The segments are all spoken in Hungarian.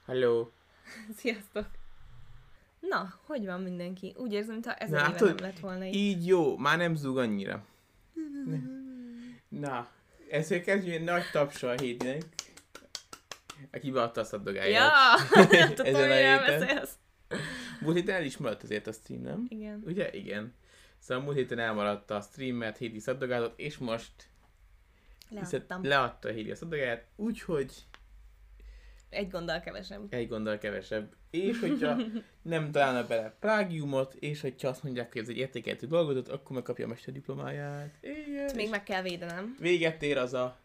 Hello. Sziasztok! Na, hogy van mindenki? Úgy érzem, mintha ezer Na, éve látod, nem lett volna itt. így jó, már nem zúg annyira. Na, ezért kezdjük egy nagy tapsal a hétnek, aki beadta a szaddogáját. Ja! Tudom, Ezen a hogy héten. elbeszélsz. Múlt héten el is maradt azért a stream, nem? Igen. Ugye? Igen. Szóval múlt héten elmaradt a stream, mert Hédi szaddogázott, és most Leadtam. leadta a Hédi a szaddogáját, úgyhogy Egy gonddal kevesebb. egy gonddal kevesebb. És hogyha nem találna bele plágiumot, és hogyha azt mondják, hogy ez egy értékelhető dolgot, akkor megkapja a mesterdiplomáját. Igen. Ezt még meg kell védenem. Véget ér az a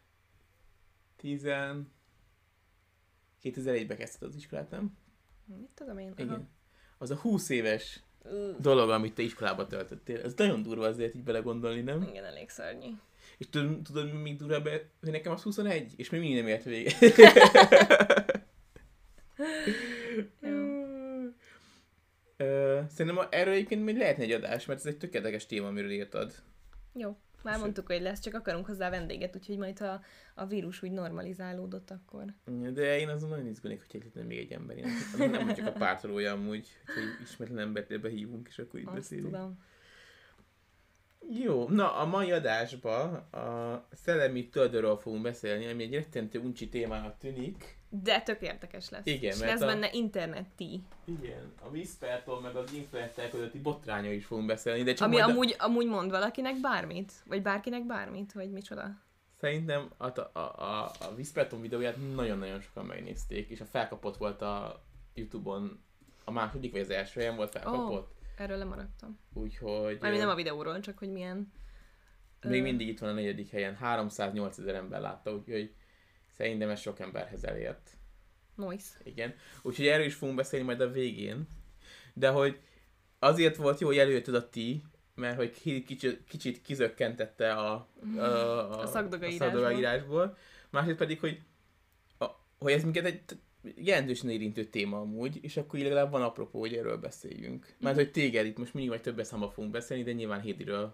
2001-ben kezdted az iskolát, nem? Mit tudom én? Igen. Az a 20 éves Aha. dolog, amit te iskolába töltöttél. Ez nagyon durva azért így belegondolni, nem? Igen, elég szörnyű. És tudod még durvább, hogy nekem az 21, és még mindig nem ért véget. Szerintem erről egyébként még lehetne egy adás, mert ez egy tökéletes téma, amiről írtad. Jó. Már mondtuk, hogy lesz, csak akarunk hozzá vendéget, úgyhogy majd ha a vírus úgy normalizálódott, akkor... De én azon nagyon izgulnék, hogy egyetlen még egy ember. Én nem csak a pártolója amúgy, hogy ismeretlen embert behívunk, és akkor itt Azt beszélünk. tudom. Jó, na a mai adásban a szellemi tulajdonról fogunk beszélni, ami egy rettentő uncsi témának tűnik. De tök érdekes lesz. Igen, és mert lesz benne interneti. Igen, a Whispertól meg az influencer közötti botrányról is fogunk beszélni, de csak Ami majd amúgy mond valakinek bármit? Vagy bárkinek bármit? Vagy micsoda? szerintem a Whisperton videóját nagyon-nagyon sokan megnézték, és a felkapott volt a YouTube-on a második vagy az első helyen volt felkapott. Erről lemaradtam. Úgyhogy... Mármint nem a videóról, csak hogy milyen... Még mindig itt van a negyedik helyen, 308 000 ember látta, úgyhogy szerintem ez sok emberhez elért. Noise. Igen. Úgyhogy erről is fogunk beszélni majd a végén. De hogy azért volt jó, hogy előjötted a ti, mert hogy kicsit kizökkentette a szakdogaírásból. Másrészt pedig, hogy ez minket egy jelentősen érintő téma amúgy, és akkor így legalább van apropó, hogy erről beszéljünk. Mert hogy téged itt most mindig majd több számba fogunk beszélni, de nyilván Hédiről.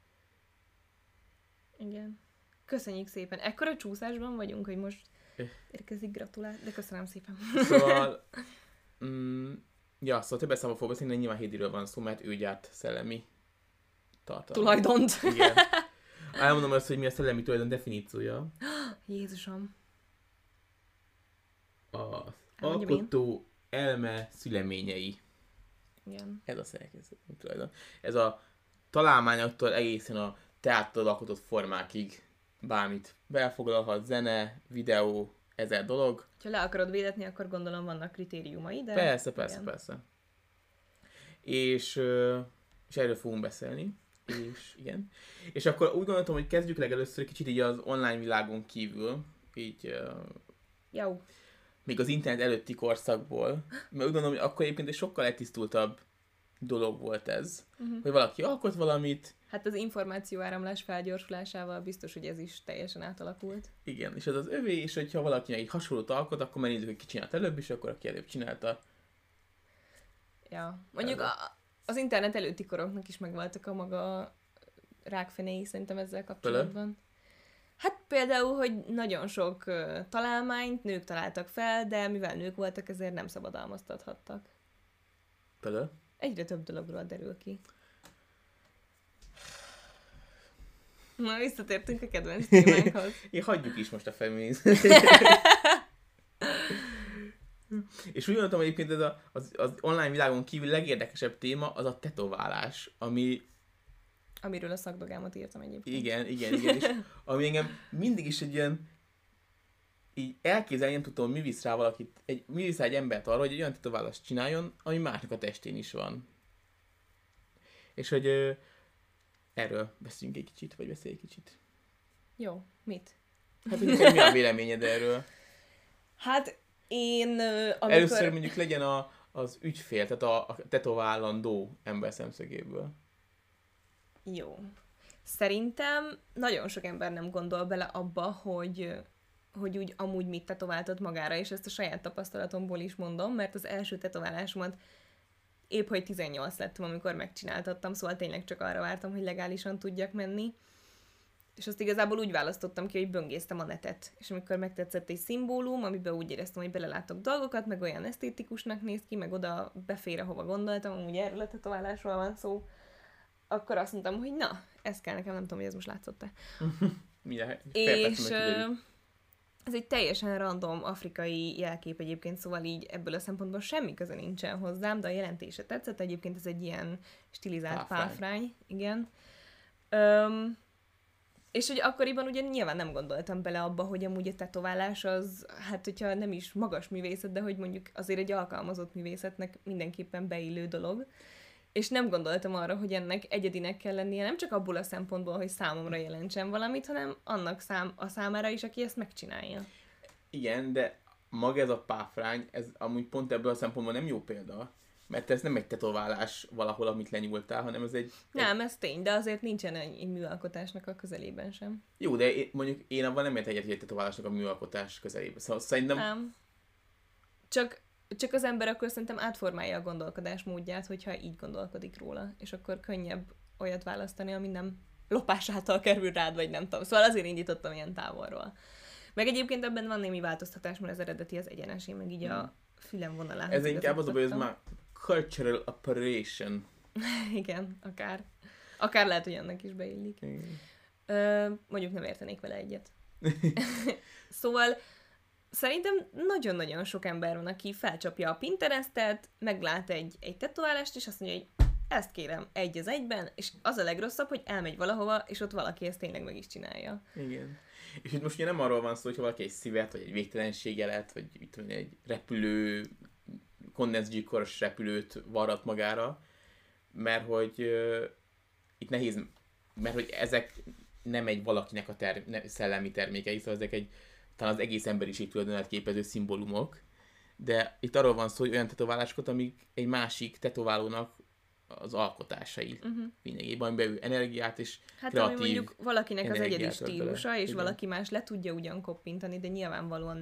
Igen. Köszönjük szépen. Ekkora csúszásban vagyunk, hogy most érkezik gratulál, de köszönöm szépen. Szóval, szóval több számba fogunk beszélni, de nyilván Hédiről van szó, mert ő gyárt szellemi tartalmat. Tulajdont. Igen. Elmondom azt, hogy mi a szellemi tulajdon definíciója. Jézusom. Az alkotó elme szüleményei. Igen. Ez a szerkezet tulajdon. Ez a találmányoktól egészen a te által alkotott formákig bármit belfoglalhat, zene, videó, ezer dolog. Ha le akarod védetni, akkor gondolom vannak kritériumai, de... Persze. És erről fogunk beszélni. És igen. És akkor úgy gondoltam, hogy kezdjük legelőször kicsit így az online világon kívül, így Jó. még az internet előtti korszakból, mert úgy gondolom, hogy akkor egyébként egy sokkal legtisztultabb dolog volt ez, hogy valaki alkot valamit. Hát az információáramlás felgyorsulásával biztos, hogy ez is teljesen átalakult. Igen, és ez az övé, és hogyha valakinek egy hasonlót alkot, akkor megnézzük, hogy ki csinált előbb, és akkor aki előbb csinálta. Ja. Mondjuk az internet előtti koroknak is megvoltak a maga rákfenéi szerintem ezzel kapcsolatban. Hát például, hogy nagyon sok találmányt nők találtak fel, de mivel nők voltak, ezért nem szabadalmaztathattak. Például? Egyre több dologról derül ki. Na, visszatértünk a kedvenc témánkhoz. Hagyjuk is most a feminizmet. És úgy gondoltam, egyébként ez az online világon kívül legérdekesebb téma az a tetoválás, Amiről a szakdogámot írtam egyébként. Igen, és ami engem mindig is egy ilyen így elképzelni, nem tudom, mi visz rá valakit, mi visz rá egy embert arra, hogy egy olyan tetoválást csináljon, ami másnak a testén is van. És hogy erről beszéljünk egy kicsit, vagy beszélj egy kicsit. Jó, mit? Hát, hogy mi a véleményed erről? Hát én amikor... Először mondjuk legyen az ügyfél, tehát a tetoválandó ember szemszögéből. Jó. Szerintem nagyon sok ember nem gondol bele abba, hogy úgy amúgy mit tetováltat magára, és ezt a saját tapasztalatomból is mondom, mert az első tetoválásomat épp hogy 18 lettem, amikor megcsináltattam, szóval tényleg csak arra vártam, hogy legálisan tudjak menni. És azt igazából úgy választottam ki, hogy böngésztem a netet. És amikor megtetszett egy szimbólum, amiben úgy éreztem, hogy belelátok dolgokat, meg olyan esztétikusnak néz ki, meg oda befér, ahova gondoltam, amúgy erről a tetoválásról van szó, akkor azt mondtam, hogy na, ez kell nekem, nem tudom, hogy ez most látszott-e. És ez egy teljesen random afrikai jelkép egyébként, szóval így ebből a szempontból semmi köze nincsen hozzám, de a jelentése tetszett, egyébként ez egy ilyen stilizált páfrány, igen. És hogy akkoriban ugye nyilván nem gondoltam bele abba, hogy amúgy a tetoválás az, hát hogyha nem is magas művészet, de hogy mondjuk azért egy alkalmazott művészetnek mindenképpen beillő dolog. És nem gondoltam arra, hogy ennek egyedinek kell lennie, nem csak abból a szempontból, hogy számomra jelentsen valamit, hanem annak a számára is, aki ezt megcsinálja. Igen, de maga ez a páfrány, ez amúgy pont ebből a szempontból nem jó példa, mert ez nem egy tetoválás valahol, amit lenyúltál, hanem ez egy... Nem, ez tény, de azért nincsen egy műalkotásnak a közelében sem. Jó, de mondjuk én abban nem értek egyet, hogy egy tetoválásnak a műalkotás közelében. Szóval szerintem... Nem. Csak az ember akkor szerintem átformálja a gondolkodásmódját, hogyha így gondolkodik róla, és akkor könnyebb olyat választani, ami nem lopás által kerül rád, vagy nem tudom. Szóval azért indítottam ilyen távolról. Meg egyébként ebben van némi változtatás, mert az eredeti az egyenes, én meg így a fülem vonalához. Ez inkább az, hogy ez már cultural appropriation. Igen, akár. Akár lehet, hogy ennek is beillik. Mondjuk nem értenék vele egyet. Szóval szerintem nagyon-nagyon sok ember van, aki felcsapja a Pinterestet, meglát egy tetoválást, és azt mondja, hogy ezt kérem egy az egyben, és az a legrosszabb, hogy elmegy valahova, és ott valaki ezt tényleg meg is csinálja. Igen. És itt most ugye nem arról van szó, hogy valaki egy szívet, vagy egy végtelenségelet, vagy egy repülő, kondenzgyilkos repülőt varrat magára, mert hogy itt nehéz, mert hogy ezek nem egy valakinek a szellemi termékei, szóval ezek talán az egész emberiség tulajdonát képező szimbólumok, de itt arról van szó, hogy olyan tetoválásokat, amik egy másik tetoválónak az alkotásai lényegében, amiben ő energiát és kreatív ami mondjuk valakinek az egyedi stílusa, és igen. valaki más le tudja ugyan koppintani, de nyilvánvalóan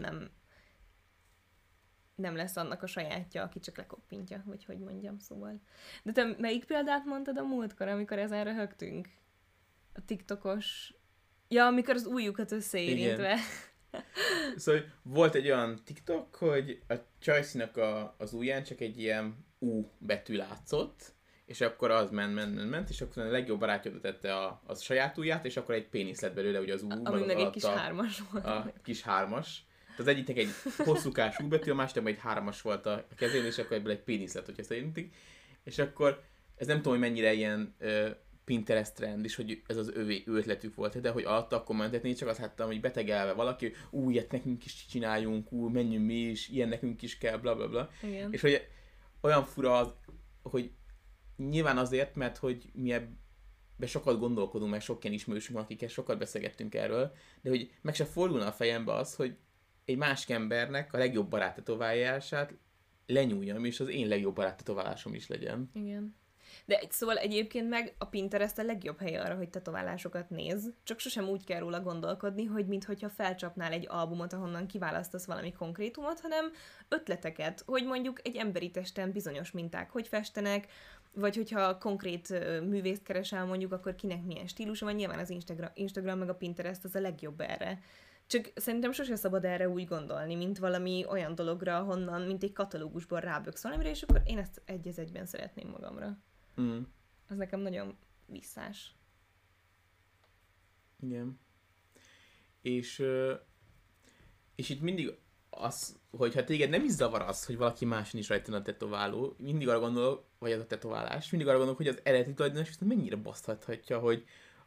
nem lesz annak a sajátja, aki csak lekoppintja, vagy hogy mondjam, szóval. De te melyik példát mondtad a múltkor, amikor ezen röhögtünk? A TikTokos... Ja, amikor az ujjukat összeérintve. Szóval volt egy olyan TikTok, hogy a Csajcinak az ujján csak egy ilyen U betű látszott, és akkor az ment, és akkor a legjobb barátja oda tette a saját ujját, és akkor egy pénisz lett belőle, ugye az U. Ami meg egy kis hármas volt. A kis hármas. Az egyiknek egy hosszúkás U betű, a másiknak egy hármas volt a kezén, és akkor ebből egy pénisz lett, hogyha ezt érintik. És akkor, ez nem tudom, hogy mennyire ilyen Pinterest trend is, hogy ez az ő ötletük volt, de hogy alatta a kommentet csak azt láttam, hogy betegelve valaki, hogy ilyet nekünk is csináljunk, menjünk mi is, ilyen nekünk is kell, bla bla bla. Igen. És hogy olyan fura az, hogy nyilván azért, mert hogy mi ebben sokat gondolkodunk, meg sok ilyen ismerősünk van, akikkel sokat beszélgettünk erről, de hogy meg se fordulna a fejembe az, hogy egy másik embernek a legjobb barát tetoválását lenyúljam, és az én legjobb barát tetoválásom is legyen. Igen. De szóval egyébként meg a Pinterest a legjobb hely arra, hogy tetoválásokat néz, csak sosem úgy kell róla gondolkodni, hogy minthogyha felcsapnál egy albumot, ahonnan kiválasztasz valami konkrétumot, hanem ötleteket, hogy mondjuk egy emberi testen bizonyos minták hogy festenek, vagy hogyha konkrét művészt keresel mondjuk, akkor kinek milyen stílusa van, nyilván az Instagram meg a Pinterest az a legjobb erre. Csak szerintem sose szabad erre úgy gondolni, mint valami olyan dologra, honnan, mint egy katalógusból ráböksz valamire, és akkor én ezt egy az egyben szeretném magamra. Az nekem nagyon visszás. Igen. És itt mindig az, hogyha téged nem is zavar az, hogy valaki máson is rajta a tetováló, mindig arra gondolok, vagy az a tetoválás, mindig arra gondolok, hogy az eredeti tulajdonos mennyire baszthatja, hogy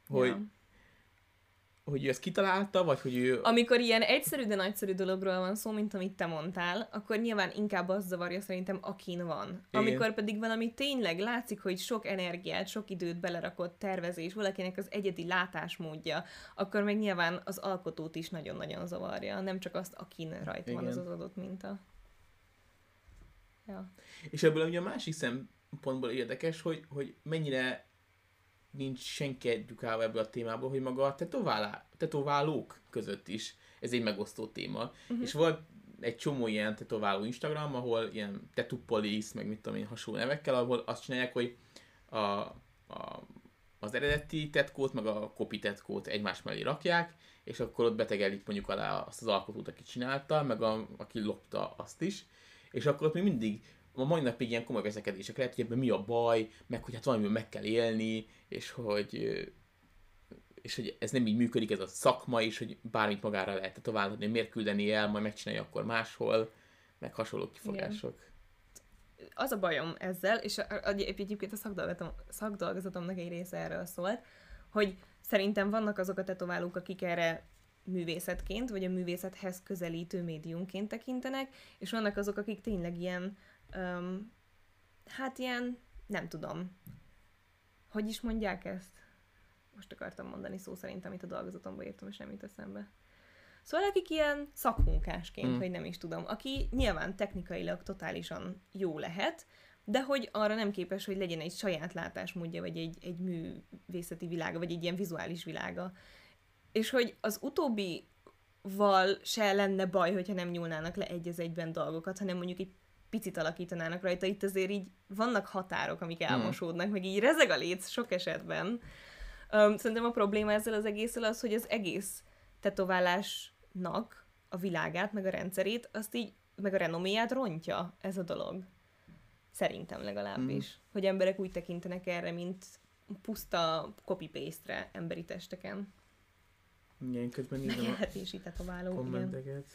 ő ezt kitalálta, vagy hogy ő... Amikor ilyen egyszerű, de nagyszerű dologról van szó, mint amit te mondtál, akkor nyilván inkább az zavarja szerintem, akin van. Igen. Amikor pedig valami tényleg látszik, hogy sok energiát, sok időt belerakott tervezés, valakinek az egyedi látásmódja, akkor meg nyilván az alkotót is nagyon-nagyon zavarja, nem csak azt, akin rajta van az adott minta. Ja. És ebből ugye a másik szempontból érdekes, hogy mennyire nincs senki edukálva ebből a témából, hogy maga a tetoválók között is ez egy megosztó téma. És volt egy csomó ilyen tetováló Instagram, ahol ilyen Tattoo Police, meg mit tudom én, hasonló nevekkel, ahol azt csinálják, hogy a az eredeti tetkót, meg a copy tetkót egymás mellé rakják, és akkor ott betegelik mondjuk alá azt az alkotót, aki csinálta, meg aki lopta azt is, és akkor ott még mindig a mai napig ilyen komoly veszekedések lehet, hogy ebben mi a baj, meg hogy hát valamiből meg kell élni, és hogy ez nem így működik, ez a szakma is, hogy bármit magára lehet tetoválni, miért küldeni el, majd megcsinálja akkor máshol, meg hasonló kifogások. Igen. Az a bajom ezzel, és egyébként a szakdolgozatomnak egy része erről szólt, hogy szerintem vannak azok a tetoválók, akik erre művészetként, vagy a művészethez közelítő médiumként tekintenek, és vannak azok, akik tényleg ilyen, ilyen, nem tudom, hogy is mondják ezt? Most akartam mondani szó szerint, amit a dolgozatomba írtam, és nem jut eszembe. Szóval akik ilyen szakmunkásként, vagy nem is tudom, aki nyilván technikailag totálisan jó lehet, de hogy arra nem képes, hogy legyen egy saját látásmódja, vagy egy művészeti világa, vagy egy ilyen vizuális világa. És hogy az utóbbival se lenne baj, hogyha nem nyúlnának le egy az egyben dolgokat, hanem mondjuk egy picit alakítanának rajta. Itt azért így vannak határok, amik elmosódnak, meg így rezeg a léc sok esetben. Szerintem a probléma ezzel az egésszel az, hogy az egész tetoválásnak a világát, meg a rendszerét, azt így, meg a renoméját rontja ez a dolog. Szerintem legalábbis. Hogy emberek úgy tekintenek erre, mint puszta copy-paste-re emberi testeken. Igen, közben nézem Megélhetési tetováló, kommenteket. Igen.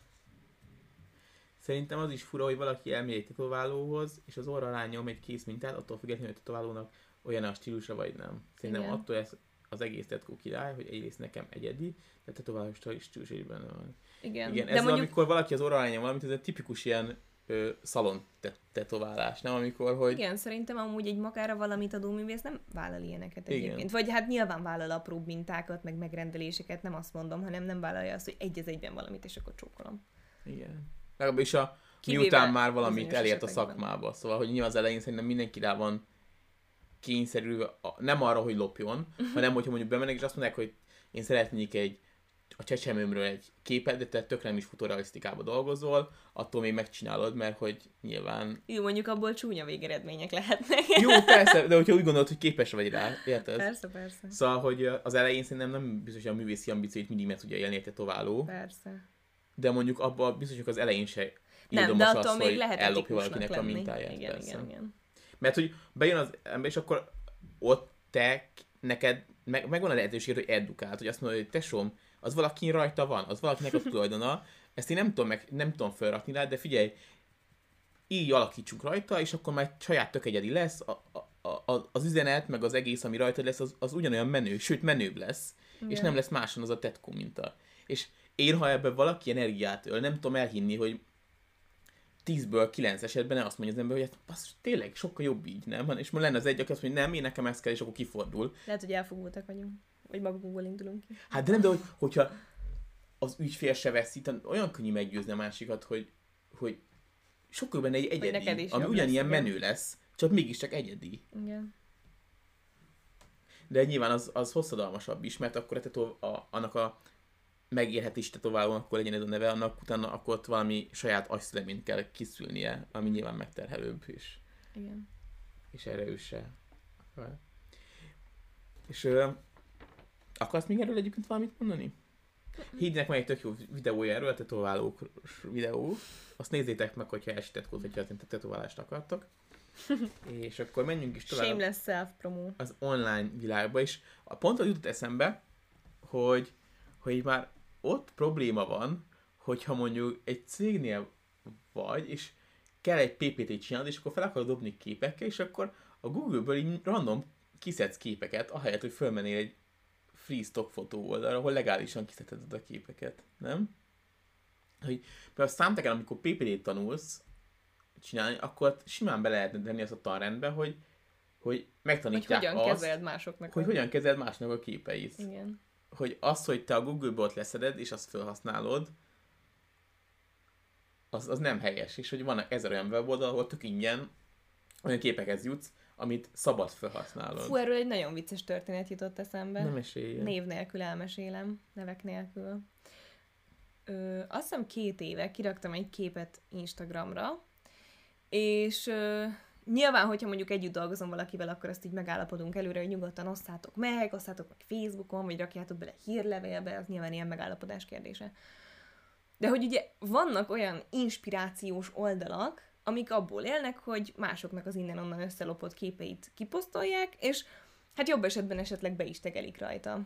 Szerintem az is fura, hogy valaki elmegy egy tetoválóhoz, és az orra rányom egy készmintát, attól függetlenül, hogy a tetoválónak olyan a stílusa, vagy nem. Szerintem igen. Attól ez az egész tetkó király, hogy egyrészt nekem egyedi, de a tetoválós stílus is benne van. Igen. Ez mondjuk... amikor valaki az orra rányom valamit, ez egy tipikus ilyen szalon tetoválás, nem? Amikor, hogy... Igen, szerintem amúgy egy magára valamit adó művész nem vállal ilyeneket egyébként. Igen. Vagy hát nyilván vállal apróbb mintákat, meg megrendeléseket, nem azt mondom, hanem nem vállalja azt, hogy egy az egyben valamit, és akkor csókolom. Igen. Legalábbis miután már valamit elért a szakmába. Szóval, hogy nyilván az elején szerintem mindenki rá van kényszerülve, nem arra, hogy lopjon, hanem hogyha mondjuk bemennek, és azt mondják, hogy én szeretnék a csecsemőmről egy képet, de te tökre nem is fotorealisztikába dolgozol, attól még megcsinálod, mert hogy nyilván... Jó, mondjuk abból csúnya végeredmények lehetnek. Jó, persze, de hogyha úgy gondolod, hogy képes vagy rá, érted? Persze. Szóval, hogy az elején szerintem nem biztos, hogy a művészi ambícióit mindig meg tudja élni egy tetováló. Persze. De mondjuk abban biztos, hogy az elején se nem, de attól az, még lehet ellopja valakinek lenni. A mintáját. Igen. Mert hogy bejön az ember, és akkor ott neked megvan a lehetőség, hogy edukált, hogy azt mondod, hogy tesóm, az valaki rajta van, az valakinek a tulajdona, ezt én nem tudom felrakni rá, de figyelj, így alakítsuk rajta, és akkor már saját tök egyedi lesz, az üzenet, meg az egész, ami rajta lesz, az ugyanolyan menő, sőt menőbb lesz, igen. És nem lesz máson az a tetkó minta. És én, ha ebben valaki energiát öl, nem tudom elhinni, hogy 10-ből 9 esetben azt mondja az ember, hogy ez tényleg sokkal jobb így, nem? És most lenne az egy, aki azt mondja, nem, én nekem ez kell, és akkor kifordul. Lehet, hogy elfogultak vagyunk, vagy magunkból indulunk ki. Hát de nem, de hogyha az ügyfél se veszít, olyan könnyű meggyőzni a másikat, hogy sokkal benne egy egyedi, ami ugyanilyen lesz, menő lesz, csak mégiscsak egyedi. Igen. De nyilván az hosszadalmasabb is, mert akkor annak a megélhetés tetoválónak, akkor legyen ez a neve, annak utána akkor ott valami saját agyszüleményt kell kiszülnie, ami nyilván megterhelőbb is. Igen. És erre ő se. És akarsz még erről egyébként valamit mondani? Hídnek meg egy tök jó videója erről, a tetoválók videó. Azt nézzétek meg, hogyha elsítettkód, hogyha a tetoválást akartok. És akkor menjünk is tovább. Shameless self-promo. Az online világba is. Pont az jutott eszembe, hogy már ott probléma van, hogyha mondjuk egy cégnél vagy, és kell egy PPT-t csinálni, és akkor fel akarod dobni képekkel, és akkor a Google-ből így random kiszedsz képeket, ahelyett, hogy fölmennél egy free stock fotó oldalra, ahol legálisan kiszedheted a képeket, nem? Hogy például számtekkel, amikor PPT-t tanulsz csinálni, akkor simán be lehetne tenni azt a tanrendbe, hogy megtanítják hogy hogyan kezeld másoknak. Hogy hogyan kezeld másnak a képeit. Igen. Hogy az, hogy te a Google-bot leszeded, és azt felhasználod, az nem helyes. És hogy vannak 1000 olyan weboldal, ahol tök ingyen olyan képekhez jutsz, amit szabad felhasználod. Fú, erről egy nagyon vicces történet jutott eszembe. Nem meséljen. Név nélkül elmesélem, nevek nélkül. Azt hiszem 2 éve kiraktam egy képet Instagramra, és nyilván, hogyha mondjuk együtt dolgozom valakivel, akkor azt így megállapodunk előre, hogy nyugodtan osszátok meg Facebookon, vagy rakjátok bele hírlevélbe, az nyilván ilyen megállapodás kérdése. De hogy ugye vannak olyan inspirációs oldalak, amik abból élnek, hogy másoknak az innen-onnan összelopott képeit kiposztolják, és hát jobb esetben esetleg be is tegelik rajta.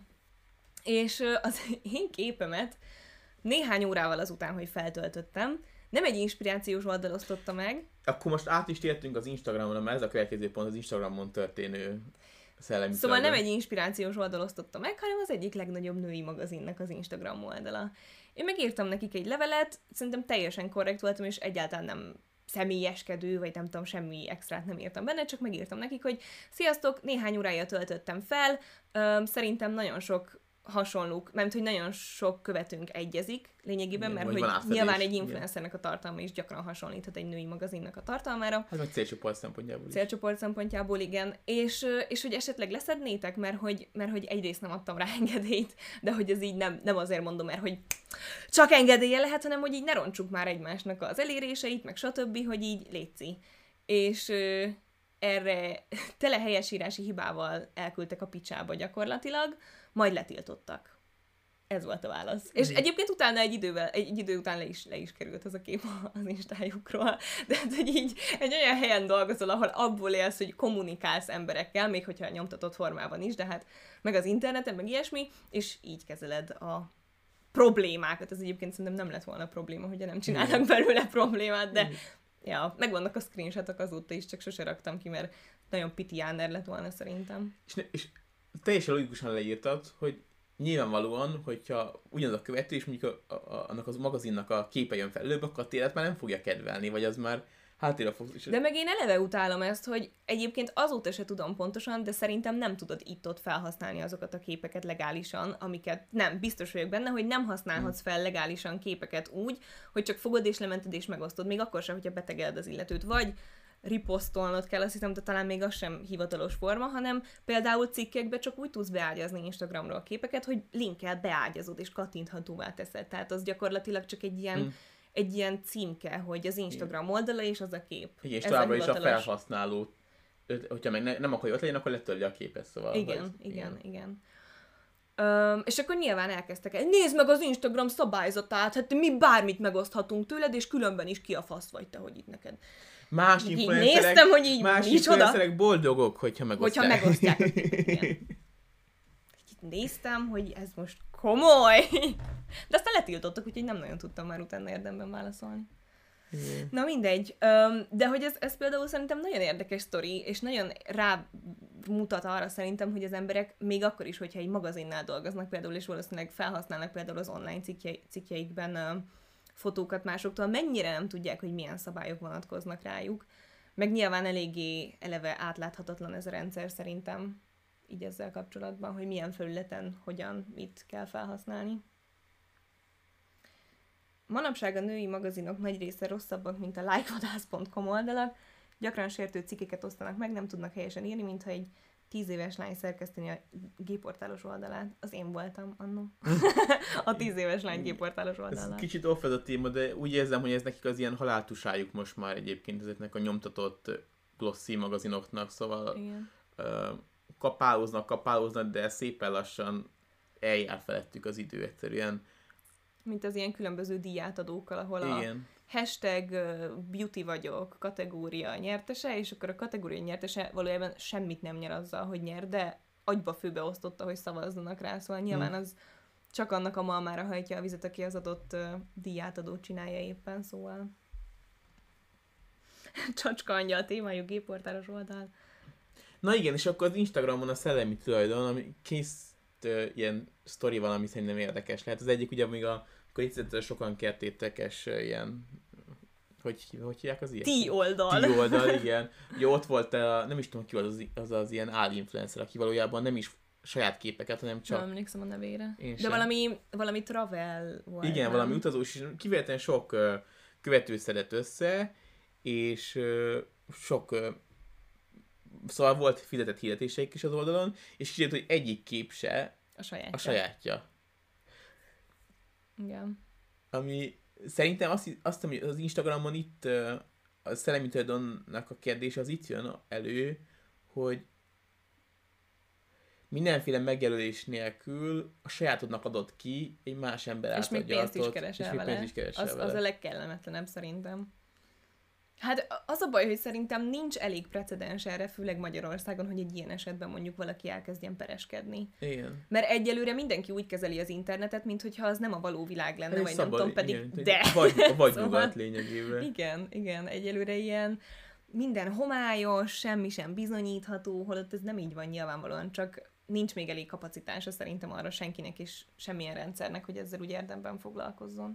És az én képemet néhány órával azután, hogy feltöltöttem, nem egy inspirációs oldal osztotta meg. Akkor most át is tértünk az Instagramon, mert ez a következő pont az Instagramon történő szellemi Szóval nem egy inspirációs oldal osztotta meg, hanem az egyik legnagyobb női magazinnak az Instagram oldala. Én megírtam nekik egy levelet, szerintem teljesen korrekt voltam, és egyáltalán nem személyeskedő, vagy nem tudom, semmi extrát nem írtam benne, csak megírtam nekik, hogy sziasztok, néhány órája töltöttem fel, szerintem nagyon sok hasonlók, mert hogy nagyon sok követőnk egyezik lényegében, mert hogy nyilván egy influencernek a tartalma is gyakran hasonlíthat egy női magazinnak a tartalmára. Hát meg célcsoport szempontjából is. Célcsoport szempontjából, igen. És hogy esetleg leszednétek, mert hogy egyrészt nem adtam rá engedélyt, de hogy ez így nem azért mondom, mert hogy csak engedélye lehet, hanem hogy így ne roncsuk már egymásnak az eléréseit, meg stb., hogy így létszi. És erre tele helyesírási hibával elküldtek a picsába gyakorlatilag, majd letiltottak. Ez volt a válasz. És egyébként utána egy idő után le is került ez a kép az Instájukról. De hogy így egy olyan helyen dolgozol, ahol abból élsz, hogy kommunikálsz emberekkel, még hogyha nyomtatott formában is, de hát meg az interneten, meg ilyesmi, és így kezeled a problémákat. Ez egyébként szerintem nem lett volna probléma, hogyha nem csinálnak belőle problémát, de ja, megvannak a screenshotok azóta is, csak sose raktam ki, mert nagyon pitiáner lett volna szerintem. És teljesen logikusan leírtad, hogy nyilvánvalóan, hogyha ugyanaz a követő, és mondjuk annak az magazinnak a képe jön fel előbb, akkor a télet már nem fogja kedvelni, vagy az már háttérre fog... De meg én eleve utálom ezt, hogy egyébként azóta se tudom pontosan, de szerintem nem tudod itt-ott felhasználni azokat a képeket legálisan, amiket nem, biztos vagyok benne, hogy nem használhatsz fel legálisan képeket úgy, hogy csak fogod és lemented és megosztod, még akkor sem, hogyha betegeled az illetőt, vagy riposztolnod kell, azt hiszem, de talán még az sem hivatalos forma, hanem például cikkekbe csak úgy tudsz beágyazni Instagramról a képeket, hogy linkkel beágyazod és kattinthatóvá teszed. Tehát az gyakorlatilag csak egy ilyen címke, hogy az Instagram oldala és az a kép. Igen, és továbbra is a felhasználó, hogyha meg nem akarja ott legyen, akkor letörli a képet, szóval. Igen. És akkor nyilván elkezdtek el, nézd meg az Instagram szabályzatát, hát mi bármit megoszthatunk tőled, és különben is ki a fasz vagy te, hogy itt neked. Más influencerek boldogok, hogyha megosztják. Igen. Néztem, hogy ez most komoly. De aztán letiltottak, úgyhogy nem nagyon tudtam már utána érdemben válaszolni. Igen. Na mindegy. De hogy ez például szerintem nagyon érdekes sztori, és nagyon rámutat arra szerintem, hogy az emberek még akkor is, hogyha egy magazinnál dolgoznak például, és valószínűleg felhasználnak például az online cikkjeikben fotókat másoktól, mennyire nem tudják, hogy milyen szabályok vonatkoznak rájuk. Meg nyilván eléggé eleve átláthatatlan ez a rendszer szerintem, így ezzel kapcsolatban, hogy milyen felületen, hogyan, mit kell felhasználni. Manapság a női magazinok nagy része rosszabbak, mint a likevadász.com oldalak. Gyakran sértő cikkeket osztanak meg, nem tudnak helyesen írni, mintha egy 10 éves lány szerkeszteni a G-portálos oldalát. Az én voltam annó. A 10 éves lány G-portálos oldalát. Ez kicsit off ez a téma, de úgy érzem, hogy ez nekik az ilyen haláltusájuk most már egyébként ezeknek a nyomtatott glossy magazinoknak, szóval kapálóznak, de szépen lassan eljár felettük az idő egyszerűen. Mint az ilyen különböző díjátadókkal, ahol igen. A hashtag beauty vagyok kategória nyertese, és akkor a kategória nyertese valójában semmit nem nyer azzal, hogy nyer, de agyba főbe osztotta, hogy szavazzanak rá, szóval nyilván az csak annak a malmára hajtja a vizet, aki az adott díjátadót csinálja éppen, szóval Csacska angyal témájú G-portálos oldal. Na igen, és akkor az Instagramon a szellemi tulajdon, ami ilyen sztori van, ami szerintem érdekes lehet. Az egyik ugye még akkor itt sokan kértétek, ilyen, hogy hívják az ilyen? T-oldal, igen. Ugye ott volt, nem is tudom ki volt az ilyen álinfluencer, aki valójában nem is saját képeket, hanem csak... Nem emlékszem a nevére. De valami travel volt. Igen, nem? Valami utazós, és kivéletlen sok követő szedett össze, és sok... Szóval volt fizetett hirdetéseik is az oldalon, és kiderült, hogy egyik kép se a sajátja. Igen. Ami szerintem azt ami az Instagramon itt a szellemi tulajdonnak a kérdése az itt jön elő, hogy mindenféle megjelölés nélkül a sajátodnak adott ki egy más ember által és még pénzt is keresel vele. Pénzt is keresel az vele. a legkellemetlenebb szerintem. Hát az a baj, hogy szerintem nincs elég precedens erre, főleg Magyarországon, hogy egy ilyen esetben mondjuk valaki elkezdjen pereskedni. Igen. Mert egyelőre mindenki úgy kezeli az internetet, mintha az nem a való világ lenne, Hát vagy szabad, nem tudom, pedig igen, de. Vagy Szóval- nyugat lényegében. Igen, egyelőre ilyen minden homályos, semmi sem bizonyítható, holott ez nem így van nyilvánvalóan, csak nincs még elég kapacitása szerintem arra senkinek és semmilyen rendszernek, hogy ezzel úgy érdemben foglalkozzon.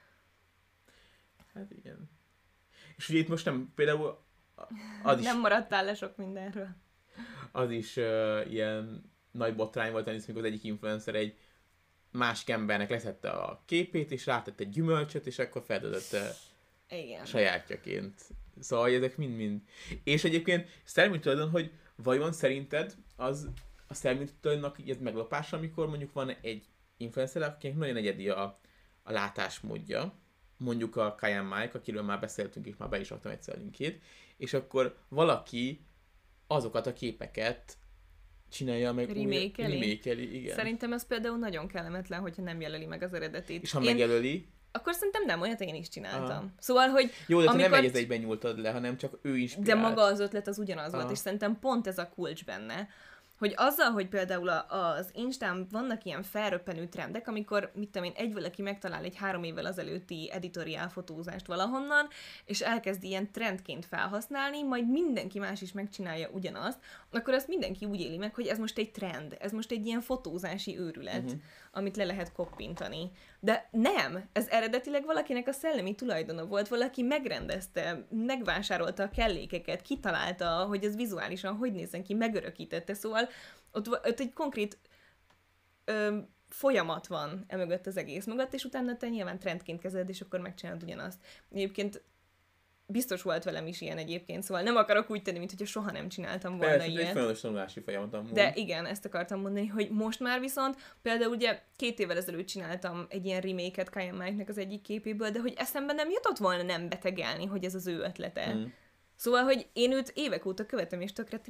Hát igen. És ugye itt most nem, például az is, Nem maradtál le sok mindenről. az is ilyen nagy botrány volt, amikor az egyik influencer egy másik embernek leszette a képét, és rátette egy gyümölcsöt, és akkor feldöltötte Igen. sajátjaként. Szóval ezek mind-mind. És egyébként szellemi tulajdon, hogy vajon szerinted az a szellemi tulajdonnak így ez meglopása, amikor mondjuk van egy influencer, akinek nagyon egyedi a látásmódja, mondjuk a Kyan Mike, akiről már beszéltünk, és már be is raktam egyszer a linkjét, és akkor valaki azokat a képeket csinálja meg Remékeli, igen. Szerintem ez például nagyon kellemetlen, hogyha nem jelöli meg az eredetét. És ha megjelöli, akkor szerintem nem, olyat én is csináltam. Aha. Szóval, hogy jó, de amikor... nem egy egyben nyúltad le, hanem csak ő inspirált. De maga az ötlet az ugyanaz volt, Aha. és szerintem pont ez a kulcs benne, hogy azzal, hogy például az Instán vannak ilyen felröppenő trendek, amikor, mit tudom én, egy valaki megtalál egy 3 évvel azelőtti editoriál fotózást valahonnan, és elkezd ilyen trendként felhasználni, majd mindenki más is megcsinálja ugyanazt, akkor ezt mindenki úgy éli meg, hogy ez most egy trend, ez most egy ilyen fotózási őrület, amit le lehet koppintani. De nem, ez eredetileg valakinek a szellemi tulajdona volt, valaki megrendezte, megvásárolta a kellékeket, kitalálta, hogy ez vizuálisan hogy nézzen ki, megörökítette, szóval ott egy konkrét folyamat van emögött az egész mögött, és utána te nyilván trendként kezeled, és akkor megcsinálod ugyanazt. Egyébként biztos volt velem is ilyen egyébként, szóval nem akarok úgy tenni, mintha soha nem csináltam volna persze, ilyet. egy folyamatos tanulási folyamat amúgy. De igen, ezt akartam mondani, hogy most már viszont, például ugye 2 évvel ezelőtt csináltam egy ilyen remake-et Kyan Mike-nek az egyik képéből, de hogy eszembe nem jutott volna nem betegelni, hogy ez az ő ötlete. Szóval, hogy én őt évek óta követem, és tökre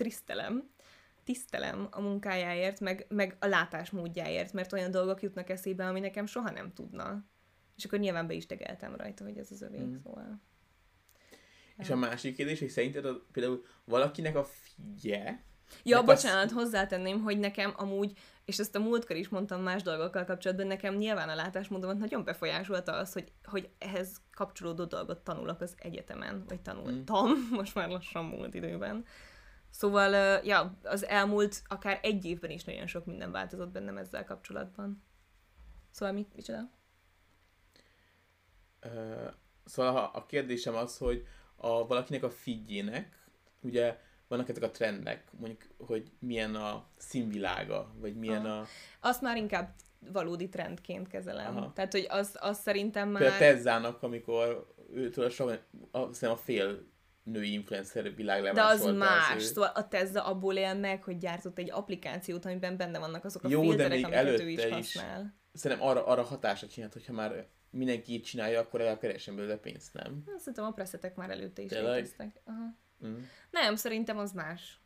tisztelem a munkájáért, meg a látásmódjáért, mert olyan dolgok jutnak eszébe, ami nekem soha nem tudna. És akkor nyilván be is tegeltem rajta, hogy ez az övé, szóval... És a másik kérdés, hogy szerinted például valakinek a figye... Ja, bocsánat, hozzátenném, hogy nekem amúgy, és ezt a múltkor is mondtam más dolgokkal kapcsolatban, nekem nyilván a látásmódomat nagyon befolyásolta az, hogy ehhez kapcsolódó dolgot tanulok az egyetemen, vagy tanultam, most már lassan múlt időben. Szóval, ja, az elmúlt akár 1 évben is nagyon sok minden változott bennem ezzel kapcsolatban. Szóval micsoda? Szóval a kérdésem az, hogy valakinek a feedjének, ugye vannak ezek a trendek, mondjuk, hogy milyen a színvilága, vagy milyen Azt már inkább valódi trendként kezelem. Aha. Tehát, hogy az szerintem már... Például Tezzának, amikor őtől a fél női influencer világ De lemásolta az más. ő. Szóval a Tezza abból él meg, hogy gyártott egy applikációt, amiben benne vannak azok a Jó, de filterek, még amiket ő is előtte használ. Szerintem arra hatásra csinált, hogyha már mindenki így csinálja, akkor legalább keressen belőle pénzt, nem? Szerintem a presszetek már előtte is Tényleg? léteztek. Aha. Nem, szerintem az más.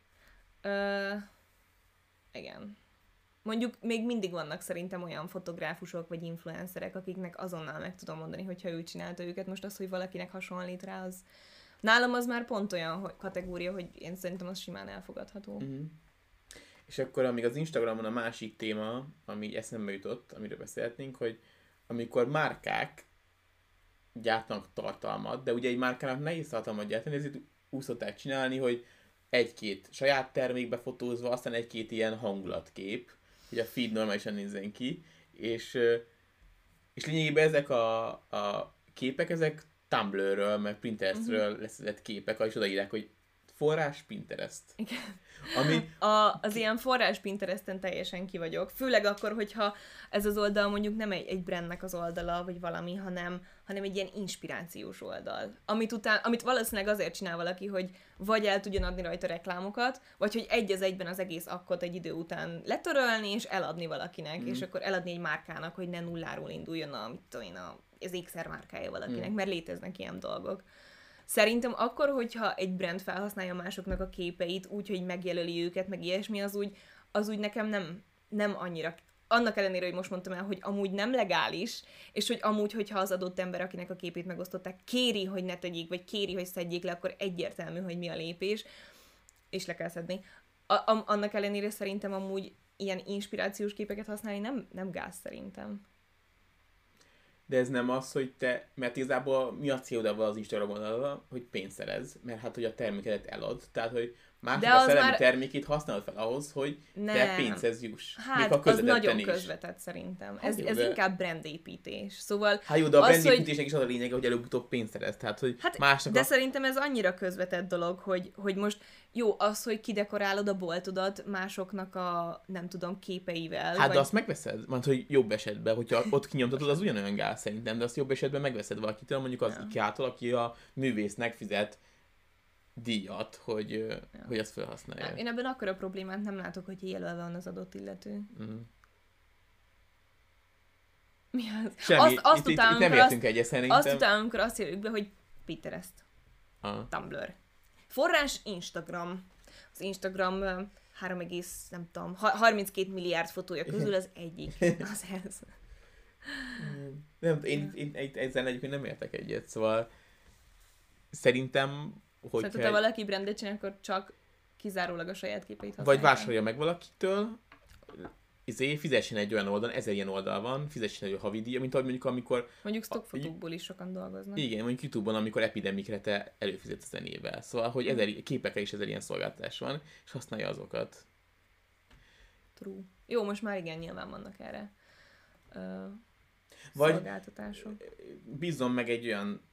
Igen. Mondjuk még mindig vannak szerintem olyan fotográfusok vagy influencerek, akiknek azonnal meg tudom mondani, hogyha ő csinálta őket. Most az, hogy valakinek hasonlít rá, az... Nálam az már pont olyan kategória, hogy én szerintem az simán elfogadható. És akkor amíg az Instagramon a másik téma, ami így eszembe jutott, amiről beszélhetnénk, hogy amikor márkák gyártanak tartalmat, de ugye egy márkának nehéz tartalmat gyártani, ezért úgy szokták csinálni, hogy 1-2 saját termékbe fotózva, aztán 1-2 ilyen hangulatkép, hogy a feed normálisan nézzen ki, és lényegében ezek a képek, ezek Tumblr-ről, meg Pinterestről leszedett képek, és odaírják, hogy forrás Pinterest. Igen. Ami... Az ilyen forrás Pinteresten teljesen ki vagyok. Főleg akkor, hogyha ez az oldal mondjuk nem egy brandnek az oldala, vagy valami, hanem egy ilyen inspirációs oldal. Amit valószínűleg azért csinál valaki, hogy vagy el tudjon adni rajta reklámokat, vagy hogy egy az egyben az egész akkot egy idő után letörölni, és eladni valakinek, és akkor eladni egy márkának, hogy ne nulláról induljon az ékszer márkája valakinek, mert léteznek ilyen dolgok. Szerintem akkor, hogyha egy brand felhasználja másoknak a képeit úgy, hogy megjelöli őket, meg ilyesmi, az úgy nekem nem annyira. Annak ellenére, hogy most mondtam el, hogy amúgy nem legális, és hogy amúgy, hogyha az adott ember, akinek a képét megosztották, kéri, hogy ne tegyék, vagy kéri, hogy szedjék le, akkor egyértelmű, hogy mi a lépés, és le kell szedni. Annak ellenére szerintem amúgy ilyen inspirációs képeket használni nem gáz szerintem. De ez nem az, hogy mert igazából mi a célod abban az Instagram oldalra, hogy pénzt szerez, mert hát, hogy a termékedet elad, tehát, hogy mások a szellemi termékét használod fel ahhoz, hogy te pénzhez juss. Hát, az nagyon közvetett szerintem. Ez inkább brandépítés. Szóval hát jó, de a brandépítésnek is az a lényege, hogy előbb-utóbb pénzt szerez. Tehát, hogy de szerintem ez annyira közvetett dolog, hogy most jó, az, hogy kidekorálod a boltodat másoknak a, nem tudom, képeivel. Hát, de azt megveszed? Mert hogy jobb esetben, hogyha ott kinyomtatod, az ugyanolyan gáz szerintem, de azt jobb esetben megveszed valakitől, mondjuk az IKEA-tól, aki a művésznek fizet díjat, hogy azt felhasználja. Én ebben akkora problémát nem látok, hogy jelölve van az adott illető. Mi az? Semmi, itt nem értünk egyet szerintem. Azt utálom, amikor azt írjuk be, hogy Pinterest. Tumblr. Forrás Instagram. Az Instagram 32 milliárd fotója közül az egyik. Az ez. Nem, én ezzel egyébként nem értek egyet, szóval szerintem, hogyha szóval, valaki brandet csinál, akkor csak kizárólag a saját képeit használja. Vagy vásárolja meg valakitől, fizessen egy olyan oldalon, 1000 ilyen oldal van, fizessen egy havidíja, mint ahogy mondjuk amikor... Mondjuk stockfotókból is sokan dolgoznak. Igen, mondjuk YouTube-on, amikor epidemikre te előfizetsz a zenével. Szóval, hogy képekre is 1000 ilyen szolgáltatás van, és használja azokat. True. Jó, most már igen, nyilván vannak erre szolgáltatások. Bízzon meg egy olyan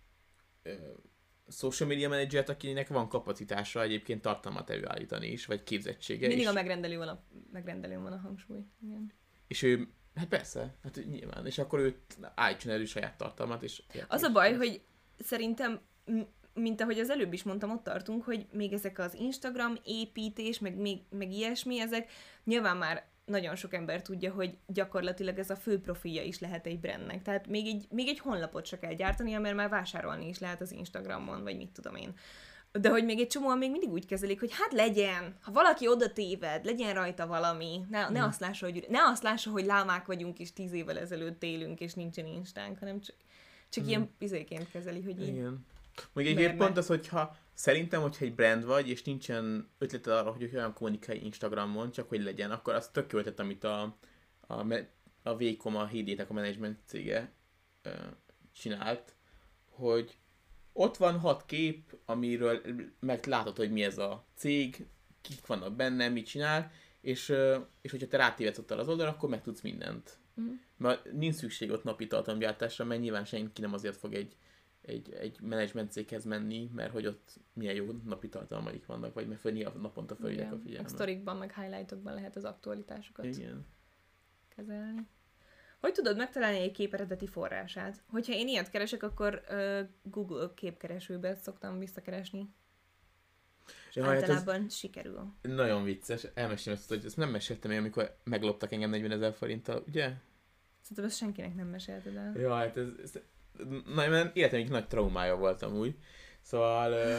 social media menedzsert, akinek van kapacitása egyébként tartalmat előállítani is, vagy képzettsége mindig is. a megrendelőn van a hangsúly. Igen. És ő, hát persze, hát nyilván, és akkor ő állítson elő saját tartalmat, és... Az a baj, hogy szerintem, mint ahogy az előbb is mondtam, ott tartunk, hogy még ezek az Instagram építés, meg ilyesmi, ezek nyilván már nagyon sok ember tudja, hogy gyakorlatilag ez a fő profilja is lehet egy brandnek. Tehát még egy honlapot se kell gyártania, mert már vásárolni is lehet az Instagramon, vagy mit tudom én. De hogy még egy csomóan még mindig úgy kezelik, hogy hát legyen, ha valaki oda téved, legyen rajta valami, ne azt lássa, hogy lámák vagyunk, és 10 évvel ezelőtt élünk, és nincsen Instánk, hanem csak ilyen izéként kezeli, hogy így. Igen. Még egy pont az, hogyha szerintem, hogyha egy brand vagy, és nincsen ötleted arra, hogy olyan kommunikálj Instagramon, csak hogy legyen, akkor az tök jó ötlet, amit a Vacom, a Hédétek, a management cége csinált, hogy ott van 6 kép, amiről meglátod, hogy mi ez a cég, kik vannak benne, mit csinál, és hogyha te rátévedsz ott az oldalra, akkor megtudsz mindent. Mert nincs szükség ott napi tartalomgyártásra, mert nyilván senki nem azért fog egy menedzsment céghez menni, mert hogy ott milyen jó napi tartalmaik vannak, vagy mert naponta fölhívják a figyelmet. A sztorikban, meg highlightokban lehet az aktualitásokat kezelni. Hogy tudod megtalálni egy kép eredeti forrását? Hogyha én ilyet keresek, akkor Google képkeresőbe szoktam visszakeresni. Általában sikerül. Nagyon vicces. Elmesélem ezt, hogy ezt nem meséltem én, amikor megloptak engem 40 000 forinttal, ugye? Szerintem ezt senkinek nem mesélted el. Ja, hát ez mert életem egy nagy traumája volt amúgy. Szóval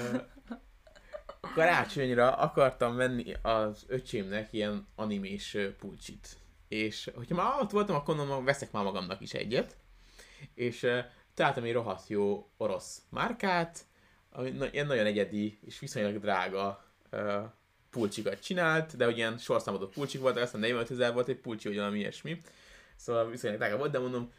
karácsonyra akartam venni az öcsémnek ilyen animés pulcsit. És hogyha már ott voltam, akkor mondom, veszek már magamnak is egyet. És találtam egy rohadt jó orosz márkát, ami ilyen nagyon egyedi és viszonylag drága pulcsikat csinált, de hogy ilyen sorszámodott pulcsik voltak, aztán 45 000 volt egy pulcsi, vagy valami ilyesmi. Szóval viszonylag drága volt, de mondom,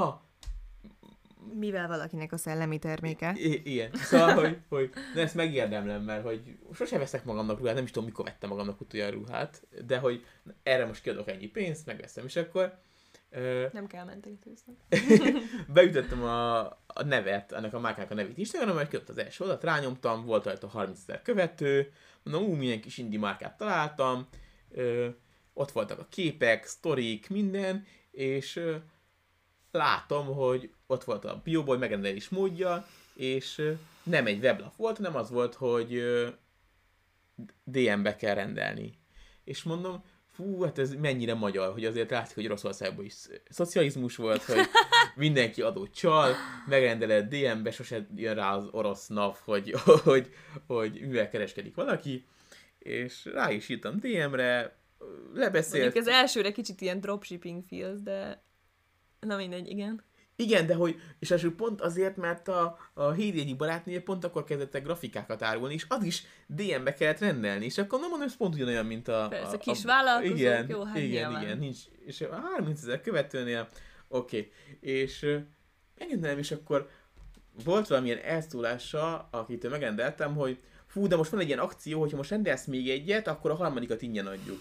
mivel valakinek a szellemi terméke. Igen. Szóval, hogy ezt megérdemlem, mert hogy sose veszek magamnak ruhát, nem is tudom, mikor vettem magamnak utoljára ruhát, de hogy erre most kiadok ennyi pénzt, megveszem, és akkor... nem kell mentalitőznek. Beütöttem a nevet, ennek a márkának a nevét Instagramon, mert kiadott az első oldalt, rányomtam, volt rajta 30 000 követő, mondom, milyen kis indie márkát találtam, ott voltak a képek, sztorik, minden, és... látom, hogy ott volt a Bioboy megrendelés módja, és nem egy weblap volt, hanem az volt, hogy DM-be kell rendelni. És mondom, fú, hát ez mennyire magyar, hogy azért látszik, hogy Oroszországban is szocializmus volt, hogy mindenki adót csal, megrendeled DM-be, sose jön rá az orosz NAV, hogy mivel kereskedik valaki, és rá is írtam DM-re, lebeszélt. Mondjuk ez elsőre kicsit ilyen dropshipping feels, de na mindegy, igen. Igen, de hogy, és első pont azért, mert a Hédi egyik barátnője pont akkor kezdett el grafikákat árulni, és az is DM-be kellett rendelni, és akkor mondom, ez pont ugyanolyan, mint Persze, kis vállalkozók, igen, jó, hát igen, nincs, és a 30 000 követőnél, oké. És megrendelem, és akkor volt valamilyen elszólása, akitől megrendeltem, hogy fú, de most van egy ilyen akció, hogyha most rendelsz még egyet, akkor a harmadikat ingyen adjuk.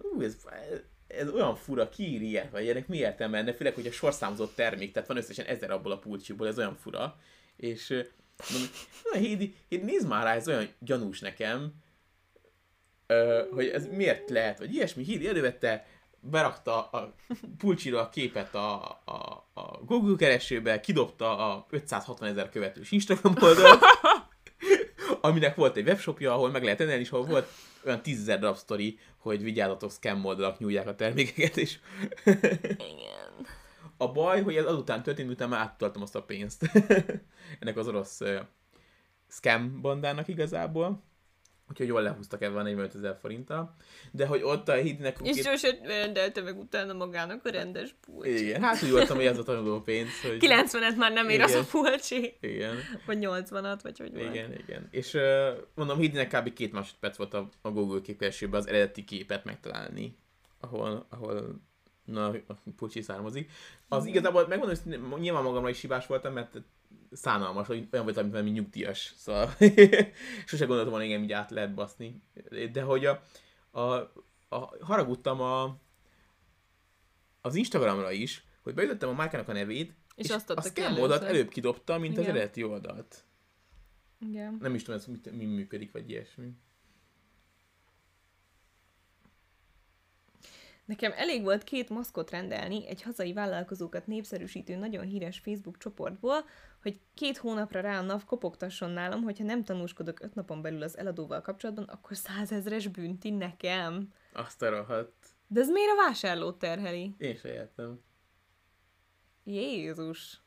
Ez olyan fura, ki ír ilyet, vagy ennek mi értelme lenne, főleg, hogy a sorszámozott termék, tehát van összesen 1000 abból a pulcsiból, ez olyan fura. És mondom, Hédi, nézd már rá, ez olyan gyanús nekem, hogy ez miért lehet, vagy ilyesmi. Hédi elővette, berakta a pulcsira a képet a Google keresőbe, kidobta a 560 000 követős Instagram oldalt, aminek volt egy webshopja, ahol meg lehet rendelni, és ahol volt olyan 10 000 darab sztori, hogy vigyázzatok, scam oldalak nyúlják a termékeket, és Igen. a baj, hogy ez azután történt, miután már átutaltam azt a pénzt ennek az orosz scam bandának igazából. Úgyhogy jól lehúztak ebben a 45 000 forinttal. De hogy ott a Hédinek... És sose rendelte meg utána magának a rendes pulcsi. Igen, hát úgy voltam, hogy ez a tanuló pénz. Hogy... 90-et már nem ér az a pulcsi. Igen. Vagy 80-at, vagy hogy volt. Igen. És mondom, Hédinek kb. 2 másodperc volt a Google képkeresőben az eredeti képet megtalálni, ahol a pulcsi származik. Az igazából megmondom, hogy nyilván magamra is hibás voltam, mert szánalmas, hogy olyan voltam, mint nyugdíjas, szóval sose gondoltam volna, igen, így át lehet baszni. De hogy haragudtam az Instagramra is, hogy beütöttem a márkának a nevét, és azt a scam oldalt előbb kidobta, mint igen. Az eredeti oldalt. Igen. Nem is tudom, ez mi működik, vagy ilyesmi. Nekem elég volt 2 maszkot rendelni egy hazai vállalkozókat népszerűsítő nagyon híres Facebook csoportból, hogy 2 hónapra rá a NAV kopogtasson nálam, hogyha nem tanúskodok 5 napon belül az eladóval kapcsolatban, akkor 100 000-es bünti nekem. Azt a rohadt. De ez miért a vásárlót terheli? Én se értem. Jézus.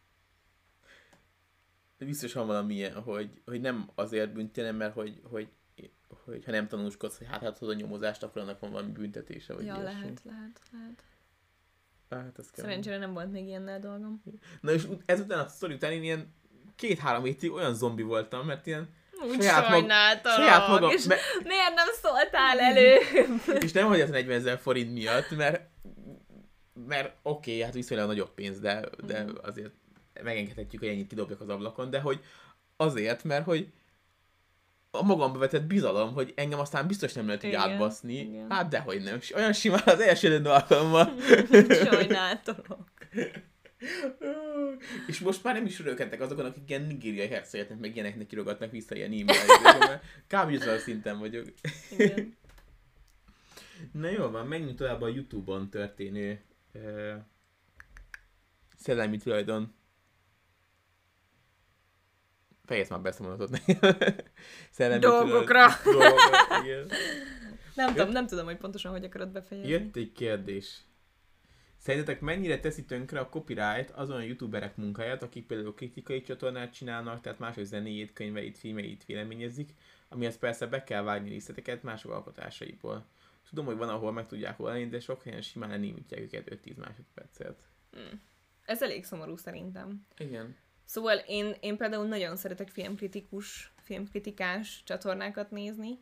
De biztos van valami ilyen, hogy nem azért bünti, hanem mert hogy ha nem tanúskodsz, hogy hát a nyomozást, akkor annak van valami büntetése, vagy ja, ilyesmi. lehet. Hát, ez szerencsére nem volt még ilyennel dolgom. Na és ezután a sztori után én ilyen 2-3 hétig olyan zombi voltam, mert ilyen úgy sajnáltalak, magam, és miért nem szóltál előbb? És nem, hogy az 40 000 forint miatt, mert oké, hát viszonylag nagyobb pénz, de azért megengedhetjük, hogy ennyit kidobjak az ablakon, de hogy azért, mert hogy a magamba vetett bizalom, hogy engem aztán biztos nem lehet így átbaszni. Igen. Hát dehogy nem. Olyan simán az első alkalommal. Sajnáltalak. És most már nem is örülkedtek azokon, akik ilyen nigériai hercegetnek, meg ilyeneknek kirogatnak vissza ilyen e-mail-ekre. Kb. Azon szinten vagyok. Igen. Na jó van, menjünk tovább a YouTube-on történő szellemi tulajdon. Fejezd már beszámolatot nekem. Dolgokra. Nem tudom, hogy pontosan hogy akarod befejezni. Jött egy kérdés. Szerintetek mennyire teszi tönkre a copyright azon a youtuberek munkáját, akik például kritikai csatornát csinálnak, tehát mások zenéjét, könyveit, filmeit véleményezik, amihez persze be kell vágni részleteket mások alkotásaiból. Tudom, hogy van, ahol meg tudják oldani, de sok helyen simán lenémítják őket 5-10 másodpercet. Ez elég szomorú szerintem. Igen. Szóval én például nagyon szeretek filmkritikás csatornákat nézni.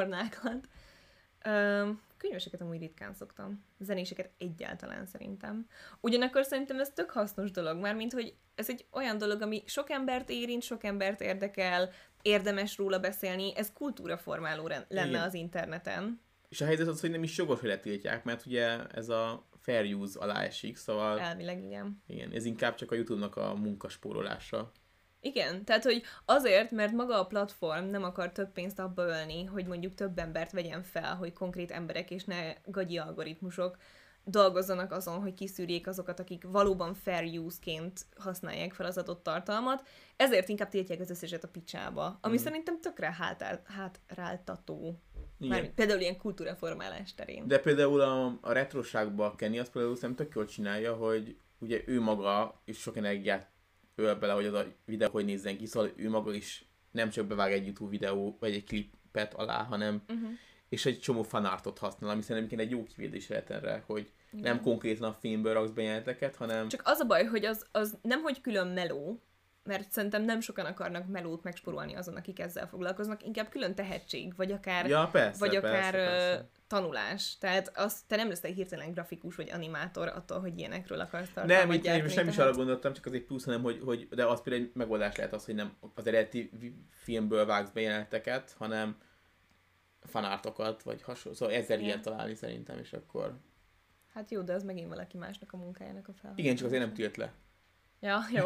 Könyveseket amúgy ritkán szoktam. Zenéseket egyáltalán szerintem. Ugyanakkor szerintem ez tök hasznos dolog, mármint, hogy ez egy olyan dolog, ami sok embert érint, sok embert érdekel, érdemes róla beszélni, ez kultúraformáló lenne igen. Az interneten. És a helyzet az, hogy nem is jogos, hogy letiltják, mert ugye ez a fair use alá esik, szóval... Elvileg igen. Igen, ez inkább csak a YouTube-nak a munkaspórolása. Igen, tehát, hogy azért, mert maga a platform nem akar több pénzt abba ölni, hogy mondjuk több embert vegyen fel, hogy konkrét emberek és ne gagyi algoritmusok dolgozzanak azon, hogy kiszűrjék azokat, akik valóban fair use-ként használják fel az adott tartalmat, ezért inkább tiltják az összeset a picsába, ami szerintem tökre hátráltató. Mármint például ilyen kultúraformálás terén. De például a retroságban Kenny azt például szerintem tök jól csinálja, hogy ugye ő maga is sok energiát öl bele, hogy az a videó hogy nézzen ki, szóval ő maga is nem csak bevág egy YouTube videó, vagy egy klipet alá, hanem és egy csomó fanartot használ, ami szerintem egy jó kivédés lehet erre, hogy nem konkrétan a filmből raksz be jeleneteket, hanem... Csak az a baj, hogy az nem hogy külön meló, mert szerintem nem sokan akarnak melót megspórolni azon, akik ezzel foglalkoznak, inkább külön tehetség, vagy akár, persze. Tanulás. Tehát te nem leszel hirtelen grafikus vagy animátor attól, hogy ilyenekről akarsz tartalmat gyártani. Nem, sem is arra gondoltam, csak az egy plusz, hanem hogy de az például egy megoldás lehet az, hogy nem az eredeti filmből vágsz be jeleneteket, hanem fanártokat, vagy hasonló. Szóval ezzel ilyen találni szerintem, és akkor... Hát jó, de az megint valaki másnak a munkájának a felhasználása. Igen, csak azért nem tilt le. Ja, jó.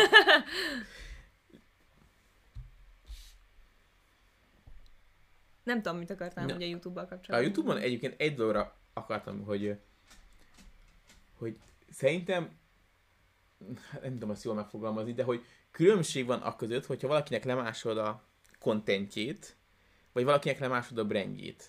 Nem tudom, mit akartál ugye a YouTube-bal kapcsolatban. A YouTube-on egyébként egy dologra akartam, hogy szerintem, nem tudom azt jól megfogalmazni, de hogy különbség van a között, hogyha valakinek lemásod a contentjét, vagy valakinek lemásod a brandjét.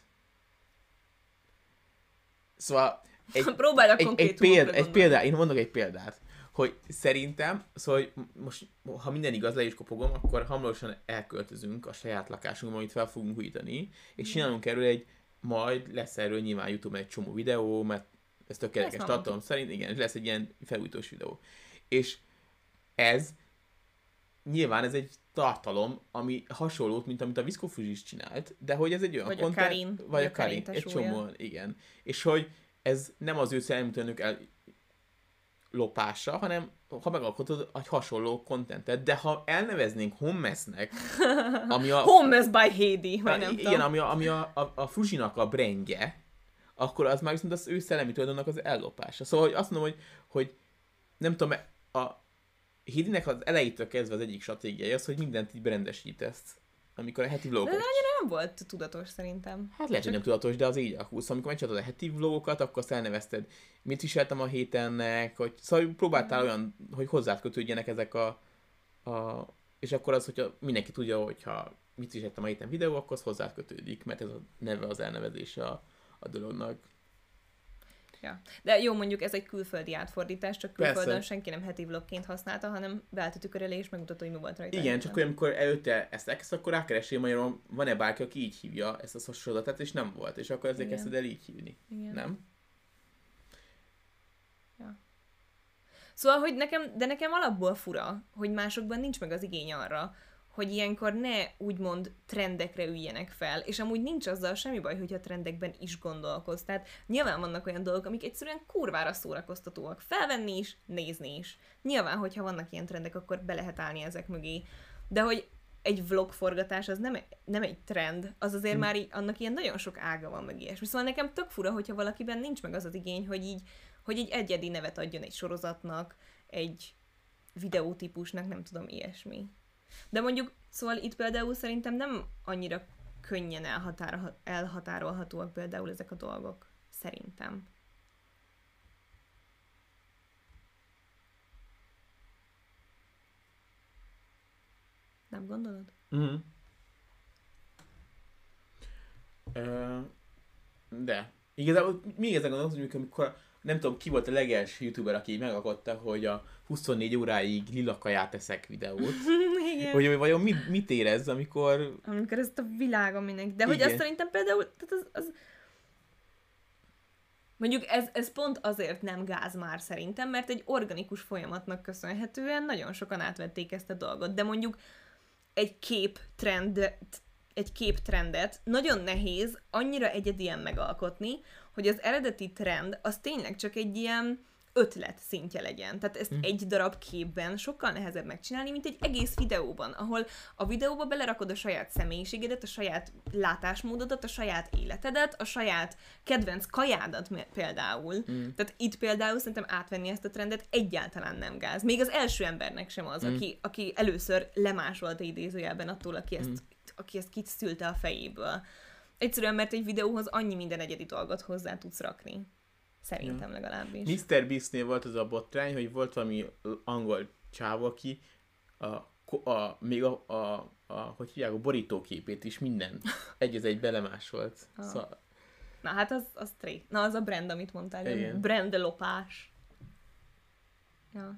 Szóval egy példát, én mondok egy példát, hogy szerintem, szóval hogy most, ha minden igaz, le is kopogom, akkor hamarosan elköltözünk a saját lakásunkba, amit fel fogunk újítani, és csinálunk erről majd lesz erről nyilván YouTube-on egy csomó videó, mert ez tökéletes tartalom szerint, igen, lesz egy ilyen felújítós videó. És nyilván ez egy tartalom, ami hasonlót, mint amit a Visco Fuzis csinált, de hogy ez egy olyan content, vagy a Karin, egy csomó, igen. És hogy ez nem az ő szellemtőnök lopása, hanem ha megalkotod egy hasonló kontentet, de ha elneveznénk Hommesnek, ami a... Hommes by Heidi, vagy nem igen, ami a Fujinak a brandje, akkor az már viszont az ő szellemi tulajdonnak az ellopása. Szóval hogy azt mondom, hogy nem tudom, a Heidinek az elejétől kezdve az egyik stratégiája az, hogy mindent így brandesítesz. Amikor a heti vlogokat... De annyira nem volt tudatos szerintem. Hát lehet, hogy nem tudatos, de az így alakult. Szóval amikor megcsináltad a heti vlogokat, akkor azt elnevezted, mit viseltem a hétennek, hogy szóval próbáltál olyan, hogy hozzád kötődjenek ezek és akkor az, hogyha mindenki tudja, hogyha mit viseltem a héten videó, akkor az hozzád kötődik, mert ez a neve az elnevezése a dolognak. Ja. De jó, mondjuk ez egy külföldi átfordítás, csak külföldön Persze. senki nem heti vlogként használta, hanem beállt a tükör elé és megmutatta, hogy mi volt rajta. Igen, csak amikor előtte ezt elkezd, akkor rákeressél magyarul, van-e bárki, aki így hívja ezt a sorozatot, és nem volt, és akkor ezért kezdted el így hívni. Igen. Nem? Ja. Szóval, hogy nekem alapból fura, hogy másokban nincs meg az igény arra, hogy ilyenkor ne úgymond trendekre üljenek fel, és amúgy nincs azzal semmi baj, hogyha trendekben is gondolkozz. Tehát nyilván vannak olyan dolgok, amik egyszerűen kurvára szórakoztatóak. Felvenni is, nézni is. Nyilván, hogyha vannak ilyen trendek, akkor be lehet állni ezek mögé. De hogy egy vlogforgatás az nem egy trend, az azért már annak ilyen nagyon sok ága van meg ilyesmi. Szóval nekem tök fura, hogyha valakiben nincs meg az az igény, hogy így egyedi nevet adjon egy sorozatnak, egy videótípusnak, nem tudom, ilyesmi. De mondjuk, szóval itt például szerintem nem annyira könnyen elhatárolhatóak például ezek a dolgok. Szerintem. Nem gondolod? De. Igazából még ezen gondolom, hogy amikor nem tudom, ki volt a legelső youtuber, aki megalkotta, hogy a 24 óráig lila kaját eszek videót. Igen. Hogy vajon mit érez, amikor ezt a világon mindenki. De igen. hogy azt szerintem például, tehát az... Mondjuk ez pont azért nem gáz már szerintem, mert egy organikus folyamatnak köszönhetően nagyon sokan átvették ezt a dolgot. De mondjuk egy képtrendet nagyon nehéz annyira egyedien megalkotni, hogy az eredeti trend az tényleg csak egy ilyen ötlet szintje legyen. Tehát ezt egy darab képben sokkal nehezebb megcsinálni, mint egy egész videóban, ahol a videóba belerakod a saját személyiségedet, a saját látásmódodat, a saját életedet, a saját kedvenc kajádat például. Tehát itt például szerintem átvenni ezt a trendet egyáltalán nem gáz. Még az első embernek sem az, aki először lemásolta idézőjelben attól, aki ezt kiszülte a fejéből. Egyszerűen, mert egy videóhoz annyi minden egyedi dolgot hozzá tudsz rakni. Szerintem legalábbis. Mr. Beastnél volt az a botrány, hogy volt valami angol csáv, aki a még hogy hívják, a borítóképét is minden egy belemásolt. Szóval... Na hát az straight. Na az a brand, amit mondtál. Igen. Brandlopás. Ja.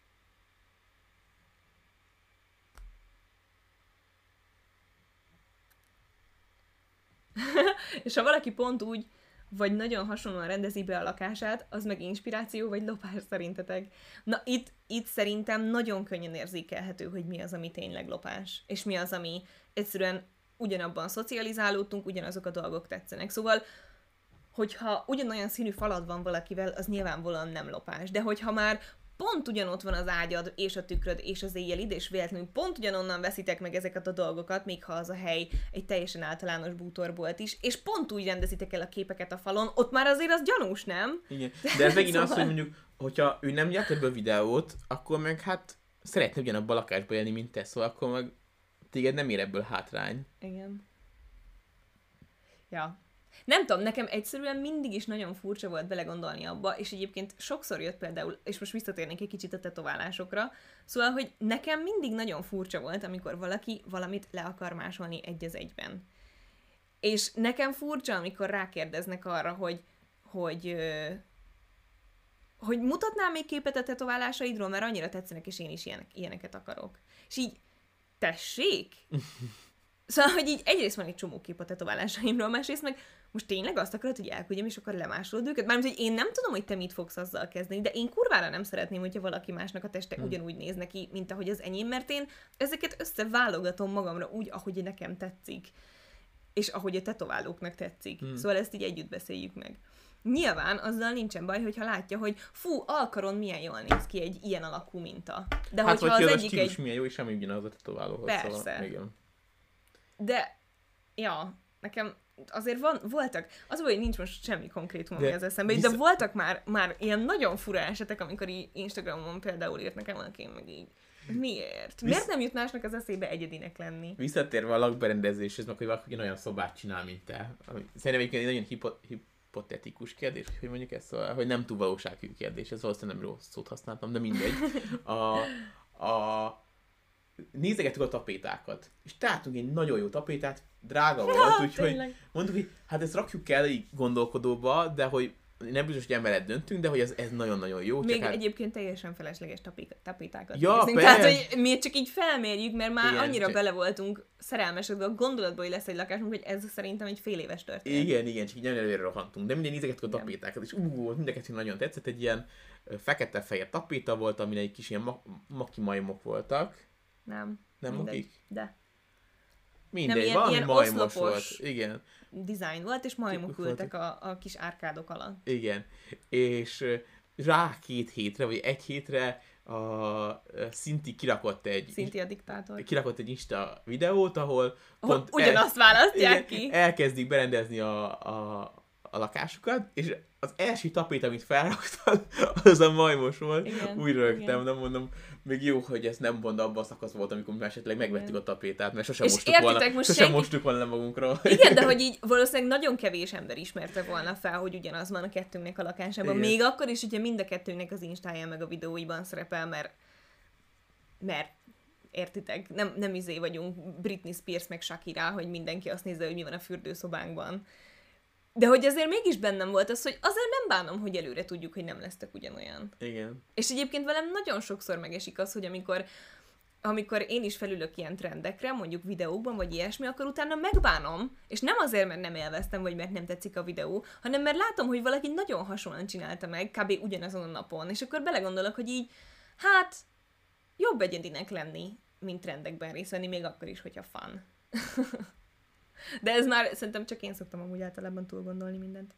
És ha valaki pont úgy, vagy nagyon hasonlóan rendezi be a lakását, az meg inspiráció, vagy lopás szerintetek? Na itt szerintem nagyon könnyen érzékelhető, hogy mi az, ami tényleg lopás, és mi az, ami egyszerűen ugyanabban szocializálódtunk, ugyanazok a dolgok tetszenek. Szóval, hogyha ugyanolyan színű falad van valakivel, az nyilvánvalóan nem lopás. De hogyha már pont ugyanott van az ágyad, és a tükröd, és az éjjelid, és véletlenül pont ugyanonnan veszitek meg ezeket a dolgokat, még ha az a hely egy teljesen általános bútorbolt is, és pont úgy rendezitek el a képeket a falon, ott már azért az gyanús, nem? Igen, de ez megint az, hogy mondjuk, hogyha ő nem gyárt ebből videót, akkor meg hát szeretne ugyanabban a lakásban élni, mint te, szóval akkor meg téged nem ér ebből hátrány. Igen. Ja. Nem tudom, nekem egyszerűen mindig is nagyon furcsa volt belegondolni abba, és egyébként sokszor jött például, és most visszatérnék egy kicsit a tetoválásokra, szóval, hogy nekem mindig nagyon furcsa volt, amikor valaki valamit le akar másolni egy az egyben. És nekem furcsa, amikor rákérdeznek arra, hogy mutatnál még képet a tetoválásaidról, mert annyira tetszenek, és én is ilyeneket akarok. És így, tessék? Szóval, hogy így egyrészt van egy csomó kép a tetoválásaimról, másrészt meg most tényleg azt akarod, hogy elküldjem, és akkor lemásolod őket? Mármint, hogy én nem tudom, hogy te mit fogsz azzal kezdeni, de én kurvára nem szeretném, hogyha valaki másnak a teste ugyanúgy néz neki, mint ahogy az enyém, mert én ezeket összeválogatom magamra úgy, ahogy nekem tetszik, és ahogy a tetoválóknak tetszik. Szóval ezt így együtt beszéljük meg. Nyilván azzal nincsen baj, hogyha látja, hogy fú, alkaron milyen jól néz ki egy ilyen alakú minta. De hát, hogyha az egyik egy... milyen jó, és semmi ugyanaz a tetoválóhoz. Persze. Szóval, igen. De, ja, nekem azért voltak, az hogy nincs most semmi konkrétum, ami az eszembe, de voltak már ilyen nagyon fura esetek, amikor Instagramon például írt nekem valaki, meg így, miért? Miért nem jut másnak az eszébe egyedinek lenni? Visszatérve a lakberendezéshez, meg hogy valaki olyan szobát csinál, mint te. Szerintem egyébként egy nagyon hipotetikus kérdés, hogy mondjuk ezt, szóval, hogy nem túl valóságű kérdés, ez valószínűleg nem rossz szót használtam, de mindegy. Nézegettük a tapétákat, és találtunk egy nagyon jó tapétát, drága volt, úgyhogy mondtuk, hogy hát ezt rakjuk el így gondolkodóba, de hogy nem biztos, hogy emellett döntünk, de hogy ez nagyon-nagyon jó. Még egyébként teljesen felesleges tapétákat ja, nézünk. Tehát, hogy mi csak így felmérjük, mert már annyira bele voltunk szerelmesedve a gondolatból, hogy lesz egy lakásunk, hogy ez szerintem egy fél éves történet. Igen, csak így nagyon előre rohantunk. De minden nézegettük a tapétákat, és mind a kettő nagyon tetszett. Egy ilyen fekete-fehér tapéta volt, amin egy kis ilyen maki majmok voltak. Nem mokik? De. Mindegy, valami majmos volt. Igen. Design volt, és majmok ültek a kis árkádok alatt. Igen. És rá 2 hétre, vagy 1 hétre Szinti kirakott egy... Szinti a diktátor. Kirakott egy Insta videót, ahol pont ugyanazt választják ki. Elkezdik berendezni a lakásukat, és az első tapét, amit felraktad, az a majmos volt. Igen, úgy rögtem, nem mondom, még jó, hogy ezt nem pont abban a szakasz volt, amikor mi esetleg megvettük a tapétát, mert sosem mostuk volna le magunkról. Igen, de hogy így valószínűleg nagyon kevés ember ismerte volna fel, hogy ugyanaz van a kettőnknek a lakásában. Igen. Még akkor is, hogyha mind a kettőnknek az Instáján meg a videóiban szerepel, mert értitek, nem izé vagyunk Britney Spears meg Shakira, hogy mindenki azt nézze, hogy mi van a fürdőszobánkban. De hogy azért mégis bennem volt az, hogy azért nem bánom, hogy előre tudjuk, hogy nem lesztek ugyanolyan. Igen. És egyébként velem nagyon sokszor megesik az, hogy amikor én is felülök ilyen trendekre, mondjuk videókban, vagy ilyesmi, akkor utána megbánom, és nem azért, mert nem élveztem, vagy mert nem tetszik a videó, hanem mert látom, hogy valaki nagyon hasonlóan csinálta meg, kb. Ugyanazon a napon, és akkor belegondolok, hogy így, hát, jobb egyedinek lenni, mint trendekben részt venni, még akkor is, hogyha fun. De ez már szerintem csak én szoktam amúgy általában túl gondolni mindent.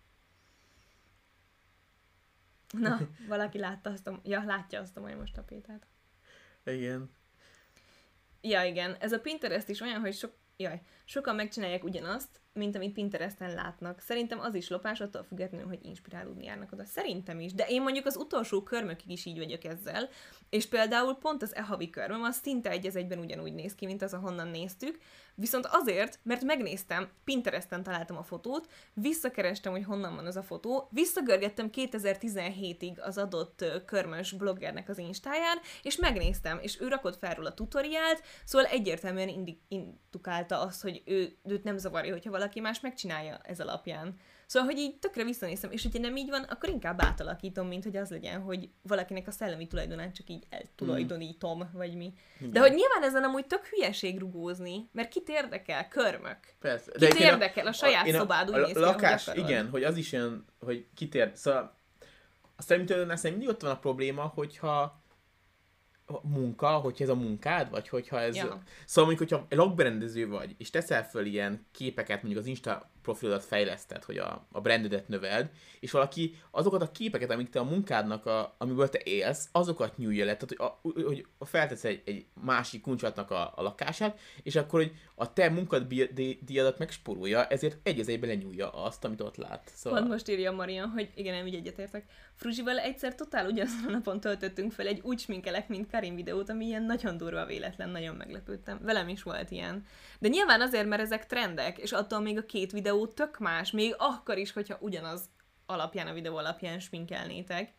Na, valaki látja azt a majmos tapétát. Igen. Ja, igen. Ez a Pinterest is olyan, hogy Jaj, sokan megcsinálják ugyanazt, mint amit Pinteresten látnak. Szerintem az is lopás, attól függetlenül, hogy inspirálódni járnak oda. Szerintem is, de én mondjuk az utolsó körmökig is így vagyok ezzel, és például pont az e-havi körmöm, az szinte egy az egyben ugyanúgy néz ki, mint az, ahonnan néztük, viszont azért, mert megnéztem, Pinteresten találtam a fotót, visszakerestem, hogy honnan van az a fotó, visszagörgettem 2017-ig az adott körmös bloggernek az instáján, és megnéztem, és ő rakott fel róla a tutoriált, szóval egyértelműen indukálta azt, hogy őt nem zavarja, hogyha valaki más megcsinálja ez alapján. Szóval, hogy így tökre visszanéztem, és hogyha nem így van, akkor inkább átalakítom, mint hogy az legyen, hogy valakinek a szellemi tulajdonát csak így eltulajdonítom, vagy mi. Igen. De hogy nyilván ezen amúgy tök hülyeség rugózni, mert kit érdekel? Körmök. Persze. Kit érdekel? A saját szobád úgy néz ki, lakás, ahogy akarod. igen, hogy az is olyan, hogy szóval a szellemi tulajdonásnál mindig ott van a probléma, hogyha munka, hogyha ez a munkád, vagy hogyha ez... Ja. Szóval mondjuk, hogyha logberendező vagy, és teszel föl ilyen képeket, mondjuk az Insta profilodat fejleszted, hogy a brandedet növeld, és valaki azokat a képeket, amik te a munkádnak, amiből te élsz, azokat nyújja le, tehát hogy feltesz egy másik kuncsolatnak a lakását, és akkor, hogy a te munkadíjadat megspórolja, ezért egy az egyben lenyúlja azt, amit ott lát. Szóval... Pont most írja Marian, hogy igen, nem így egyetértek. Fruzsival egyszer totál ugyanazon a napon töltöttünk fel egy úgy sminkelek, mint Karin videót, ami ilyen nagyon durva véletlen, nagyon meglepődtem. Velem is volt ilyen. De nyilván azért, mert ezek trendek, és attól még a két videó tök más, még akkor is, hogyha ugyanaz alapján, a videó alapján sminkelnétek.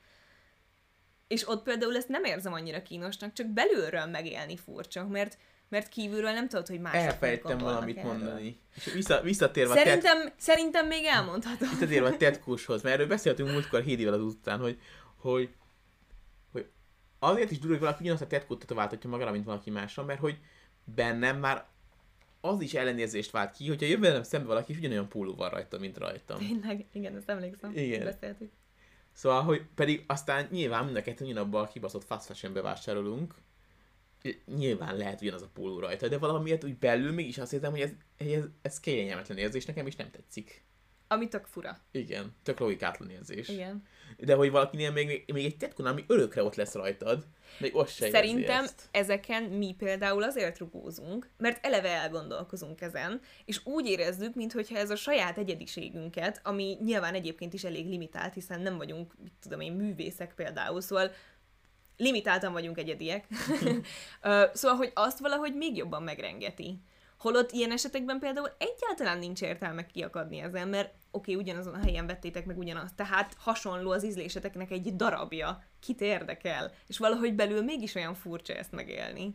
És ott például ezt nem érzem annyira kínosnak, csak belülről megélni furcsa, mert kívülről nem tudod, hogy mások elfelejtettem valamit erről mondani. És visszatérve Szerintem még elmondhatom. Visszatérve a tetkóshoz, mert erről beszéltünk múltkor Hédivel az után, hogy azért is durva, hogy valaki ugyanazt a tetkót tetováltatja magára, mint valaki másra, mert hogy bennem már az is ellenérzést vált ki, hogyha jön velem szembe valaki, és ugyanolyan póló van rajta, mint rajtam. Tényleg, igen, ezt emlékszem. Igen. Beszéltük. Szóval, hogy pedig aztán nyilván mind a kettőn ugyanabban a kibaszott fast fashionbe vásárolunk, nyilván lehet ugyanaz a póló rajta, de valamiért úgy belül mégis azt érzem, hogy ez kényelmetlen érzés nekem, és nem tetszik. Ami tök fura. Igen, tök logikátlan érzés. Igen. De hogy valakinél még egy tetkon, ami örökre ott lesz rajtad, még ott se Szerintem ezeken mi például azért rugózunk, mert eleve elgondolkozunk ezen, és úgy érezzük, mintha ez a saját egyediségünket, ami nyilván egyébként is elég limitált, hiszen nem vagyunk, mit tudom én, művészek például, szóval limitáltan vagyunk egyediek. Szóval, hogy azt valahogy még jobban megrengeti. Holott ilyen esetekben például egyáltalán nincs értelme kiakadni ezen, mert oké, ugyanazon a helyen vettétek meg ugyanazt, tehát hasonló az ízléseteknek egy darabja. Kit érdekel? És valahogy belül mégis olyan furcsa ezt megélni.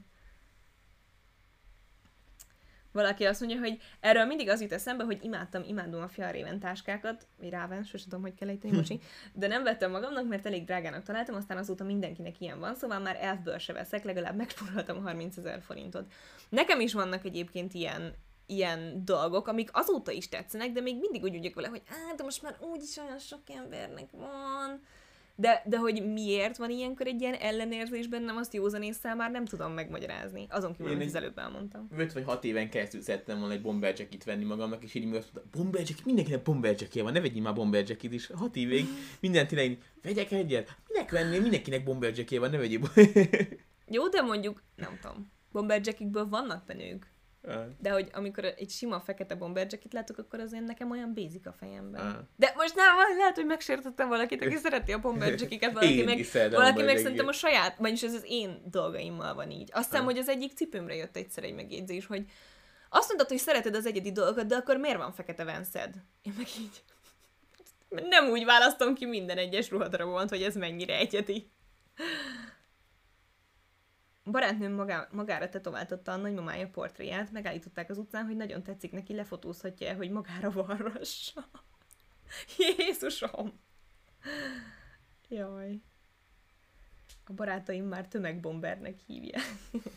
Valaki azt mondja, hogy erről mindig az jut eszembe, hogy imádom a Fjallraven táskákat, vagy Raven, sosem tudom, hogy kell ejteni, bocsi, de nem vettem magamnak, mert elég drágának találtam, aztán azóta mindenkinek ilyen van, szóval már elfből se veszek, legalább megspóroltam 30 000 forintot. Nekem is vannak egyébként ilyen dolgok, amik azóta is tetszenek, de még mindig úgy vagyok vele, hogy de most már úgyis olyan sok embernek van. De hogy miért van ilyenkor egy ilyen ellenérzés bennem, azt józanésszel már nem tudom megmagyarázni. Azon kívül, amit az előbb elmondtam. 5 vagy 6 éven keresztül szerettem volna egy bomber jacket venni magamnak, és így azt mondta, bomber jacket, mindenkinek bomber jacket van, ne vegyél már bomber jacket is. 6 évig minden tényleg, vegyek egyet, minek vennél, mindenkinek bomber jacket van, ne vegyél. Jó, de mondjuk, nem tudom, bomber jacketből vannak penők. De hogy amikor egy sima fekete bomber jacket látok, akkor azért nekem olyan basic a fejemben. De most lehet, hogy megsértettem valakit, aki szereti a bomber jacket, valaki meg szerintem a saját, vagyis ez az én dolgaimmal van így. Azt hiszem, hogy az egyik cipőmre jött egyszer egy megjegyzés, hogy azt mondtad, hogy szereted az egyedi dolgokat, de akkor miért van fekete venszed? Én meg így nem úgy választom ki minden egyes ruhadarabot, hogy ez mennyire egyedi. A barátnőm magára tetováltatta a nagymamája portréját, megállították az utcán, hogy nagyon tetszik neki, lefotózhatja, hogy magára varrassa. Jézusom! Jaj. A barátaim már tömegbombernek hívják.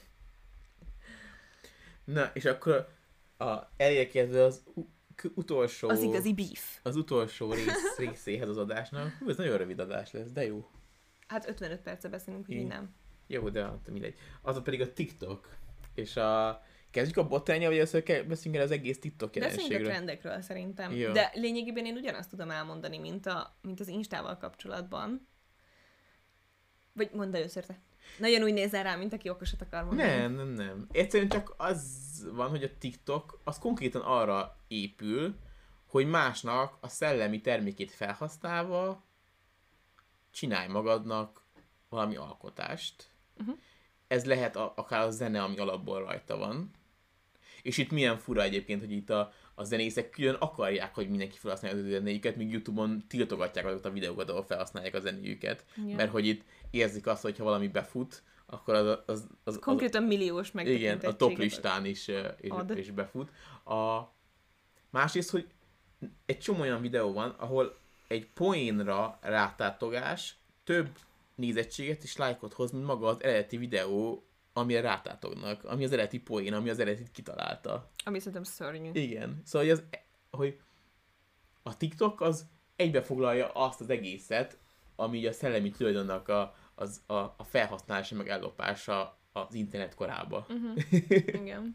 Na, és akkor elérkezve az utolsó... Az igazi beef. Az utolsó részéhez az adásnak. Ez nagyon rövid adás lesz, de jó. Hát 55 perce beszélünk, úgyhogy nem. Jó, de mindegy. Az pedig a TikTok. És kezdjük a botrányjal, vagy először beszéljünk el az egész TikTok jelenségről? Beszéljünk a trendekről szerintem. Jó. De lényegében én ugyanazt tudom elmondani, mint az Instával kapcsolatban. Vagy mondd először te. Nagyon úgy nézel rá, mint aki okosat akar mondani. Nem. Egyszerűen csak az van, hogy a TikTok az konkrétan arra épül, hogy másnak a szellemi termékét felhasználva csinálj magadnak valami alkotást. Ez lehet akár a zene, ami alapból rajta van. És itt milyen fura egyébként, hogy itt a zenészek külön akarják, hogy mindenki felhasználja az ő zenéjüket, míg YouTube-on tiltogatják azokat a videókat, ahol felhasználják a zenéjüket. Yeah. Mert hogy itt érzik azt, hogy ha valami befut, akkor az konkrétan milliós megtekintettséget. Igen, a top listán is befut. Másrészt, hogy egy csomó olyan videó van, ahol egy poénra rátátogás több nézettséget és lájkot hoz, mint maga az eredeti videó, amire rátátognak, ami az eredeti poén, ami az eredetit kitalálta. Ami szerintem szörnyű. Igen. Szóval, hogy a TikTok az egybefoglalja azt az egészet, ami a szellemi tulajdonnak a felhasználása, meg ellopása az internet korába. Igen.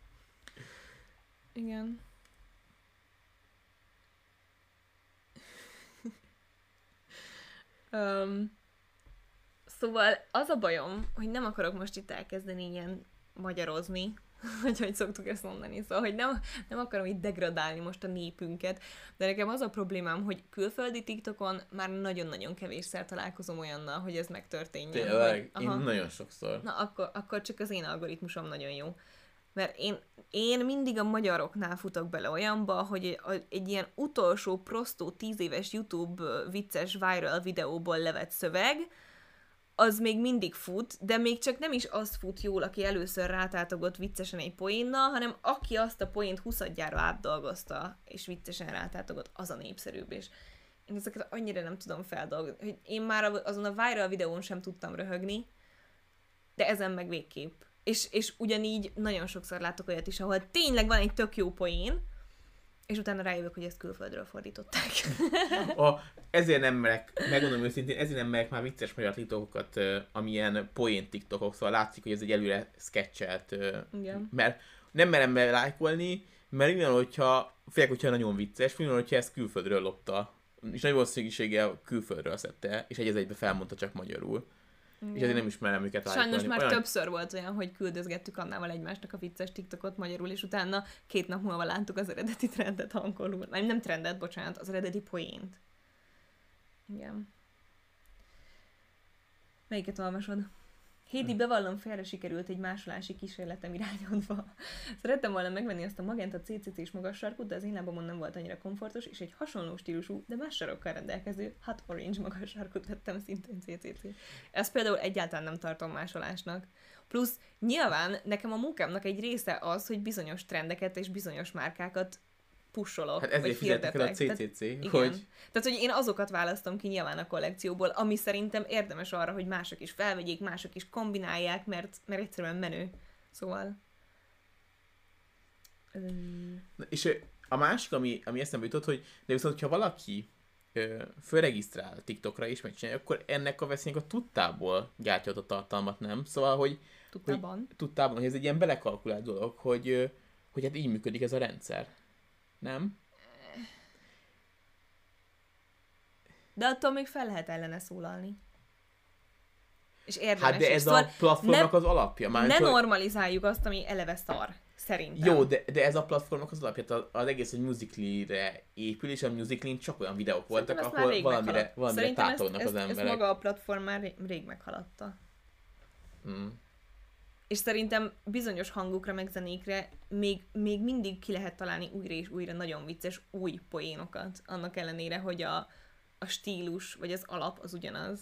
Igen. Szóval az a bajom, hogy nem akarok most itt elkezdeni ilyen magyarozni, vagy hogy szoktuk ezt mondani, szóval, hogy nem akarom itt degradálni most a népünket, de nekem az a problémám, hogy külföldi TikTokon már nagyon-nagyon kevésszer találkozom olyannal, hogy ez megtörténjen. Tényleg? Én nagyon sokszor. Na, akkor csak az én algoritmusom nagyon jó. Mert én mindig a magyaroknál futok bele olyanba, hogy egy ilyen utolsó prostó 10 éves YouTube vicces viral videóból levett szöveg, az még mindig fut, de még csak nem is az fut jól, aki először rátátogott viccesen egy poénnal, hanem aki azt a poént 20-adjára átdolgozta, és viccesen rátátogott, az a népszerűbb, és én ezeket annyira nem tudom feldolgozni, hogy én már azon a viral videón sem tudtam röhögni, de ezen meg végképp. És ugyanígy nagyon sokszor látok olyat is, ahol tényleg van egy tök jó poén, és utána rájövök, hogy ezt külföldről fordították. Ezért nem merek, megmondom őszintén, ezért nem merek már vicces magyar TikTokokat, amilyen poén TikTokok, szóval látszik, hogy ez egy előre sketchelt, mert nem merem lájkolni, mert olyan, hogyha nagyon vicces, olyan, hogyha ezt külföldről lopta, és nagy valószínűséggel külföldről szedte, és egy egybe felmondta csak magyarul. Igen. És ezért nem ismerem őket lájkolni. Sajnos már többször volt olyan, hogy küldözgettük Annával egymásnak a vicces TikTokot magyarul, és utána 2 nap múlva láttuk az eredeti trendet angolul. Nem trendet, bocsánat, az eredeti poént. Igen. Melyiket olvasod? Hédi, bevallom, félre sikerült egy másolási kísérletem irányodva. Szerettem volna megvenni azt a Magenta CCC-s magas sarkút, de az én lábamon nem volt annyira komfortos, és egy hasonló stílusú, de más sarokkal rendelkező Hot Orange magas sarkút vettem szintén CCC. Ezt például egyáltalán nem tartom másolásnak. Plusz nyilván nekem a munkámnak egy része az, hogy bizonyos trendeket és bizonyos márkákat pusholok, hát ezért fizetek el a CCC, hogy... Tehát, hogy én azokat választom ki nyilván a kollekcióból, ami szerintem érdemes arra, hogy mások is felvegyék, mások is kombinálják, mert egyszerűen menő. Szóval... És a másik, ami eszembe jutott, hogy de viszont, ha valaki fölregisztrál TikTokra és megcsinálja, akkor ennek a veszélynek a tudtából gyártja a tartalmat, nem? Szóval, hogy... Tudtában, hogy ez egy ilyen belekalkulált dolog, hogy hát így működik ez a rendszer. Nem? De attól még fel lehet ellene szólalni. És érdemes. Hát de ez a platformnak az alapja. Ne normalizáljuk azt, ami eleve szar. Szerintem. Jó, de ez a platformnak az alapja. Az egész egy Musical.ly-re épül, és a Musical.ly csak olyan videók voltak, ahol valamire tátolnak az emberek. Ezt maga a platform már rég meghaladta. És szerintem bizonyos hangokra, meg zenékre még mindig ki lehet találni újra és újra nagyon vicces új poénokat, annak ellenére, hogy a stílus, vagy az alap az ugyanaz.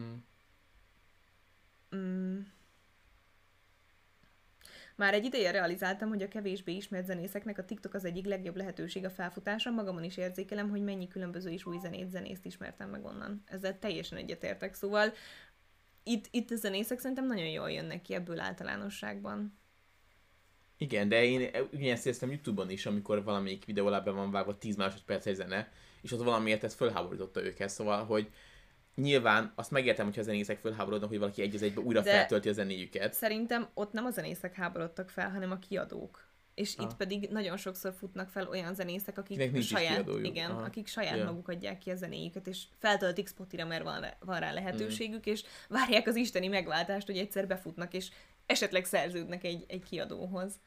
Már egy ideje realizáltam, hogy a kevésbé ismert zenészeknek a TikTok az egyik legjobb lehetőség a felfutásra, magamon is érzékelem, hogy mennyi különböző és új zenészt ismertem meg onnan. Ezzel teljesen egyetértek, szóval itt a zenészek szerintem nagyon jól jönnek ki ebből általánosságban. Igen, de én ugyanezt éreztem YouTube-on is, amikor valamelyik videó alá be van vágva 10 másodperc zene, és ott valamiért ez fölháborította őket, szóval, hogy nyilván azt megértem, hogyha a zenészek fölháborodnak, hogy valaki egy az egybe újra feltölti a zenéjüket. Szerintem ott nem a zenészek háborodtak fel, hanem a kiadók. És itt pedig nagyon sokszor futnak fel olyan zenészek, akik saját Ja. maguk adják ki a zenéjüket, és feltöltik Spotify-ra, mert van rá lehetőségük, és várják az isteni megváltást, hogy egyszer befutnak, és esetleg szerződnek egy kiadóhoz.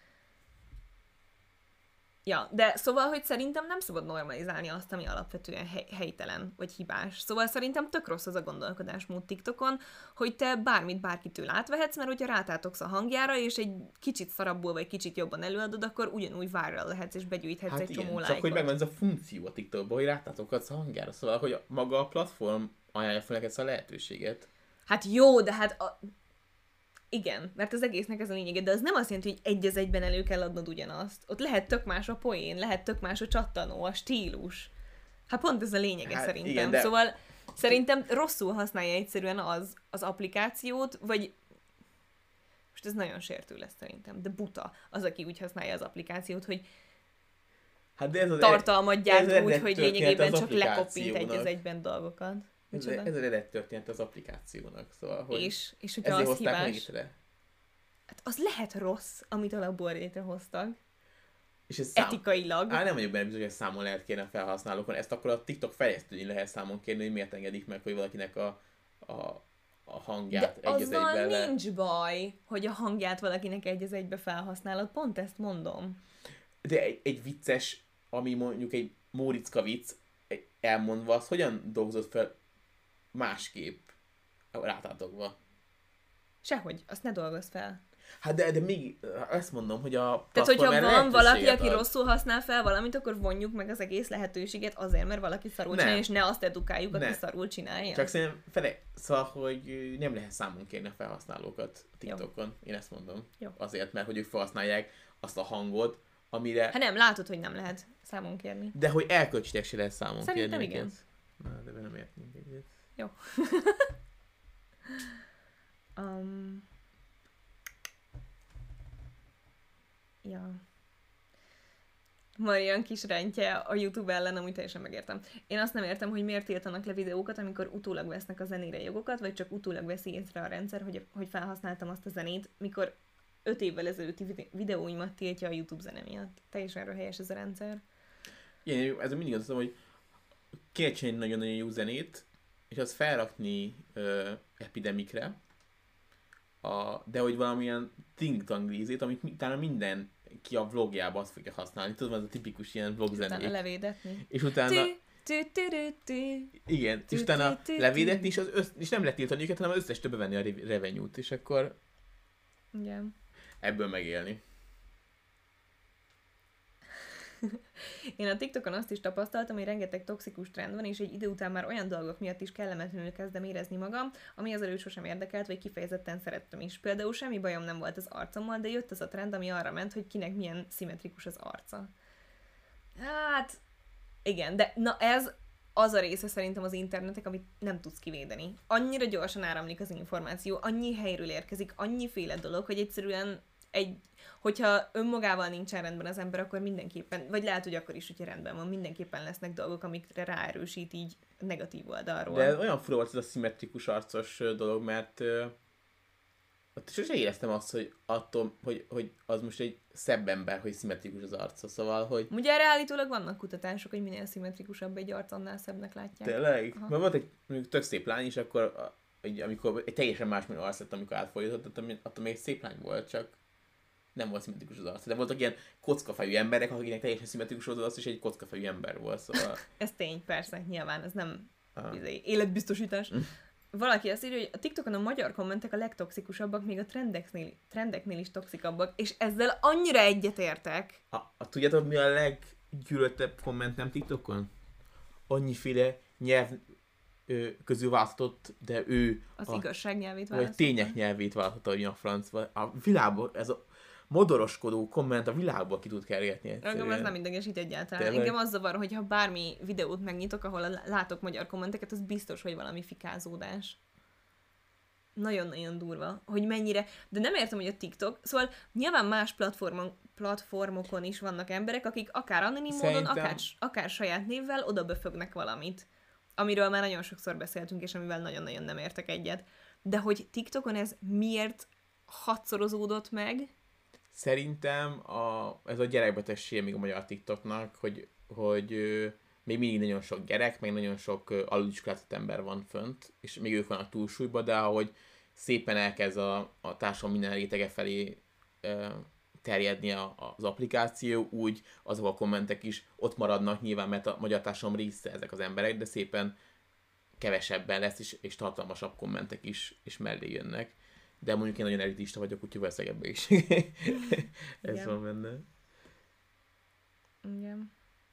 Ja, de szóval, hogy szerintem nem szabad normalizálni azt, ami alapvetően helytelen, vagy hibás. Szóval szerintem tök rossz az a gondolkodásmód TikTokon, hogy te bármit bárkitől átvehetsz, mert hogyha rátátogsz a hangjára, és egy kicsit szarabbul, vagy kicsit jobban előadod, akkor ugyanúgy viral lehetsz, és begyűjthetsz egy csomó lájkot. Csak hogy megvan ez a funkció a TikTokban, hogy rátátoghatsz a hangjára, szóval, hogy maga a platform ajánlja fel neked ezt a lehetőséget. Hát jó, de hát igen, mert az egésznek ez a lényege, de az nem azt jelenti, hogy egy az egyben elő kell adnod ugyanazt. Ott lehet tök más a poén, lehet tök más a csattanó, a stílus. Hát pont ez a lényege szerintem. Igen, de... Szóval szerintem rosszul használja egyszerűen az applikációt, vagy most ez nagyon sértő lesz szerintem, de buta az, aki úgy használja az applikációt, hogy de ez tartalmat gyárt úgy, hogy lényegében csak lekopint egy az egyben dolgokat. Ez az eredet történet az applikációnak, szóval, hogy és hogyha az hibás, hát az lehet rossz, amit alapból létrehoztak. És ez etikailag. Nem vagyok benne bizony, hogy számon lehet kérni a felhasználókon. Ezt akkor a TikTok fejlesztői lehet számon kérni, hogy miért engedik meg, hogy valakinek a hangját egy az egybe nincs baj, hogy a hangját valakinek egy az egybe felhasználod. Pont ezt mondom. De egy vicces, ami mondjuk egy Móriczka vicc, elmondva, az hogyan dolgozott fel másképp rátátogva? Sehogy, azt ne dolgozz fel. Hát de még ezt mondom, hogy a tehát, hogyha van valaki, aki rosszul használ fel valamit, akkor vonjuk meg az egész lehetőséget azért, mert valaki szarul csinálja, és ne azt edukáljuk, aki szarul csinálja. Csak szerintem szóval, hogy nem lehet számon kérni a felhasználókat a TikTokon. Jó. Én ezt mondom. Jó. Azért, mert hogy ők felhasználják azt a hangot, amire... Hát nem, látod, hogy nem lehet számon kérni. De hogy elkölcsitek se lehet számon szerintem kérni. Szerintem igen. Na, de nem értünk egyet. Jó. Ja. Marian kis rendje a YouTube ellen, amúgy teljesen megértem. Én azt nem értem, hogy miért tiltanak le videókat, amikor utólag vesznek a zenére jogokat, vagy csak utólag veszi észre a rendszer, hogy felhasználtam azt a zenét, mikor 5 évvel ezelőtti videóimat tiltja a YouTube zene miatt. Teljesen röhelyes ez a rendszer. Igen, ez mindig azt mondom, hogy kéne csinálni nagyon-nagyon jó zenét, és azt felrakni Epidemicre, de hogy valamilyen ting-tang-lízét, amit talán mindenki a vlogjában azt fogja használni. Tudod, az a tipikus ilyen vlogzenék. Utána levédetni. És utána... Igen, és utána levédetni, és nem letiltani őket, hanem az összes többe venni a revenue-t, és akkor igen. Ebből megélni. Én a TikTokon azt is tapasztaltam, hogy rengeteg toxikus trend van, és egy idő után már olyan dolgok miatt is kellemetlenül kezdem érezni magam, ami azelőtt sosem érdekelt, vagy kifejezetten szerettem is. Például semmi bajom nem volt az arcommal, de jött az a trend, ami arra ment, hogy kinek milyen szimmetrikus az arca. Hát, igen, de na ez az a része szerintem az internetnek, amit nem tudsz kivédeni. Annyira gyorsan áramlik az információ, annyi helyről érkezik, annyiféle dolog, hogy egyszerűen hogyha önmagával nincsen rendben az ember, akkor mindenképpen, vagy lehet, hogy akkor is, hogyha rendben van, mindenképpen lesznek dolgok, amikre ráerősít így negatív oldalról. De olyan fura volt ez a szimmetrikus arcos dolog, mert ott sose éreztem azt, hogy attól, hogy az most egy szebb ember, hogy szimmetrikus az arca, szóval, hogy... Ugye erre állítólag vannak kutatások, hogy minél szimmetrikusabb egy arc, annál szebbnek látják. Tényleg? Mert volt egy mondjuk tök szép lány, és akkor amikor egy teljesen másmilyen arc lett, amikor átfordított, attól még szép lány volt, csak nem volt szimmetrikus az arc. De voltak ilyen kockafejű emberek, akiknek teljesen szimmetrikus volt az arc, és egy kockafejű ember volt, szóval... Ez tény, persze, nyilván, ez nem életbiztosítás. Valaki azt írja, hogy a TikTokon a magyar kommentek a legtoxikusabbak, még a trendeknél is toxikabbak, és ezzel annyira egyetértek. Tudjátok, mi a leggyűlöltebb komment nem TikTokon? Annyiféle nyelv közül választott, de ő... Az igazság nyelvét választott. Vagy tények nyelvét választott, hogy a francba. A világban, ez a modoroskodó komment a világból ki tud kergetni. Engem ez nem idegesít egyáltalán. Tényleg? Engem az zavar, hogyha bármi videót megnyitok, ahol látok magyar kommenteket, az biztos, hogy valami fikázódás. Nagyon-nagyon durva, hogy mennyire... De nem értem, hogy a TikTok... Szóval nyilván más platformokon is vannak emberek, akik akár anonim módon, akár saját névvel oda befögnek valamit. Amiről már nagyon sokszor beszéltünk, és amivel nagyon-nagyon nem értek egyet. De hogy TikTokon ez miért hatszorozódott meg? szerintem ez a gyerekbetegség még a magyar TikToknak, hogy még mindig nagyon sok gyerek, meg nagyon sok aluliskolázott ember van fönt, és még ők vannak túlsúlyban, de ahogy szépen elkezd a társadalom minden rétege felé terjedni az applikáció, úgy azok a kommentek is ott maradnak nyilván, mert a magyar társadalom része ezek az emberek, de szépen kevesebben lesz, és tartalmasabb kommentek is mellé jönnek. De mondjuk én nagyon elitista vagyok, úgyhogy veszek ebbe is. Ez van benne. Igen.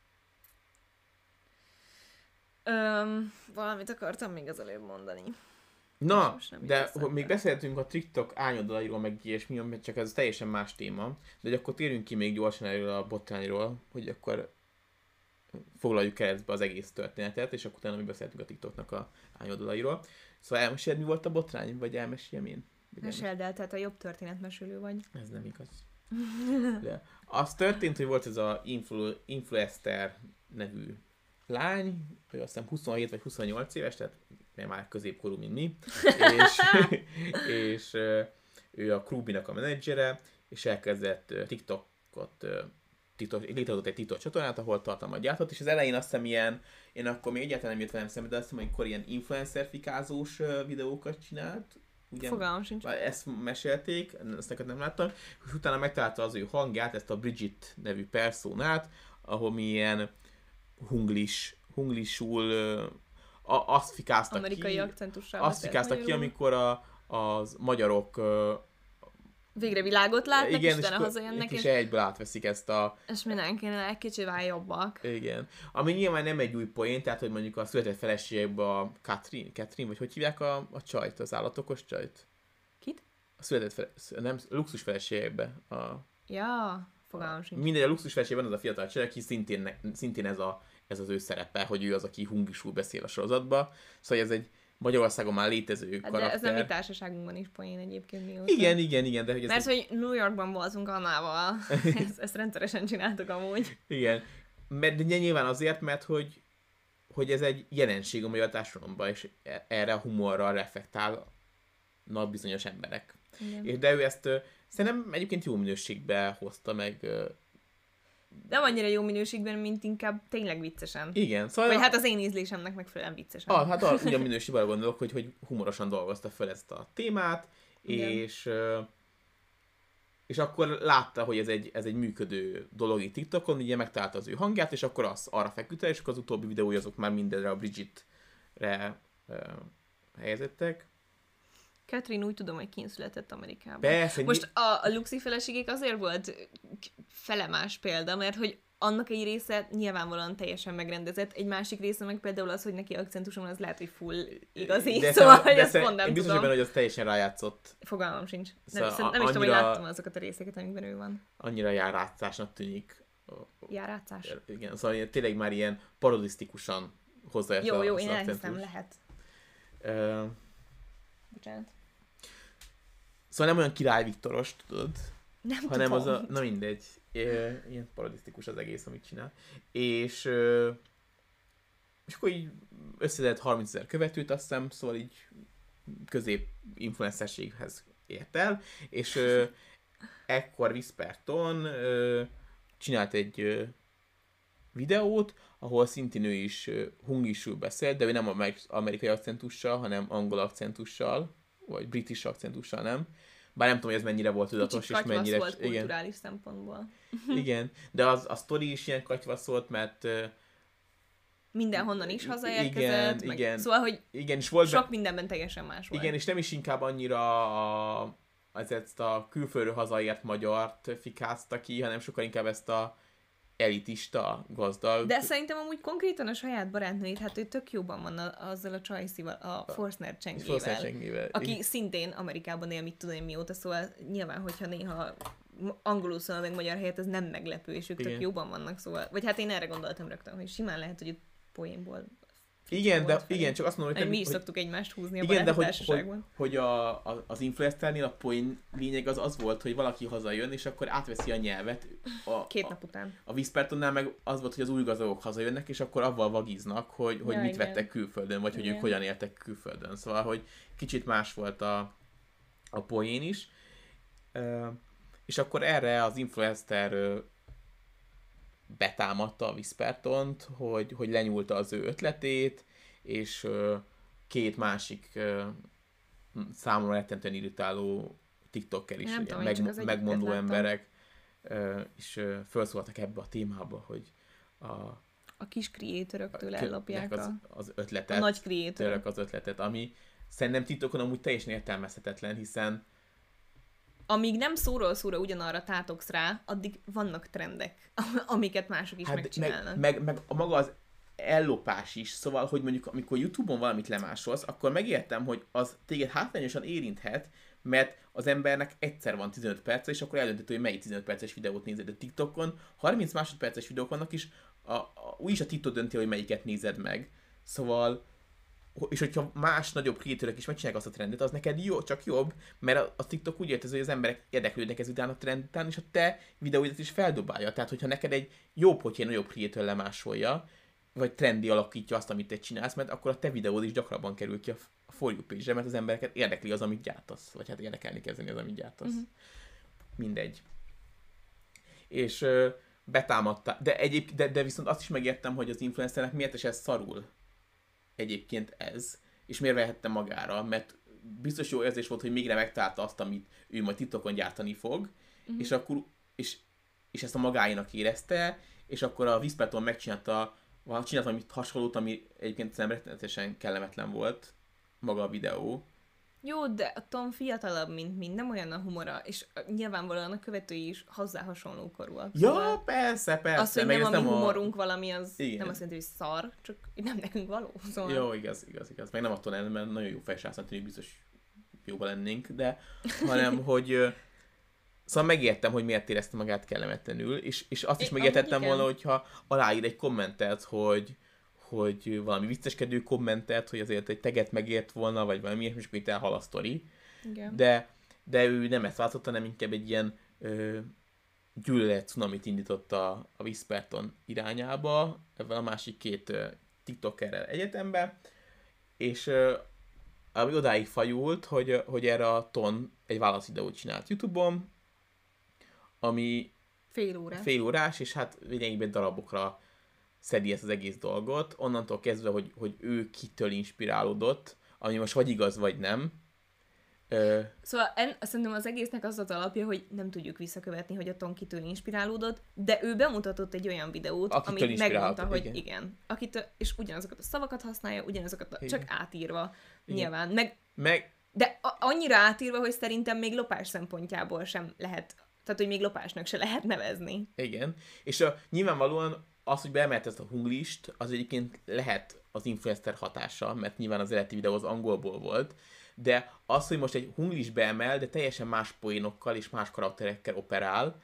Valamit akartam még az előbb mondani. Na, de még beszéltünk a TikTok árnyoldalairól, meg ilyesmi, mert csak ez teljesen más téma. De akkor térjünk ki még gyorsan erről a botrányról, hogy akkor foglaljuk keresztbe az egész történetet, és akkor utána mi beszéltünk a TikToknak a árnyoldalairól. Szóval elmeséled, mi volt a botrány, vagy elmeséljem én? Meséld el, tehát a jobb történetmesélő vagy. Ez nem igaz. De az történt, hogy volt ez a Influencer nevű lány, ő azt hiszem 27 vagy 28 éves, tehát már középkorú, mint mi, és ő a Krubinak a menedzsere, és elkezdett TikTokot, létrehozott egy TikTok csatornát, ahol tartalmat gyártott, és az elején azt hiszem ilyen, én akkor még egyáltalán nem jött velem szembe, de azt hiszem, amikor ilyen influencer fikázós videókat csinált. Fogalmam sincs. Ezt mesélték, ezt neked nem láttam, és utána megtalálta az ő hangját, ezt a Bridget nevű personát, ahol milyen hunglisul azt fikáztak amerikai ki, akcentussal azt fikáztak ki, amikor az magyarok végre világot látnak, igen, és utána hazajönnek, és egyből átveszik ezt a... És mindenkinek egy kicsivel jobbak. Igen. Ami nyilván nem egy új poén, tehát, hogy mondjuk a született feleségekben a Katrin, vagy hogy hívják a csajt, az állatokos csajt? Kit? A született luxus feleségekben. Ja, fogalmam sincs. Mindegy, a luxus feleségben az a fiatal csaj, aki szintén ez az ő szerepe, hogy ő az, aki hungisul beszél a sorozatba. Szóval ez egy Magyarországon már létező karakter. De ez nem mi társaságunkban is poén egyébként mióta. Igen, de hogy ez... Mert hogy New Yorkban voltunk Annával. ezt rendszeresen csináltuk amúgy. Igen. De nyilván azért, mert hogy ez egy jelenség a magyar társadalomban, és erre a humorral reflektálnak bizonyos emberek. Igen. De ő ezt szerintem egyébként jó minőségben hozta meg. Nem annyira jó minőségben, mint inkább tényleg viccesen. Igen. Szóval vagy hát az én ízlésemnek megfelelően viccesen. Hát ugyan minőségben gondolok, hogy humorosan dolgozta fel ezt a témát, és akkor látta, hogy ez egy működő dolog itt TikTokon, ugye megtalálta az ő hangját, és akkor arra feküdt el, és akkor az utóbbi videói azok már mindenre a Bridget-re helyezettek. Katrin úgy tudom, hogy kint született Amerikában. Persze, most a luxi feleségek azért volt felemás példa, mert hogy annak egy része nyilvánvalóan teljesen megrendezett, egy másik része meg például az, hogy neki akcentusom, az lehet, hogy full igazi, szóval, hogy ezt pont nem én biztos tudom. Benne, hogy az teljesen rájátszott. Fogalmam sincs. Szóval nem is tudom, hogy láttam azokat a részeket, amikben ő van. Annyira járátszásnak tűnik. Járátszás? Igen, szóval tényleg már ilyen parodisztikusan hozzájött az akcentus. Jó, én elhiszem, lehet. Bocsánat. Szóval nem olyan Király Viktoros, tudod? Nem hanem tudom. az na mindegy. Ilyen parodisztikus az egész, amit csinál. És akkor így összedett 30 000 követőt, azt hiszem, szóval így közép influencerséghez ért el, és ekkor Whisperton csinált egy videót, ahol szintén ő is hungisul beszélt, de ő nem amerikai akcentussal, hanem angol akcentussal, vagy british akcentussal, nem. Bár nem tudom, hogy ez mennyire volt tudatos, és mennyire... volt kulturális szempontból. Igen, de a sztori is ilyen katyvasz volt, mert... mindenhonnan is hazaérkezett, igen. Szóval, hogy igen, és volt sok mindenben teljesen más volt. Igen, és nem is inkább annyira ezt a külföldről hazaért magyart fikázta ki, hanem sokkal inkább ezt a elitista, gazdag... De szerintem amúgy konkrétan a saját barátnőjét, hát ő tök jóban van azzal a Csajszival, a Forstner Csengével, aki igen. Szintén Amerikában él, mit tudom én mióta, szóval nyilván, hogyha néha angolul szól meg magyar helyett, ez nem meglepő, és ők tök jóban vannak, szóval... Vagy hát én erre gondoltam rögtön, hogy simán lehet, hogy itt poénból... Igen, csak azt mondom, hogy mi is szoktuk egymást húzni a baráti társaságban. Hogy az influencernél a poén lényeg az volt, hogy valaki hazajön, és akkor átveszi a nyelvet. 2 nap után. A Whispertonnál meg az volt, hogy az új gazdagok hazajönnek, és akkor avval vagiznak, hogy mit vettek külföldön, vagy hogy ők hogyan éltek külföldön. Szóval, hogy kicsit más volt a poén is. és akkor erre az influencer betámadta a Whispertont, hogy lenyúlta az ő ötletét, és két másik számomra rettentően irritáló TikToker is, megmondó emberek is felszóltak ebbe a témába, hogy a kis creatoröktől ellopják az ötletet. A nagy creatorok. Az ötletet, ami szerintem TikTokon amúgy teljesen értelmezhetetlen, hiszen amíg nem szóról szóra ugyanarra tátogsz rá, addig vannak trendek, amiket mások is megcsinálnak. Meg a maga az ellopás is, szóval, hogy mondjuk amikor YouTube-on valamit lemásolsz, akkor megértem, hogy az téged hátrányosan érinthet, mert az embernek egyszer van 15 perce, és akkor eldönthető, hogy melyik 15 perces videót nézed. A TikTokon 30 másodperces videók vannak, és úgyis a TikTok dönti, hogy melyiket nézed meg. Szóval, és hogyha más nagyobb creatorok is megcsinálják azt a trendet, az neked jó, csak jobb, mert a TikTok úgy értezi, hogy az emberek érdeklődnek ez után a trend után, és a te videóidat is feldobálja. Tehát, hogyha neked egy jobb, hogyha egy nagyobb creator lemásolja, vagy trendi alakítja azt, amit te csinálsz, mert akkor a te videód is gyakrabban kerül ki a For You page-re, mert az embereket érdekli az, amit gyártasz. Vagy hát érdekelni kezdeni az, amit gyártasz. Uh-huh. Mindegy. És betámadta. De viszont azt is megértem, hogy az influencernek miért is ez szarul egyébként ez. És miért vehette magára, mert biztos jó érzés volt, hogy végre megtalálta azt, amit ő majd TikTokon gyártani fog, és akkor és ezt a magáinak érezte, és akkor a Whisperton megcsinálta valami hasonlót, ami egyébként rettenetesen kellemetlen volt, maga a videó. Jó, de a Tom fiatalabb, mint nem olyan a humora, és nyilvánvalóan a követői is hozzá hasonló korúak. Ja, szóval persze. Az, hogy nem a mi humorunk valami, az igen. Nem azt jelenti, hogy szar, csak nem nekünk való. Szóval... Jó, igaz. Meg nem attól ellen, mert nagyon jó fejsrácnak tűnik, biztos jóba lennénk, de hanem, hogy szóval megértem, hogy miért érezte magát kellemetlenül, és azt is megértettem volna, hogyha aláír egy kommentet, hogy valami vicceskedő kommentet, hogy azért egy teget megért volna, vagy valami ilyesmi, és akkor itt elhal a sztori. De ő nem ezt váltotta, hanem inkább egy ilyen gyűlölet cunamit indított a Whisperton irányába, ebben a másik két TikTokerrel egyetembe, és ami odáig fajult, hogy erre a Ton egy válaszvideót csinált YouTube-on, ami fél órás, és hát lényegében darabokra szedi ezt az egész dolgot, onnantól kezdve, hogy ő kitől inspirálódott, ami most vagy igaz, vagy nem. Szóval szerintem az egésznek az az alapja, hogy nem tudjuk visszakövetni, hogy a Tom kitől inspirálódott, de ő bemutatott egy olyan videót, amit megmondta, hogy igen. És ugyanazokat a szavakat használja, ugyanazokat csak átírva. Igen. Nyilván. De annyira átírva, hogy szerintem még lopás szempontjából sem lehet, tehát hogy még lopásnak se lehet nevezni. Igen. És nyilvánvalóan az, hogy beemelt ezt a hunglist, az egyébként lehet az influencer hatása, mert nyilván az eredeti videó az angolból volt, de az, hogy most egy hunglist beemel, de teljesen más poénokkal és más karakterekkel operál.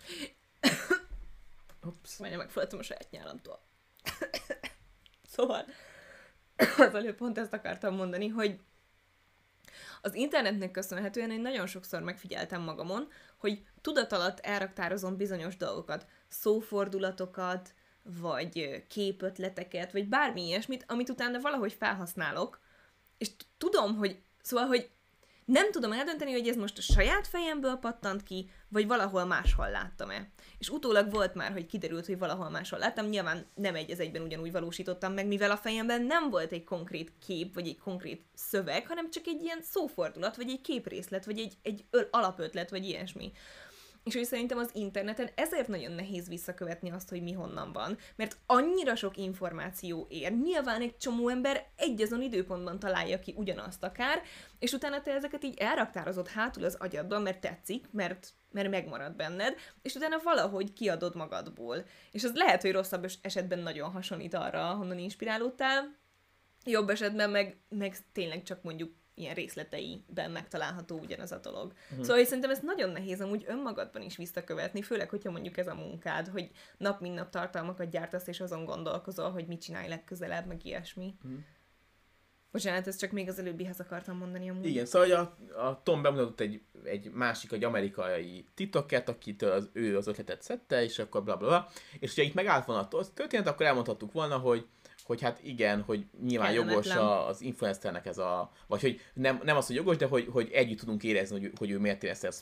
Majdnem megfordultam a saját nyálamtól. Szóval az előbb pont ezt akartam mondani, hogy az internetnek köszönhetően én nagyon sokszor megfigyeltem magamon, hogy tudatalatt elraktározom bizonyos dolgokat, szófordulatokat, vagy képötleteket, vagy bármi ilyesmit, amit utána valahogy felhasználok, és tudom, hogy nem tudom eldönteni, hogy ez most a saját fejemből pattant ki, vagy valahol máshol láttam-e. És utólag volt már, hogy kiderült, hogy valahol máshol láttam, nyilván nem egy az egyben ugyanúgy valósítottam meg, mivel a fejemben nem volt egy konkrét kép, vagy egy konkrét szöveg, hanem csak egy ilyen szófordulat, vagy egy képrészlet, vagy egy alapötlet, vagy ilyesmi. És hogy szerintem az interneten ezért nagyon nehéz visszakövetni azt, hogy mi honnan van, mert annyira sok információ ér, nyilván egy csomó ember egyazon időpontban találja ki ugyanazt akár, és utána te ezeket így elraktározod hátul az agyadban, mert tetszik, mert megmarad benned, és utána valahogy kiadod magadból. És az lehet, hogy rosszabb esetben nagyon hasonlít arra, honnan inspirálódtál, jobb esetben meg tényleg csak mondjuk ilyen részleteiben megtalálható ugyanaz a dolog. Szóval hogy szerintem ez nagyon nehéz amúgy önmagadban is visszakövetni, főleg, hogyha mondjuk ez a munkád, hogy nap mint nap tartalmakat gyártasz, és azon gondolkozol, hogy mit csinálj legközelebb, meg ilyesmi. Bocsánat, ezt csak még az előbbihez akartam mondani amúgy. Igen, szóval a Tom bemutatott egy másik, egy amerikai TikTokert, akitől ő az ötletet szedte, és akkor blablabla. És hogyha itt megállt volna a történet, akkor elmondhattuk volna, hogy hát igen, hogy nyilván jogos az influencernek ez a... Vagy hogy nem az, hogy jogos, de hogy együtt tudunk érezni, hogy ő miért érezte ezt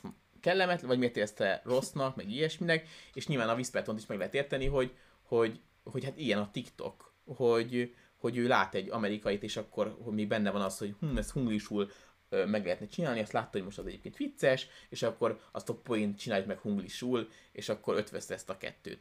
kellemetlen, vagy miért érezte rossznak, meg ilyesminek, és nyilván a Whispertont is meg lehet érteni, hogy hát ilyen a TikTok, hogy ő lát egy amerikait, és akkor hogy még benne van az, hogy ez hunglisul meg lehetne csinálni, azt látta, hogy most az egyébként vicces, és akkor azt a poént csináljuk meg hunglisul, és akkor ötvözte ezt a kettőt.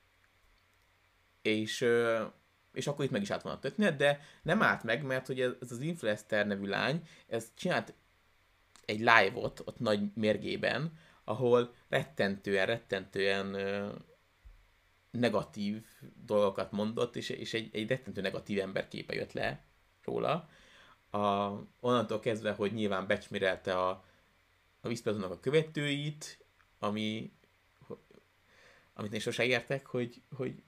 És akkor itt meg is át van a történet, de nem állt meg, mert hogy ez az Influencer nevű lány, ez csinált egy live-ot ott nagy mérgében, ahol rettentően negatív dolgokat mondott, és egy rettentő negatív emberképe jött le róla. Onnantól kezdve, hogy nyilván becsmérelte a Whispertonnak a követőit, amit én sose értek, hogy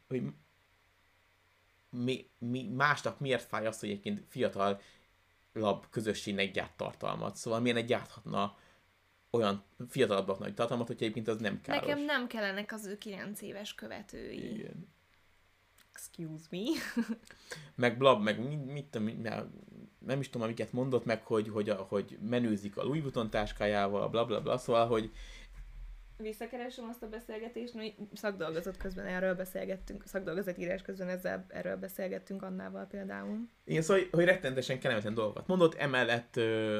másnak miért fáj az, hogy egyébként fiatalabb közösségnek gyárt tartalmat. Szóval miért ne gyárthatna olyan fiatalabbaknak tartalmat, hogyha egyébként az nem káros. Nekem nem kellenek az ő 9 éves követői. Igen. Excuse me. Meg mit tudom, nem is tudom, amiket mondott, meg hogy menőzik a Louis Vuitton táskájával, bla, szóval, hogy Visszakeresem azt a beszélgetést, hogy szakdolgozat közben erről beszélgettünk, szakdolgozatírás közben erről beszélgettünk Annával például. Igen, szóval, hogy rettentesen kellemetlen dolgokat mondott, emellett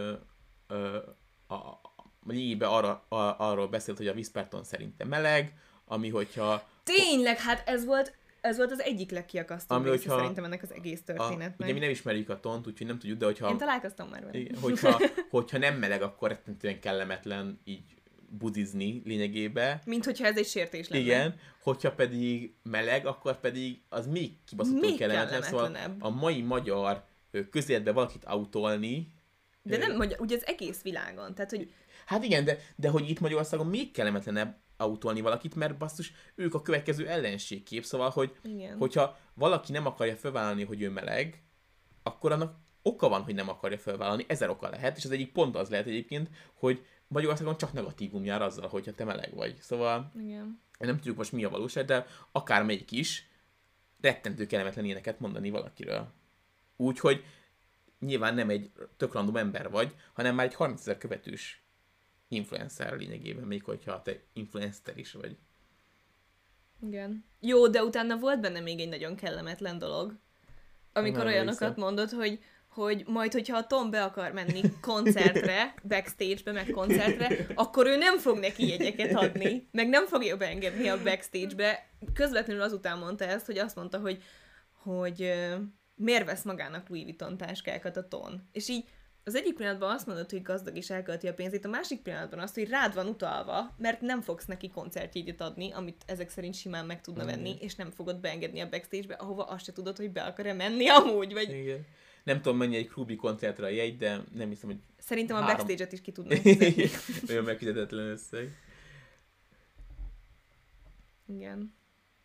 lényegében arról beszélt, hogy a Whisperton szerintem meleg, ami hogyha... Tényleg, hát ez volt az egyik legkiakasztóbb része szerintem ennek az egész történetnek. Ugye mi nem ismerjük a Tont, úgyhogy nem tudjuk, de hogyha... Én találkoztam már vele. Hogyha nem meleg, akkor rettentően kellemetlen így budizni lényegében. Mint hogyha ez egy sértés lenne. Igen, hogyha pedig meleg, akkor pedig az még kibaszottul kellemetlen. Szóval a mai magyar közéletben valakit autolni... De nem, hogy ugye az egész világon. Tehát, hogy... Hát igen, de hogy itt Magyarországon még kellemetlenebb autolni valakit, mert basszus, ők a következő ellenségkép, szóval, hogyha valaki nem akarja felvállalni, hogy ő meleg, akkor annak oka van, hogy nem akarja felvállalni, 1000 oka lehet, és az egyik pont az lehet egyébként, hogy Magyarországon csak negatívum jár azzal, hogyha te meleg vagy. Szóval igen. Nem tudjuk most mi a valóság, de akármelyik is rettentő kellemetlen ilyeneket mondani valakiről. Úgyhogy nyilván nem egy tök random ember vagy, hanem már egy 30 000 követős influencer lényegében, még hogyha te influencer is vagy. Igen. Jó, de utána volt benne még egy nagyon kellemetlen dolog, amikor olyanokat mondott, hogy majd, hogyha a Tom be akar menni koncertre, backstage-be, meg koncertre, akkor ő nem fog neki jegyeket adni, meg nem fogja beengedni a backstage-be. Közvetlenül azután mondta ezt, hogy azt mondta, hogy miért vesz magának Louis Vuitton táskákat a Ton. És így az egyik pillanatban azt mondod, hogy gazdag és elkölti a pénzét, a másik pillanatban azt, hogy rád van utalva, mert nem fogsz neki koncertjegyet adni, amit ezek szerint simán meg tudna venni, és nem fogod beengedni a backstage-be, ahova azt se tudod, hogy be akar-e menni amúgy, vagy... Igen. Nem tudom, mennyi egy Krúbi koncertre a jegy, de nem hiszem, hogy... Szerintem a backstage-et is ki tudnánk fizetni. Olyan megfizetetlen összeg. Igen.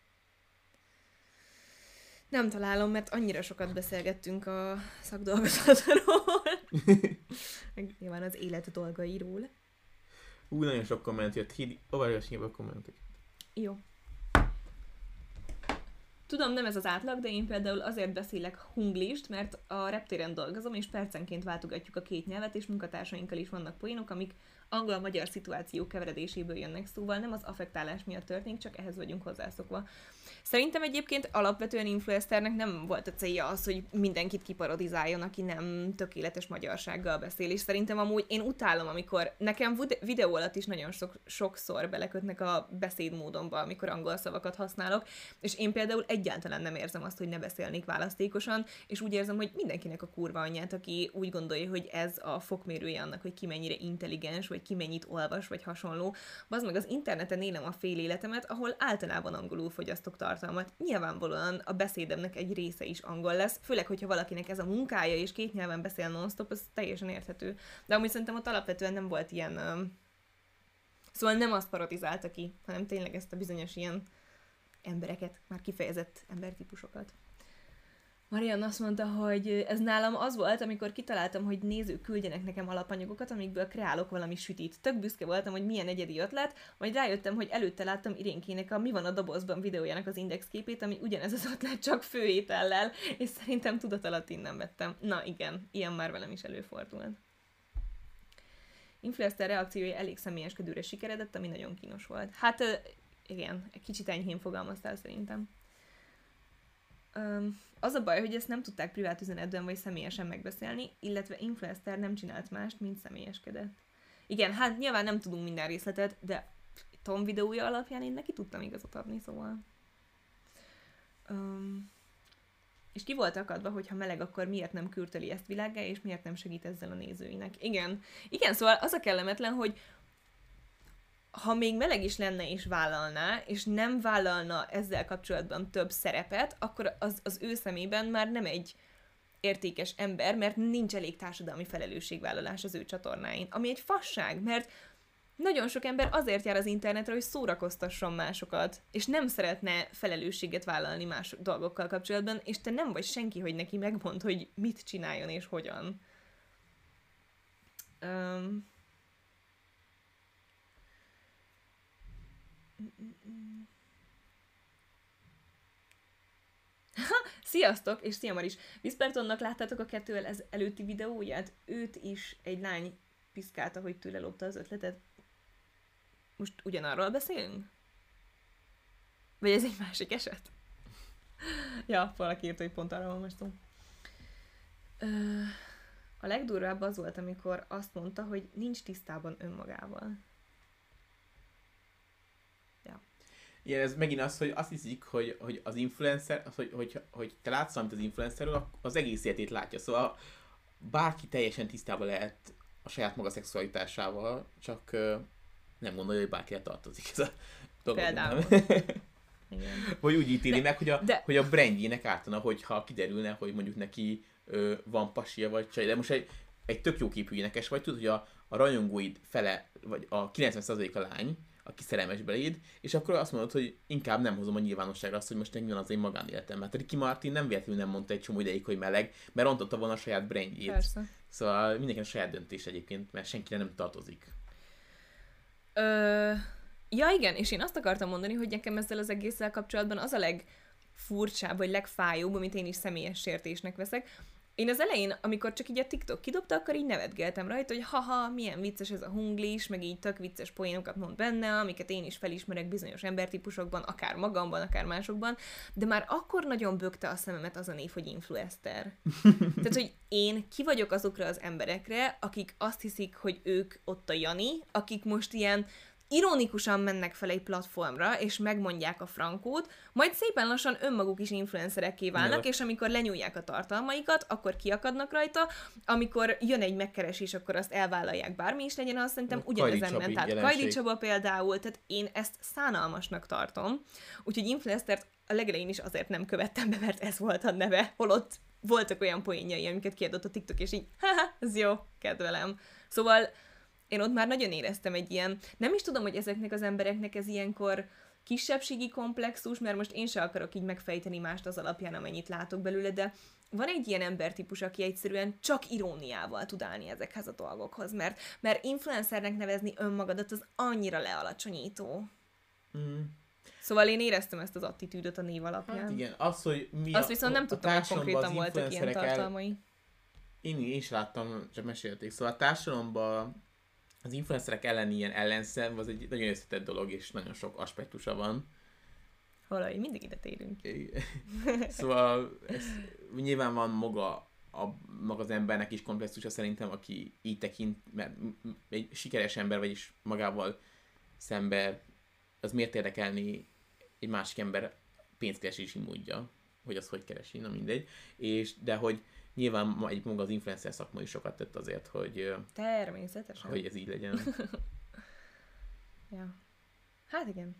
Nem találom, mert annyira sokat beszélgettünk a szakdolgozatról. Nyilván az élet dolgairól. Nagyon sok komment jött. Olvasd a kommenteket. Jó. Tudom, nem ez az átlag, de én például azért beszélek hunglist, mert a reptéren dolgozom, és percenként váltogatjuk a két nyelvet, és munkatársainkkal is vannak poénok, amik angol-magyar szituáció keveredéséből jönnek, szóval nem az affektálás miatt történik, csak ehhez vagyunk hozzászokva. Szerintem egyébként alapvetően influencernek nem volt a célja az, hogy mindenkit kiparodizáljon, aki nem tökéletes magyarsággal beszél, és szerintem amúgy én utálom, amikor nekem videó alatt is nagyon sokszor belekötnek a beszédmódomba, amikor angol szavakat használok, és én például egyáltalán nem érzem azt, hogy ne beszélnék választékosan, és úgy érzem, hogy mindenkinek a kurva anyját, aki úgy gondolja, hogy ez a fokmérője annak, hogy ki mennyire intelligens, vagy ki mennyit olvas, vagy hasonló. Bazd meg, az interneten élem a fél életemet, ahol általában angolul fogyasztok tartalmat. Nyilvánvalóan a beszédemnek egy része is angol lesz, főleg, hogyha valakinek ez a munkája, és két nyelven beszél non-stop, az teljesen érthető. De amúgy szerintem ott alapvetően nem volt ilyen... Szóval nem azt parodizálta ki, hanem tényleg ezt a bizonyos ilyen embereket, már kifejezett embertípusokat. Marianne azt mondta, hogy ez nálam az volt, amikor kitaláltam, hogy nézők küldjenek nekem alapanyagokat, amikből kreálok valami sütit. Tök büszke voltam, hogy milyen egyedi ötlet, majd rájöttem, hogy előtte láttam Irénkének a Mi van a dobozban videójának az indexképét, ami ugyanez az ötlet, csak főétellel, és szerintem tudat alatt innen vettem. Na igen, ilyen már velem is előfordult. influencer reakciója elég személyeskedőre sikeredett, ami nagyon kínos volt. Hát igen, egy kicsit enyhén fogalmaztál szerintem. Az a baj, hogy ezt nem tudták privát üzenetben vagy személyesen megbeszélni, illetve influencer nem csinált mást, mint személyeskedett. Igen, hát nyilván nem tudunk minden részletet, de Tom videója alapján én neki tudtam igazat adni, szóval. És ki volt akadva, hogy ha meleg, akkor miért nem kürtöli ezt világgá, és miért nem segít ezzel a nézőinek. Igen, szóval az a kellemetlen, hogy ha még meleg is lenne és vállalná, és nem vállalna ezzel kapcsolatban több szerepet, akkor az ő szemében már nem egy értékes ember, mert nincs elég társadalmi felelősségvállalás az ő csatornáin. Ami egy fasság, mert nagyon sok ember azért jár az internetre, hogy szórakoztasson másokat, és nem szeretne felelősséget vállalni más dolgokkal kapcsolatban, és te nem vagy senki, hogy neki megmond, hogy mit csináljon és hogyan. Sziasztok, és szia Maris! Whispertonnak láttátok a 2 előtti videóját? Őt is egy lány piszkálta, hogy tőle lopta az ötletet. Most ugyanarról beszélünk? Vagy ez egy másik eset? Ja, valaki írta, hogy pont arra van most szó. A legdurvább az volt, amikor azt mondta, hogy nincs tisztában önmagával. Ja. Igen, ez megint az, hogy azt hiszik, hogy az influencer, hogy te látsz valamit az influencerről, az egész életét látja. Szóval bárki teljesen tisztában lehet a saját maga szexualitásával, csak nem gondolja, hogy bárkire tartozik ez a dolog. Például. Igen. Vagy úgy ítéli meg, hogy a brandjének ártana, hogyha kiderülne, hogy mondjuk neki van pasia vagy csaj. De most egy tök jó képű énekes vagy, tudod, hogy a rajongóid fele, vagy a 90% a lány, aki szerelmes beléd, és akkor azt mondod, hogy inkább nem hozom a nyilvánosságra azt, hogy most nekem van az én magánéletem. Mert Ricky Martin nem véletlenül nem mondta egy csomó ideig, hogy meleg, mert rontotta volna a saját brandjét. Persze. Szóval mindenkinek saját döntés egyébként, mert senkire nem tartozik. Ja igen, és én azt akartam mondani, hogy nekem ezzel az egésszel kapcsolatban az a legfurcsább, vagy legfájóbb, amit én is személyes sértésnek veszek. Én az elején, amikor csak így a TikTok kidobta, akkor így nevetgeltem rajta, hogy haha, milyen vicces ez a hunglis, meg így tök vicces poénokat mond benne, amiket én is felismerek bizonyos embertípusokban, akár magamban, akár másokban, de már akkor nagyon bökte a szememet az a név, hogy influencer. Tehát, hogy én ki vagyok azokra az emberekre, akik azt hiszik, hogy ők ott a Jani, akik most ilyen ironikusan mennek fel egy platformra, és megmondják a frankót, majd szépen lassan önmaguk is influencerekké válnak, és amikor lenyúlják a tartalmaikat, akkor kiakadnak rajta, amikor jön egy megkeresés, akkor azt elvállalják, bármi is legyen, azt szerintem ugyanezen ment. Tehát Kajdi Csaba például, tehát én ezt szánalmasnak tartom. Úgyhogy influencert a legelején is azért nem követtem be, mert ez volt a neve, holott voltak olyan poénjai, amiket kiadott a TikTok, és így, haha, ez jó, kedvelem. Szóval én ott már nagyon éreztem egy ilyen, nem is tudom, hogy ezeknek az embereknek ez ilyenkor kisebbségi komplexus, mert most én se akarok így megfejteni mást az alapján, amennyit látok belőle, de van egy ilyen embertípus, aki egyszerűen csak iróniával tud állni ezekhez a dolgokhoz, mert influencernek nevezni önmagadat az annyira lealacsonyító. Mm. Szóval én éreztem ezt az attitűdöt a név alapján. Hát igen, az, hogy mi azt viszont nem tudtam, hogy konkrétan voltak ilyen tartalmai. Én is láttam, csak mesélték. Szóval a társadalomban az influencerek ellen ilyen ellenszem, az egy nagyon összetett dolog, és nagyon sok aspektusa van. Valahogy mindig ide térünk. Szóval nyilván van maga az embernek is komplexusa szerintem, aki így tekint, mert egy sikeres ember, vagyis magával szemben, az miért érdekelni egy másik ember pénzkeresési módja, hogy az hogy keresi, na mindegy. De hogy nyilván egy maga az influencer szakma is sokat tett azért, hogy természetesen, hogy ez így legyen. Ja. Hát igen.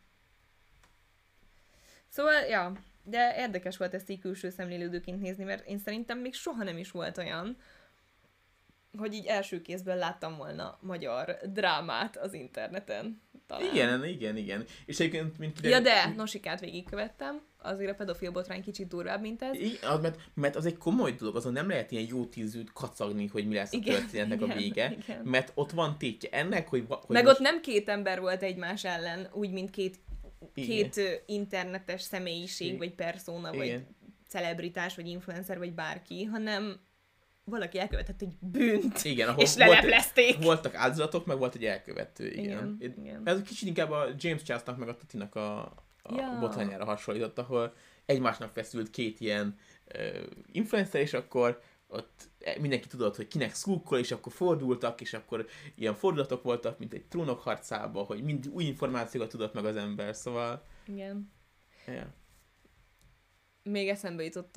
Szóval, ja, de érdekes volt ezt így külső szemlélődőként nézni, mert én szerintem még soha nem is volt olyan, hogy így első kézből láttam volna magyar drámát az interneten. Talán. Igen. És egyébként, mint Ja, de Nosikát végigkövettem, azért a pedofil botrány kicsit durvább, mint ez. Igen, mert az egy komoly dolog, azon nem lehet ilyen jó tízűt kacagni, hogy mi lesz a történetnek a vége, igen. Mert ott van tétje ennek, hogy meg most... ott nem két ember volt egymás ellen, úgy, mint két internetes személyiség, vagy perszóna, vagy celebritás, vagy influencer, vagy bárki, hanem valaki elkövetett egy bűnt, igen, és leleplezték. Voltak áldozatok, meg volt egy elkövető, igen. Igen. Ez kicsit inkább a James Charlesnak meg a Tatinak a botrányára hasonlított, ahol egymásnak feszült két ilyen influencer, és akkor ott mindenki tudott, hogy kinek szurkol, és akkor fordultak, és akkor ilyen fordulatok voltak, mint egy trónok harcában, hogy mindig új információkat tudott meg az ember, szóval... Igen. Yeah. Még eszembe jutott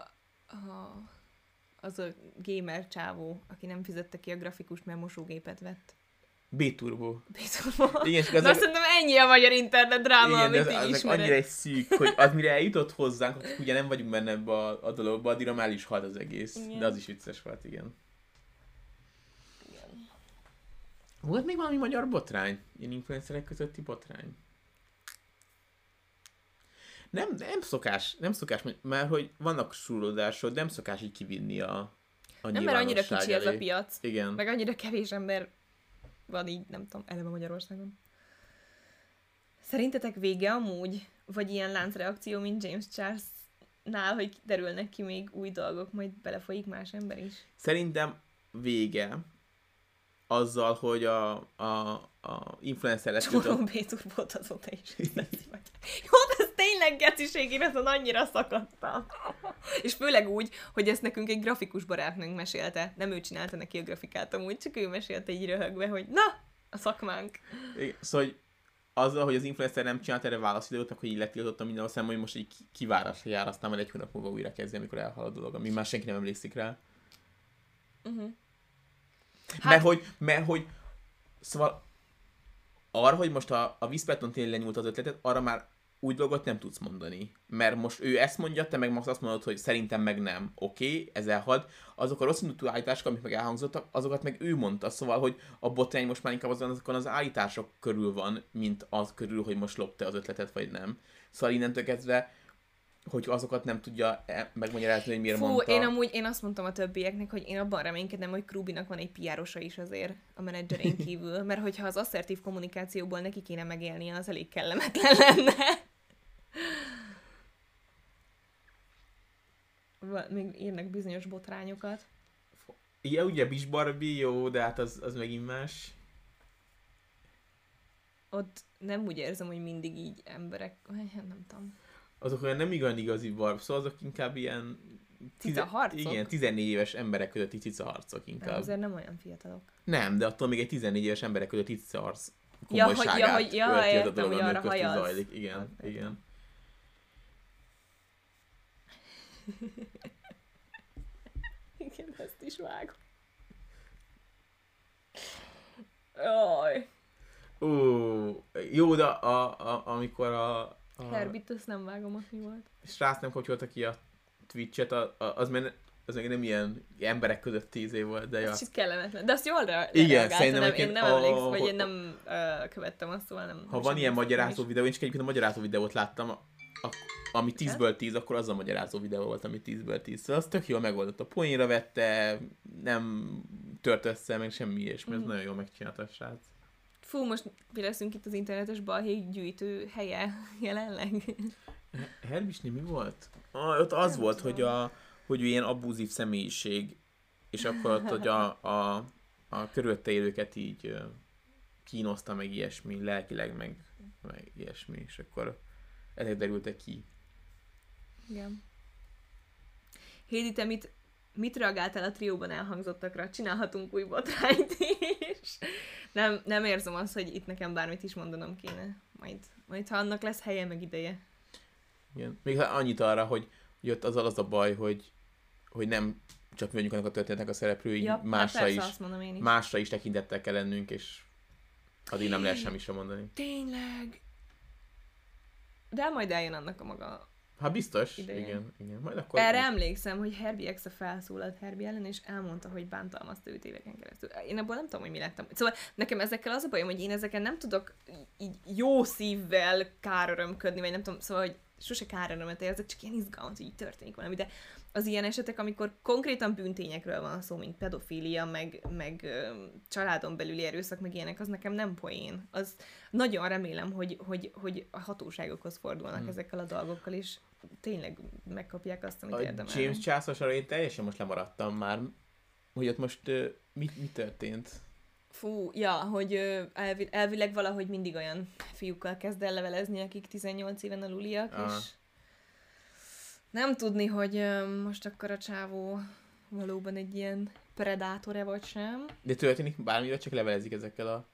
az a gamer csávó, aki nem fizette ki a grafikust, mert mosógépet vett. B-turbo. Igen, de szerintem ennyi a magyar internet dráma, igen, amit így ismered. Annyira egy szűk, hogy az mire eljutott hozzánk, akik ugye nem vagyunk benne ebbe a dologba, addigra már is halt az egész. Igen. De az is vicces volt, igen. Volt még valami magyar botrány? Ilyen influencerek közötti botrány? Nem szokás, mert hogy vannak súrlódások, de nem szokás így kivinni a nem, mert annyira kicsi ez a piac. Igen. Meg annyira kevés ember van így, nem tudom, eleve Magyarországon. Szerintetek vége amúgy? Vagy ilyen láncreakció, mint James Charles-nál, hogy derülnek ki még új dolgok, majd belefolyik más ember is? Szerintem vége azzal, hogy a influencer lesz. Csóron B-turbót azóta is veszi vagy. Jó, ez tényleg geciség, én ezen annyira szakadtam. És főleg úgy, hogy ezt nekünk egy grafikus barátnőnk mesélte. Nem ő csinálta neki a grafikát amúgy, csak ő mesélte így röhögve, hogy na, a szakmánk. Szóval, hogy azzal, hogy az influencer nem csinált erre válaszidőt, akkor így letiltottam mindenhol szemben, hogy most így kivárásra jár, aztán majd egy hónap múlva újra kezdi, amikor elhal a dolog, ami már senki nem emlékszik rá. Uh-huh. Mert hogy szóval arra, hogy most a Wispleton tényleg lenyúlt az ötletet, arra már úgy dolgot nem tudsz mondani. Mert most ő ezt mondja, te meg most azt mondod, hogy szerintem meg nem. Oké, ez elhad. Azok a rossz indulatú állítások, amik meg elhangzottak, azokat meg ő mondta. Szóval, hogy a botrány most már inkább azokon az állítások körül van, mint az körül, hogy most lopta az ötletet, vagy nem. Szóval innentől kezdve, hogy azokat nem tudja megmagyarázni, hogy miért mondta. Én azt mondtam a többieknek, hogy én abban reménykedem, hogy Krubinak van egy PR-osa is azért a menedzserén kívül, mert hogyha az asszertív kommunikációból neki kéne megélnie, az elég kellemetlen lenne. Még írnak bizonyos botrányokat. Igen, ugye Bish Barbie, jó, de hát az megint más. Ott nem úgy érzem, hogy mindig így emberek, nem tudom. Azok olyan nem igazi barb, szóval azok inkább ilyen... Cicaharcok? Igen, 14 éves emberek közötti cicaharcok inkább. Nem, azért nem olyan fiatalok. Nem, de attól még egy 14 éves emberek közötti cicaharc komolyságát ölti az a dolog, ami köztük zajlik. Igen, igen. Igen, ezt is vágom. Jaj. Jó, de amikor a Herbit, azt nem vágom, hogy mi volt. Srác nem kapcsolta ki a Twitch-et, az még nem ilyen emberek között 10 év volt, de ez kellemetlen. De azt jól igen, szerintem én nem emlékszem, vagy én nem követtem azt, szóval nem... Ha van ilyen magyarázó videó, én csak egyébként a magyarázó videót láttam, ami 10-ből 10, akkor az a magyarázó videó volt, ami 10-ből 10. Szóval az tök jól megoldott. A poénra vette, nem tört össze, meg semmi ilyesmi, ez nagyon jól megcsinálta a srác. Fú, most mi leszünk itt az internetes balhé gyűjtő helye jelenleg. Herbisnél mi volt? Ott az nem volt, hogy ő ilyen abúzív személyiség, és akkor ott, hogy a körülötte élőket így kínoszta, meg ilyesmi, lelkileg, meg ilyesmi, és akkor ezek derültek ki. Igen. Hédi, te mit reagáltál a trióban elhangzottakra? Csinálhatunk új botrányt is. Nem érzem azt, hogy itt nekem bármit is mondanom kéne. Majd ha annak lesz helye, meg ideje. Igen. Még annyit arra, hogy ott az a baj, hogy nem csak mi vagyunk annak a történetnek a szereplői, ja, másra is tekintettel kell lennünk, és addig nem lehet semmi sem mondani. Tényleg! De majd eljön annak a maga hát biztos, igen. Majd akkor erre emlékszem, hogy Herbie Exa felszólalt Herbie ellen, és elmondta, hogy bántalmazta őt éveken keresztül. Én abból nem tudom, hogy mi lettem. Szóval nekem ezekkel az a bajom, hogy én ezeken nem tudok így jó szívvel kárörömködni, vagy nem tudom, szóval, hogy sose kárörömet érzek, csak ilyen izgalmat, hogy így történik valami, de az ilyen esetek, amikor konkrétan bűntényekről van szó, mint pedofília, meg családon belüli erőszak, meg ilyenek, az nekem nem poén. Az nagyon remélem, hogy a hatóságokhoz fordulnak ezekkel a dolgokkal, és tényleg megkapják azt, amit érdemelnek. James Charles-osra én teljesen most lemaradtam már. hogy ott most mi történt? Fú, ja, hogy elvileg valahogy mindig olyan fiúkkal kezd el levelezni, akik 18 éven aluliak, és nem tudni, hogy most akkor a csávó valóban egy ilyen predátor-e vagy sem. De történik bármi, vagy csak levelezik ezekkel a...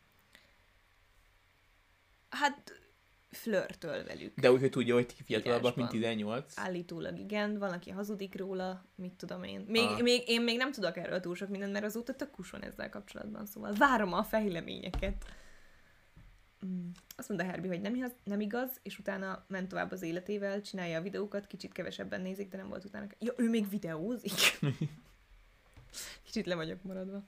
Hát flörtöl velük. De úgy, hogy tudja, hogy fiatalabbak, mint 18. Állítólag igen, van, aki hazudik róla, mit tudom én. Én még nem tudok erről túl sok mindent, mert azóta tök kus van ezzel kapcsolatban, szóval várom a fejleményeket. Azt mondta Herbie, hogy nem igaz, és utána ment tovább az életével, csinálja a videókat, kicsit kevesebben nézik, de nem volt utána. Ja, ő még videózik? Kicsit le vagyok maradva.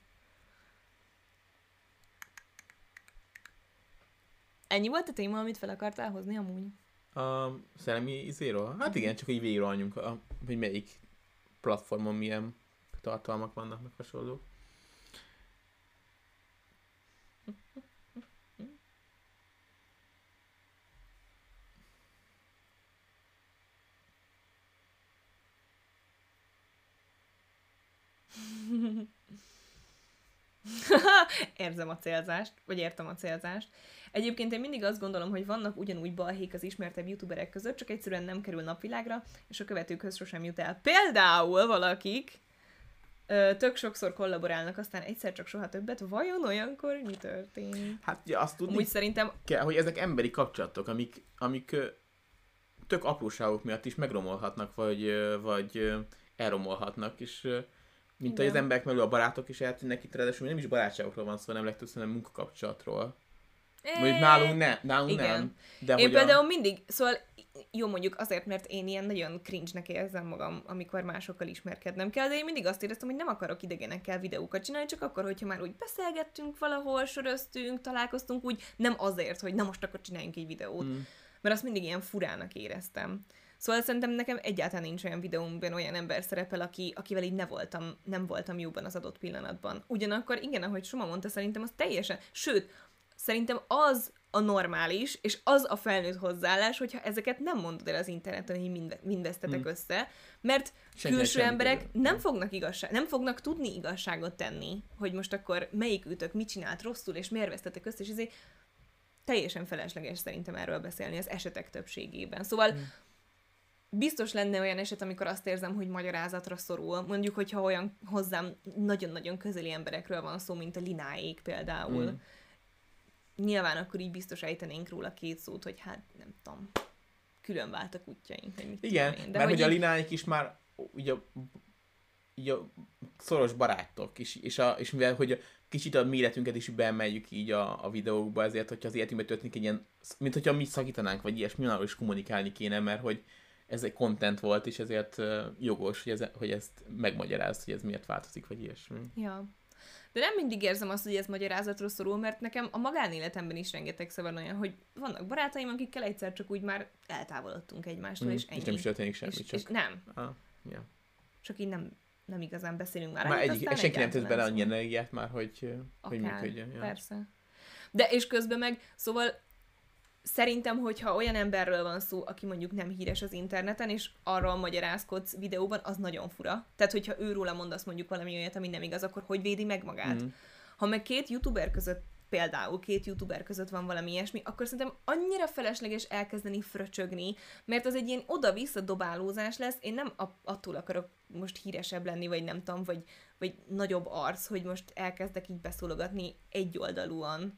Ennyi volt a téma, amit fel akartál hozni amúgy? A szellemi izéről? Hát igen, csak így végigrohanjunk, hogy melyik platformon milyen tartalmak vannak, meg hasonlók. Érzem a célzást, vagy értem a célzást. Egyébként én mindig azt gondolom, hogy vannak ugyanúgy balhék az ismertebb youtuberek között, csak egyszerűen nem kerül napvilágra, és a követőkhöz sosem jut el. Például valakik tök sokszor kollaborálnak, aztán egyszer csak soha többet. Vajon olyankor mi történik? Hát ja, azt tudni úgy szerintem... kell, hogy ezek emberi kapcsolatok, amik tök apróságok miatt is megromolhatnak, vagy elromolhatnak, és mint ahogy az emberek mellől a barátok is eltűnnek itt, ráadásul nem is barátságokról van szó, nem legtöbb, hanem munkakapcsolatról. Mondjuk nálunk nem. De én például mindig, szóval jó mondjuk azért, mert én ilyen nagyon cringe-nek érzem magam, amikor másokkal ismerkednem kell, de én mindig azt éreztem, hogy nem akarok idegenekkel videókat csinálni, csak akkor, hogyha már úgy beszélgettünk valahol, söröztünk, találkoztunk, úgy nem azért, hogy na most akkor csináljunk egy videót. Mert azt mindig ilyen furának éreztem. Szóval szerintem nekem egyáltalán nincs olyan videómban olyan ember szerepel, akivel így nem voltam jóban az adott pillanatban. Ugyanakkor igen, ahogy Soma mondta, szerintem az teljesen, sőt, szerintem az a normális, és az a felnőtt hozzáállás, hogyha ezeket nem mondod el az interneten, hogy mind vesztetek össze, mert külső emberek nem fognak tudni igazságot tenni, hogy most akkor melyik ütök mit csinált rosszul, és miért vesztetek össze, és ezért teljesen felesleges szerintem erről beszélni az esetek többségében. Szóval biztos lenne olyan eset, amikor azt érzem, hogy magyarázatra szorul. Mondjuk, hogyha olyan hozzám nagyon-nagyon közeli emberekről van szó, mint a Lináék például. Nyilván akkor így biztos ejtenénk róla két szót, hogy hát nem tudom, külön váltak útjaink. Igen, de mert hogy a Lináék is már ugye a szoros barátok, és mivel hogy kicsit a méretünket is beemeljük így a videókba, ezért, hogyha az életünkben történik egy ilyen, mint hogyha mi szakítanánk, vagy ilyesmi, arról is kommunikálni kéne, mert hogy ez egy content volt, és ezért jogos, hogy ezt megmagyaráz, hogy ez miért változik, vagy ilyesmi. Ja. De nem mindig érzem azt, hogy ez magyarázatról szorul, mert nekem a magánéletemben is rengetegszer van olyan, hogy vannak barátaim, akikkel egyszer csak úgy már eltávolodtunk egymástól, és ennyi. És nem is történik semmi, csak... És nem. Ja. Csak így nem igazán beszélünk már. És senki nem tesz bele annyi energiát már, hogy működjön. Ja. Persze. De és közben meg, szóval szerintem, hogyha olyan emberről van szó, aki mondjuk nem híres az interneten, és arról magyarázkodsz videóban, az nagyon fura. Tehát, hogyha őróla mondasz mondjuk valami olyat, ami nem igaz, akkor hogy védi meg magát? Ha meg két youtuber között van valami ilyesmi, akkor szerintem annyira felesleges elkezdeni fröcsögni, mert az egy ilyen oda-vissza dobálózás lesz. Én nem attól akarok most híresebb lenni, vagy nem tudom, vagy nagyobb arc, hogy most elkezdek így beszólogatni egyoldalúan.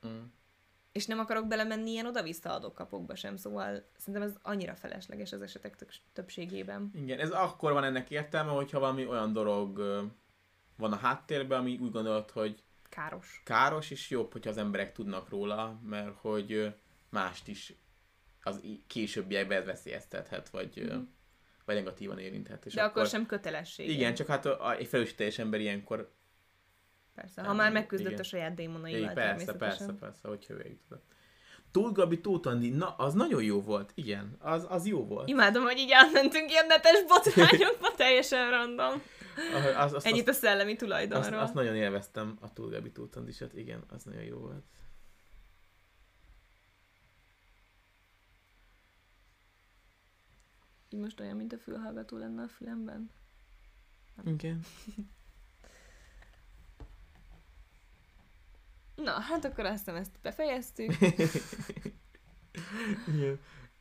És nem akarok belemenni ilyen oda-vissza adok-kapokba sem, szóval szerintem ez annyira felesleges az esetek többségében. Igen, ez akkor van ennek értelme, hogyha valami olyan dolog van a háttérben, ami úgy gondolod, hogy káros, és jobb, hogyha az emberek tudnak róla, mert hogy mást is az későbbiekben veszélyeztethet, vagy negatívan érinthet. És de akkor sem kötelesség. Igen, csak hát egy felelősségteljes ember ilyenkor persze, ha már megküzdött a saját démonaival természetesen. Persze, hogy hővéljük tudod. Tóth Gabi, Tóth Andi, na, az nagyon jó volt, igen, az jó volt. Imádom, hogy így átmentünk ilyen netes botrányokba, teljesen random. Ennyit a szellemi tulajdonról. Azt nagyon élveztem, a Tóth Gabi, Tóth Andisat, igen, az nagyon jó volt. Így most olyan, mint a fülhallgató lenne a fülemben. Igen. Na, hát akkor azt hiszem, ezt befejeztük. Igen.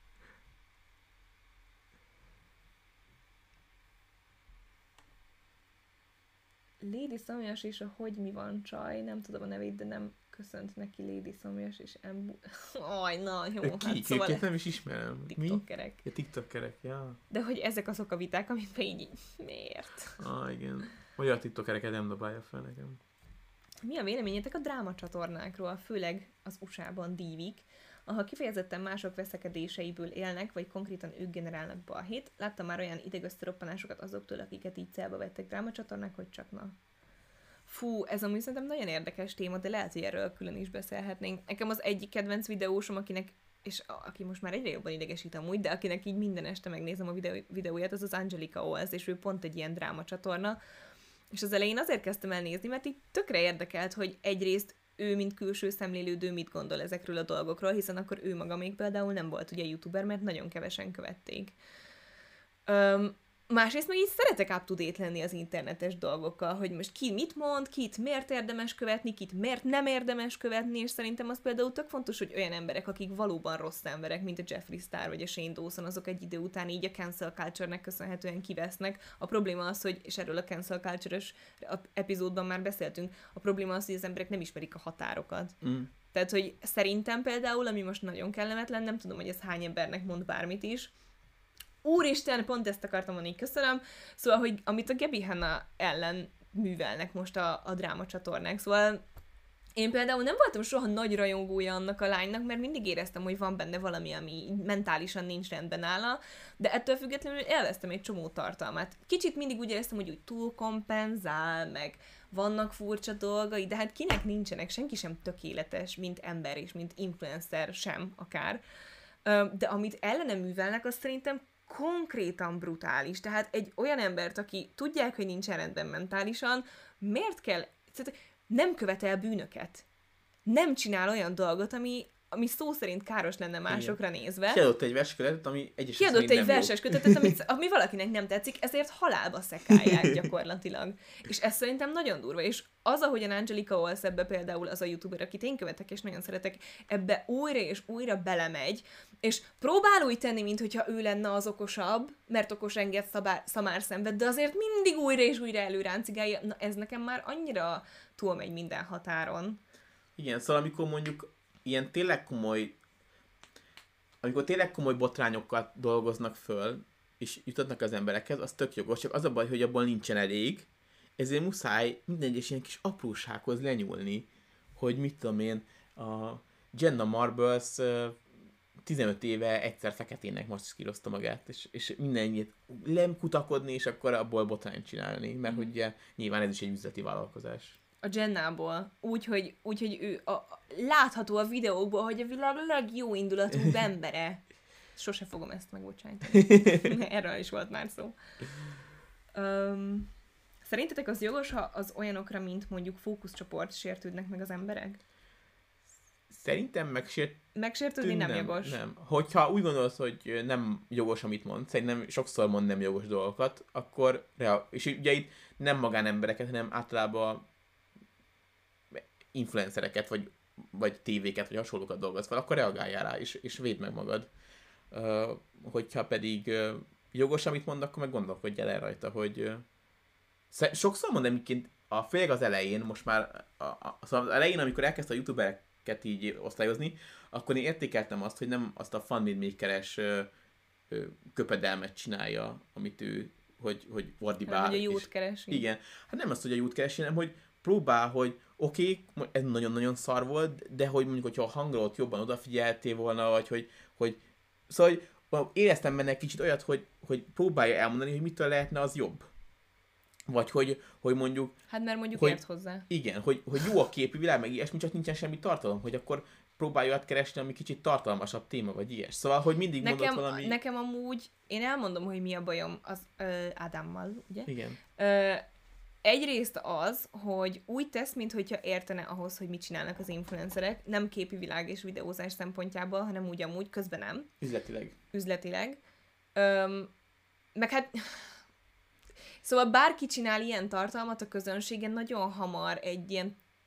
Lady Szomjas és a Hogy mi van csaj, nem tudom a nevét, de nem köszönt neki Lady Szomjas és Aj, na, jó, hát szóval... Ki? Nem is ismerem. TikTokerek. Ja, TikTokerek, ja. De hogy ezek azok a viták, amikben így miért? Igen. Olyan TikTokereket nem dobálja fel nekem. Mi a véleményetek a drámacsatornákról, főleg az USA-ban dívik, ahol kifejezetten mások veszekedéseiből élnek, vagy konkrétan ők generálnak balhét? Láttam már olyan idegösztő roppanásokat azoktól, akiket így célba vettek drámacsatornák, hogy csak na. Fú, ez amúgy szerintem nagyon érdekes téma, de lehet, hogy erről külön is beszélhetnénk. Nekem az egyik kedvenc videósom, akinek, és aki most már egyre jobban idegesít amúgy, de akinek így minden este megnézem a videóját, az az Angelica Oz, és ő pont egy ilyen drámacsatorna. És az elején azért kezdtem el nézni, mert így tökre érdekelt, hogy egyrészt ő, mint külső szemlélődő, mit gondol ezekről a dolgokról, hiszen akkor ő maga még például nem volt ugye youtuber, mert nagyon kevesen követték. Másrészt meg így szeretek up-to-date lenni az internetes dolgokkal, hogy most ki mit mond, kit miért érdemes követni, kit miért nem érdemes követni, és szerintem az például tök fontos, hogy olyan emberek, akik valóban rossz emberek, mint a Jeffree Star vagy a Shane Dawson, azok egy idő után így a cancel culture-nek köszönhetően kivesznek. A probléma az, hogy, és erről a cancel culture-ös epizódban már beszéltünk, a probléma az, hogy az emberek nem ismerik a határokat. Tehát, hogy szerintem például, ami most nagyon kellemetlen, nem tudom, hogy ez hány embernek mond bármit is, Úristen, pont ezt akartam mondani, köszönöm. Szóval, hogy amit a Gabi Hanna ellen művelnek most a drámacsatornák. Szóval én például nem voltam soha nagy rajongója annak a lánynak, mert mindig éreztem, hogy van benne valami, ami mentálisan nincs rendben nála, de ettől függetlenül élveztem egy csomó tartalmát. Kicsit mindig úgy éreztem, hogy úgy túlkompenzál, meg vannak furcsa dolgai, de hát kinek nincsenek, senki sem tökéletes, mint ember és mint influencer sem akár. De amit ellenem művelnek, az szerintem konkrétan brutális. Tehát egy olyan embert, aki tudják, hogy nincsen rendben mentálisan, miért kell, nem követel bűnöket. Nem csinál olyan dolgot, ami szó szerint káros lenne másokra nézve. Kiadott egy verskötetet, ami egyesek Kiadott egy verseskötetet, ami valakinek nem tetszik, ezért halálba szekálják gyakorlatilag. És ez szerintem nagyon durva. És az, ahogyan Angelica Oz ebbe például az a youtuber, akit én követek, és nagyon szeretek, ebbe újra és újra belemegy, és próbál úgy tenni, mintha ő lenne az okosabb, mert okos enged szamár szenved, de azért mindig újra és újra előráncigálja. Na ez nekem már annyira túlmegy minden határon. Igen, szóval amikor mondjuk ilyen amikor tényleg komoly botrányokat dolgoznak föl, és jutatnak az emberekhez, az tök jogos, csak az a baj, hogy abból nincsen elég, ezért muszáj minden egyes ilyen kis aprósághoz lenyúlni, hogy mit tudom én, a Jenna Marbles 15 éve egyszer feketének maszkírozta magát, és mindennyit lemkutakodni, és akkor abból botrányt csinálni, mert hogy ugye nyilván ez is egy üzleti vállalkozás. A Jennából. Úgyhogy ő látható a videókból, hogy a világ legjobb indulatú embere. Sose fogom ezt megbocsájtani. Erről is volt már szó. Szerintetek az jogos, ha az olyanokra, mint mondjuk fókuszcsoport sértődnek meg az emberek? Szerintem megsértődni nem jogos. Nem. Hogyha úgy gondolsz, hogy nem jogos, amit mond, szerintem sokszor mond nem jogos dolgokat, akkor és ugye itt nem magánembereket, hanem általában influencereket, vagy tévéket, vagy hasonlókat dolgoz fel, akkor reagáljál rá, és védd meg magad. Hogyha pedig jogos, amit mond, akkor meg gondolkodjál el rajta, hogy sokszor mondom egyébként, főleg az elején, most már szóval az elején, amikor elkezdte a youtubereket így osztályozni, akkor én értékeltem azt, hogy nem azt a funmade-makeres köpedelmet csinálja, amit ő, hogy ordibál. Hogy a jót keresi. Igen. Hát nem azt, hogy a jót keresi, hanem hogy próbál, hogy oké, ez nagyon-nagyon szar volt, de hogy mondjuk, hogyha a hangra ott jobban odafigyeltél volna, vagy hogy szóval éreztem benne kicsit olyat, hogy próbálja elmondani, hogy mitől lehetne az jobb. Vagy hogy mondjuk... Hát mert mondjuk ért hozzá. Igen, hogy jó a képi világ, meg ilyesmi, csak nincsen semmi tartalom, hogy akkor próbálja átkeresni, ami kicsit tartalmasabb téma, vagy ilyes. Szóval, hogy mindig mondod valami... Nekem amúgy, én elmondom, hogy mi a bajom az Ádámmal, ugye? Igen. Egyrészt az, hogy úgy tesz, mintha értene ahhoz, hogy mit csinálnak az influencerek, nem képi világ és videózás szempontjából, hanem úgy amúgy, közben nem. Üzletileg. Meg hát... Szóval bárki csinál ilyen tartalmat, a közönségen nagyon hamar egy ilyen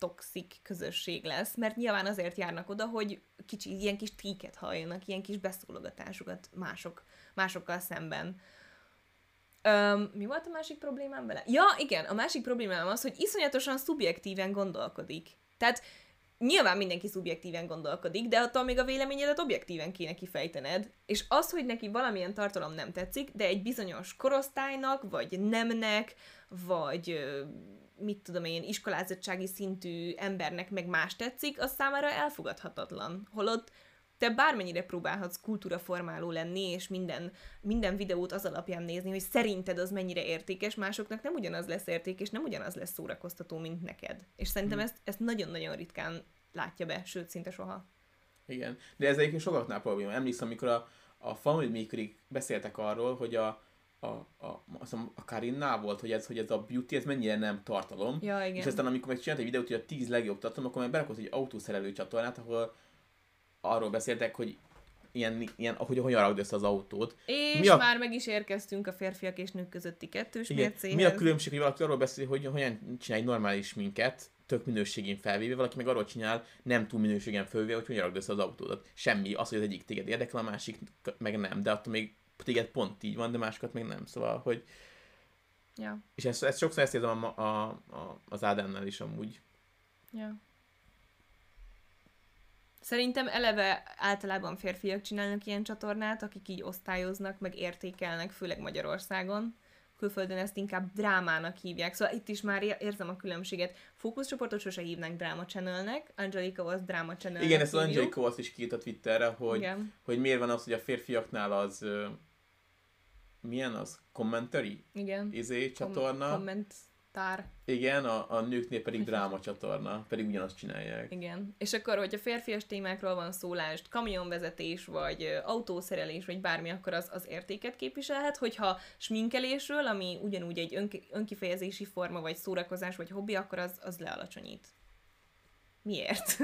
toxik közösség lesz, mert nyilván azért járnak oda, hogy ilyen kis tíket halljanak, ilyen kis beszólogatásokat másokkal szemben. Mi volt a másik problémám vele? Ja, igen, a másik problémám az, hogy iszonyatosan szubjektíven gondolkodik. Tehát nyilván mindenki szubjektíven gondolkodik, de attól még a véleményedet objektíven kéne kifejtened, és az, hogy neki valamilyen tartalom nem tetszik, de egy bizonyos korosztálynak, vagy nemnek, vagy mit tudom én, iskolázottsági szintű embernek meg más tetszik, az számára elfogadhatatlan. Holott te bármennyire próbálhatsz kultúraformáló lenni, és minden videót az alapján nézni, hogy szerinted az mennyire értékes, másoknak nem ugyanaz lesz értékes, nem ugyanaz lesz szórakoztató, mint neked. És szerintem ezt nagyon-nagyon ritkán látja be, sőt, szinte soha. Igen, de ez egyébként sokaknál probléma. Emlékszem, amikor a Family Makerig beszéltek arról, hogy a Karinnál volt, hogy ez a beauty, ez mennyire nem tartalom. Ja, igen. És aztán amikor megcsinált egy videót, hogy a 10 legjobb tartalom, akkor meg berakott egy autószerelő csatornát, ahol arról beszéltek, hogy hogy hogyan rakd össze az autót. És már meg is érkeztünk a férfiak és nők közötti kettős mércéhez. Mi a különbség, hogy valaki arról beszél, hogy hogyan csinál egy normális minket, tök minőségén felvéve, valaki meg arról csinál, nem túl minőségen felvéve, hogy hogyan rakd össze az autódat. Semmi, az, hogy az egyik téged érdekel, a másik meg nem, de attól még téged pont így van, de másokat meg nem. Szóval, hogy... Ja. És ezt sokszor ezt érzem az Ádámnál is amúgy. Ja. Szerintem eleve általában férfiak csinálnak ilyen csatornát, akik így osztályoznak, meg értékelnek, főleg Magyarországon. Külföldön ezt inkább drámának hívják. Szóval itt is már érzem a különbséget. Fókuszcsoportot sose hívnánk Drama Channelnek, Angelica was Drama Channelnek. Igen, ezt az Angelica azt is kiírt a Twitterre, hogy miért van az, hogy a férfiaknál az milyen az? Commentary? Igen. Csatorna. Kommentár. Igen, a nőknél pedig dráma csatorna, pedig ugyanazt csinálják. Igen. És akkor, hogyha férfias témákról van szó, lásd, kamionvezetés, vagy autószerelés, vagy bármi, akkor az értéket képviselhet, hogyha sminkelésről, ami ugyanúgy egy önkifejezési forma, vagy szórakozás, vagy hobbi, akkor az lealacsonyít. Miért?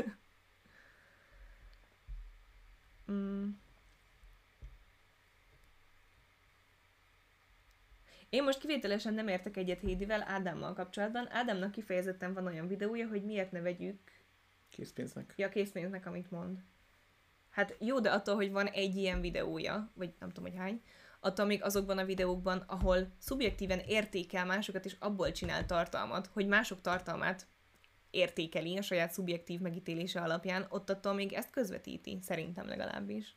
Én most kivételesen nem értek egyet Hédivel Ádámmal kapcsolatban. Ádámnak kifejezetten van olyan videója, hogy miért ne vegyük... Készpénznek. Ja, készpénznek, amit mond. Hát jó, de attól, hogy van egy ilyen videója, vagy nem tudom, hogy hány, attól még azokban a videókban, ahol szubjektíven értékel másokat, és abból csinál tartalmat, hogy mások tartalmát értékeli a saját szubjektív megítélése alapján, ott attól még ezt közvetíti, szerintem legalábbis.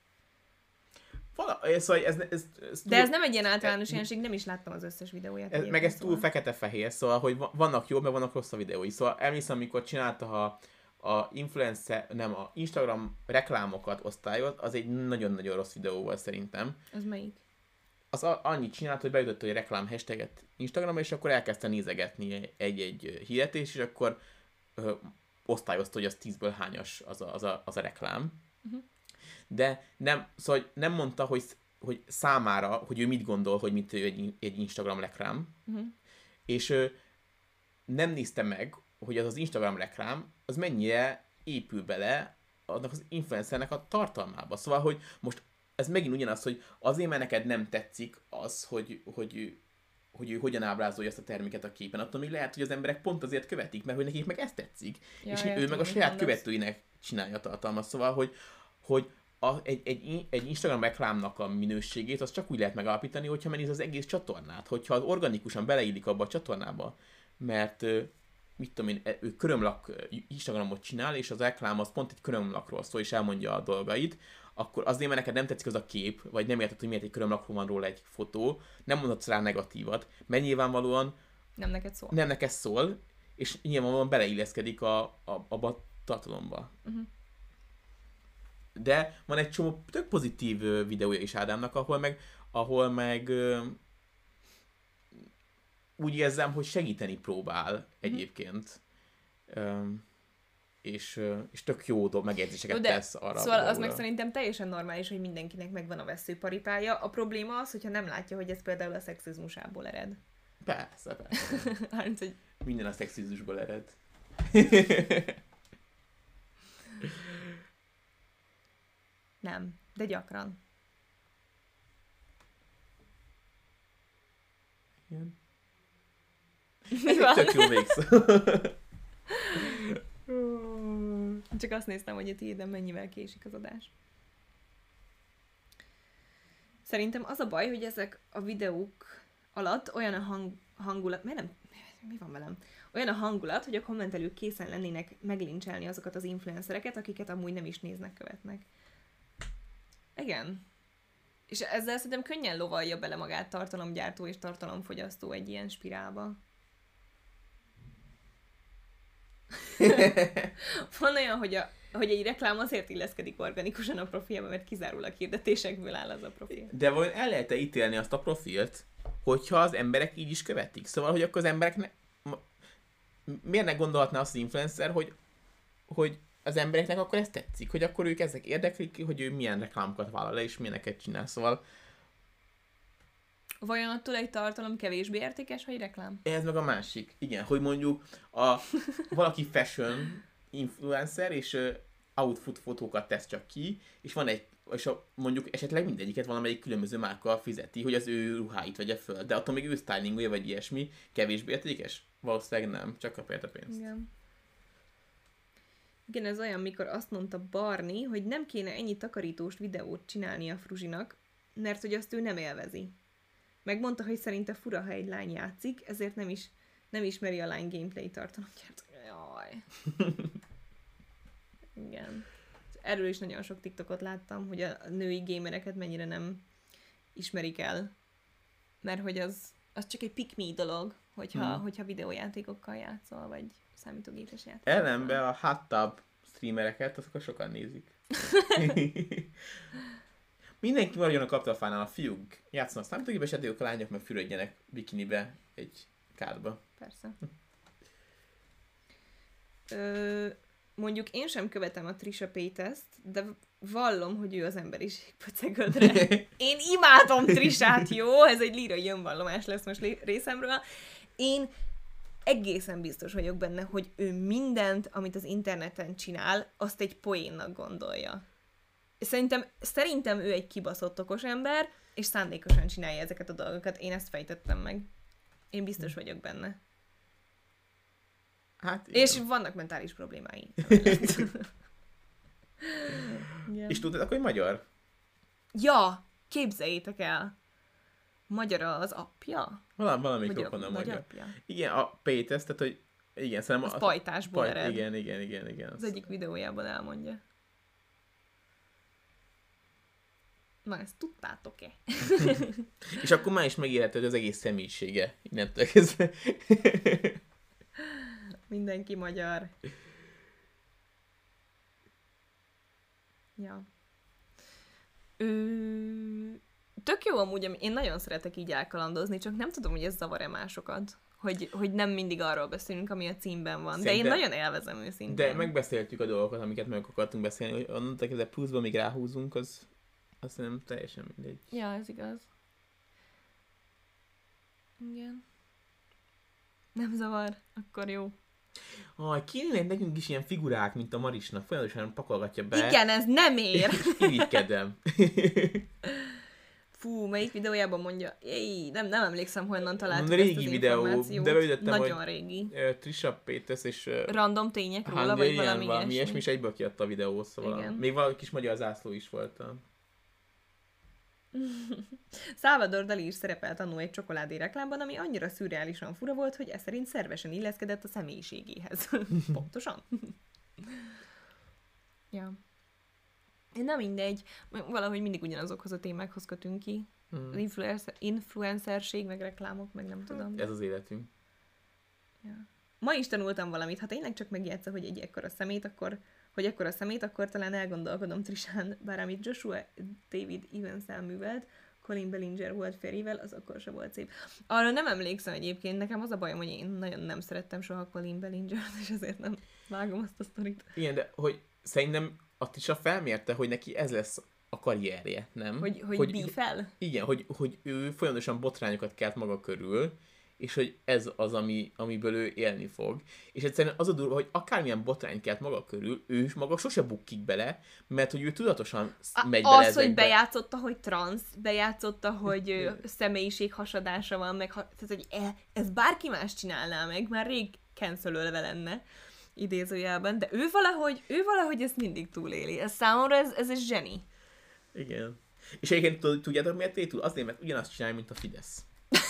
Szóval de ez nem egy ilyen általános jelenség, nem is láttam az összes videóját. Meg ez túl fekete-fehér, szóval, hogy vannak jó, meg vannak rossz a videói. Szóval emlékszem, amikor csinálta a influencer, nem, a Instagram reklámokat osztályot, az egy nagyon-nagyon rossz videó volt szerintem. Az melyik? Az annyit csinált, hogy beütötte egy reklám hashtaget Instagramra, és akkor elkezdte nézegetni egy hirdetés, és akkor osztályozta, hogy az 10-ből hányas az a reklám. Uh-huh. De nem mondta, hogy számára, hogy ő mit gondol, hogy mit egy Instagram reklám, és nem nézte meg, hogy az Instagram reklám, az mennyire épül bele annak az influencernek a tartalmába. Szóval, hogy most ez megint ugyanaz, hogy azért, mert neked nem tetszik az, hogy ő hogyan ábrázolja ezt a terméket a képen, attól még lehet, hogy az emberek pont azért követik, mert hogy nekik meg ezt tetszik. Ja, és ő meg a saját követőinek csinálja a tartalmat. Szóval, hogy egy Instagram reklámnak a minőségét az csak úgy lehet megállapítani, hogyha megnéz az egész csatornát, hogyha az organikusan beleillik abba a csatornába, mert mit tudom én, ő körömlak Instagramot csinál, és az reklám az pont egy körömlakról szól, és elmondja a dolgait, akkor azért, mert neked nem tetszik az a kép, vagy nem érted, hogy miért egy körömlakról van róla egy fotó, nem mondhatsz rá negatívat, mert nyilvánvalóan nem neked szól, és nyilvánvalóan beleilleszkedik abba a tartalomba. Uh-huh. De van egy csomó tök pozitív videója is Ádámnak, ahol meg úgy érzem, hogy segíteni próbál egyébként. És tök jó megjegyzéseket tesz arra. Szóval az meg szerintem teljesen normális, hogy mindenkinek megvan a vesszőparipája. A probléma az, hogyha nem látja, hogy ez például a szexizmusából ered. Persze. Minden a szexizmusból ered. Nem, de gyakran. Igen. Tök jó végszó. csak azt néztem, hogy a tiéden mennyivel késik az adás. Szerintem az a baj, hogy ezek a videók alatt olyan a hangulat... Mi van velem? Olyan a hangulat, hogy a kommentelők készen lennének meglincselni azokat az influencereket, akiket amúgy nem is néznek, követnek. Igen. És ezzel szerintem könnyen lovalja bele magát tartalomgyártó és tartalomfogyasztó egy ilyen spirálba. Van olyan, hogy egy reklám azért illeszkedik organikusan a profilba, mert kizárólag hirdetésekből áll az a profil. De vajon el lehet-e ítélni azt a profilt, hogyha az emberek így is követik? Szóval, hogy akkor az emberek miért ne gondolhatná azt az influencer, hogy az embereknek akkor ez tetszik, hogy akkor ők ezek érdeklik, hogy ő milyen reklámokat vállal le, és milyeneket csinál, szóval... Vajon attól egy tartalom kevésbé értékes, vagy reklám? Ez meg a másik. Igen, hogy mondjuk valaki fashion influencer, és outfit fotókat tesz csak ki, és van és mondjuk esetleg mindegyiket valamelyik különböző márka fizeti, hogy az ő ruháit vegye föl, de attól még ő stylingolja, vagy ilyesmi, kevésbé értékes? Valószínűleg nem, csak kapja a pénzt. Igen. Igen, ez olyan, mikor azt mondta Barney, hogy nem kéne ennyi takarítós videót csinálni a Fruzsinak, mert hogy azt ő nem élvezi. Megmondta, hogy szerinte fura, ha egy lány játszik, ezért nem ismeri a lány gameplay tartalomját. Jaj. Igen. Erről is nagyon sok TikTokot láttam, hogy a női gamereket mennyire nem ismerik el. Mert hogy az csak egy pick me dolog, hogyha videójátékokkal játszol, vagy számítógépes játékokkal. Ellenben a hot tub streamereket, azokat sokan nézik. Mindenki maradjon a kaptalfánál, a fiúk játszanak számítógépes játékokkal, a lányok meg fürödjenek bikinibe egy kádba. Persze. Mondjuk én sem követem a Trisha Paytest, de vallom, hogy ő az emberiség pöcegödre. Én imádom Trishát, jó? Ez egy lírai önvallomás lesz most részemről. Én egészen biztos vagyok benne, hogy ő mindent, amit az interneten csinál, azt egy poénnak gondolja. Szerintem ő egy kibaszott okos ember, és szándékosan csinálja ezeket a dolgokat. Én ezt fejtettem meg. Én biztos vagyok benne. Hát, és vannak mentális problémái. És tudod, hogy magyar? Ja, képzeljétek el. Magyar az apja? Valamelyik rokon magyar. Apja. Igen, a Paytest, tehát hogy igen, szerintem... Az pajtásból ered. Igen. Az egyik videójában elmondja. Na, ezt tudtátok-e? És akkor már is megélhető, hogy az egész személyisége innentől kezdve. Mindenki magyar. Ja. Tök jó amúgy, én nagyon szeretek így elkalandozni, csak nem tudom, hogy ez zavar-e másokat. Hogy nem mindig arról beszélünk, ami a címben van. De én nagyon élvezem őszintén. De megbeszéltük a dolgokat, amiket meg akartunk beszélni, hogy onnantól kezdve pluszba még ráhúzunk, az nem teljesen mindegy. Ja, ez igaz. Igen. Nem zavar, akkor jó. Kéne nekünk is ilyen figurák, mint a Marisnak, folyamatosan pakolgatja be. Igen, ez nem ér! Irigykedem. Fú, melyik videójában mondja? Nem emlékszem, honnan találtuk régi ezt az videó, információt. de beütöttem, nagyon hogy régi. Trisha Paytest és... random tények róla, vagy valami ilyesmi, és egyből kiadta a videót, szóval igen. Még valami kis magyar zászló is volt. Salvador Dali is szerepelt annó egy csokoládé reklámban, ami annyira szürreálisan fura volt, hogy ez szerint szervesen illeszkedett a személyiségéhez. Pontosan. Ja. Nem mindegy. Valahogy mindig ugyanazokhoz a témákhoz kötünk ki. Az influencerség, meg reklámok, meg nem tudom. Ez az életünk. Ja. Ma is tanultam valamit. Ha tényleg csak megjátsza, hogy ekkora szemét, akkor talán elgondolkodom Trishán, bár amit Joshua David Evans elművelt, Colin Bellinger volt férjével, az akkor se volt szép. Arra nem emlékszem egyébként, nekem az a bajom, hogy én nagyon nem szerettem soha Colin Bellingert, és ezért nem vágom azt a sztorit. Igen, de hogy szerintem a Trisha felmérte, hogy neki ez lesz a karrierje, nem? Hogy bífel? Igen, hogy ő folyamatosan botrányokat kelt maga körül, és hogy ez az, amiből ő élni fog. És egyszerűen az a durva, hogy akármilyen botrány kelt maga körül, ő is maga sose bukkik bele, mert hogy ő tudatosan megy bele ezekbe. Hogy bejátszotta, hogy transz, bejátszotta, hogy személyiség hasadása van, meg tehát, hogy ez bárki más csinálná meg, már rég cancelölve lenne. idézőjelben, de ő valahogy ezt mindig túléli. Ez számomra ez egy zseni. Igen. És egyébként tudjátok miért tétul? Azért, mert ugyanazt csinálja, mint a Fidesz.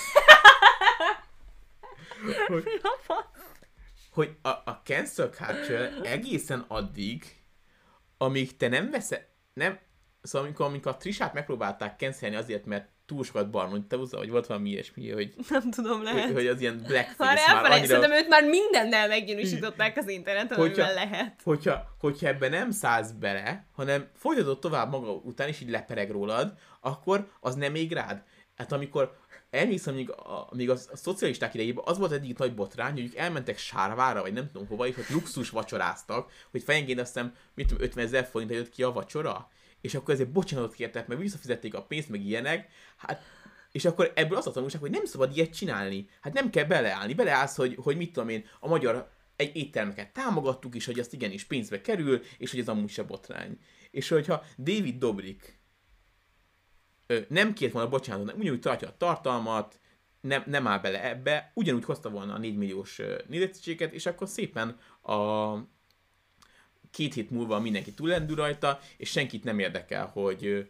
hogy a cancel culture egészen addig, amíg te nem veszel, szóval amikor a Trishát megpróbálták cancelni azért, mert túl sokat barnult, vagy volt valami ilyesmi, hogy... Nem tudom, lehet. Hogy az ilyen blackface már elfelejtettem, annyira... őt már mindennel meggyanúsították az interneten, amivel lehet. Hogyha ebben nem szállsz bele, hanem folytatod tovább maga után, és így lepereg rólad, akkor az nem ég rád. Hát amikor elhiszem, még a szocialisták idejében az volt egyik nagy botrány, hogy ők elmentek Sárvára, vagy nem tudom hova, és ott luxus vacsoráztak, hogy fejenként azt hiszem, 50 000 forint jött ki a vacsora, és akkor ezért bocsánatot kértek, meg visszafizették a pénzt, meg ilyenek, hát, és akkor ebből az a tanulság, hogy nem szabad ilyet csinálni. Hát nem kell beleállni. Beleállsz, hogy mit tudom én, a magyar egy éttermeket támogattuk is, hogy azt igenis pénzbe kerül, és hogy ez amúgy se botrány. És hogyha David Dobrik nem kért volna bocsánatot, ugyanúgy tartja a tartalmat, nem áll bele ebbe, ugyanúgy hozta volna a 4 milliós nézettséget, és akkor szépen a 2 hét múlva mindenki túllendül rajta, és senkit nem érdekel, hogy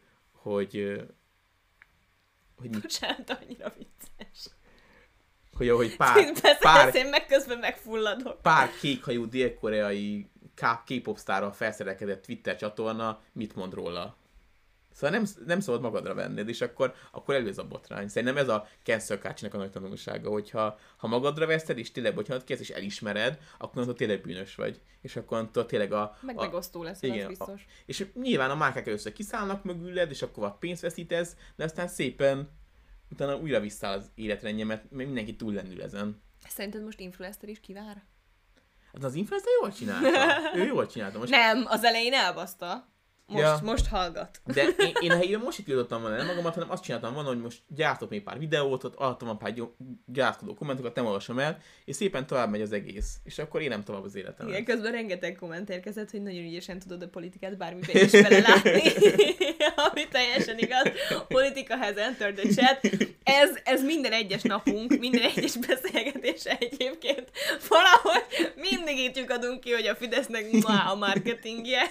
bocsánat, annyira vicces. Hogy én meg közben megfulladok. Pár kékhajú dél-koreai K-pop sztárral felszerelkedett Twitter csatorna mit mond róla. Szóval nem szabad magadra venned, és akkor előz a botrány. Szerintem ez a cancel culture-nek a nagy tanulsága, hogyha magadra veszed, és tényleg bocsánat kérsz, és elismered, akkor tényleg bűnös vagy. És akkor tényleg megosztó lesz, igen, az biztos. És nyilván a márkák először kiszállnak mögüled, és akkor pénzt veszítesz, de aztán szépen utána újra visszaáll az életrendje, mert mindenki túl lendül ezen. Szerinted most influencer is kivár? Hát az influencer jól csinálta. Ő jól csinálta. Most... Nem, az elején elbaszta. Most hallgat. De én a helyében most itt jutottam volna nem magamat, hanem azt csináltam volna, hogy most gyártok még pár videót, ott adtam van pár gyártkodó kommentokat, nem olvasom el, és szépen tovább megy az egész. És akkor élem tovább az életemet. Igen, közben rengeteg komment érkezett, hogy nagyon ügyesen tudod a politikát bármiben is belelátni. Ami teljesen igaz. Politika has entered the chat. Ez minden egyes napunk, minden egyes beszélgetése egyébként. Valahogy mindig itt lyukadunk ki, hogy a Fidesznek a marketingje.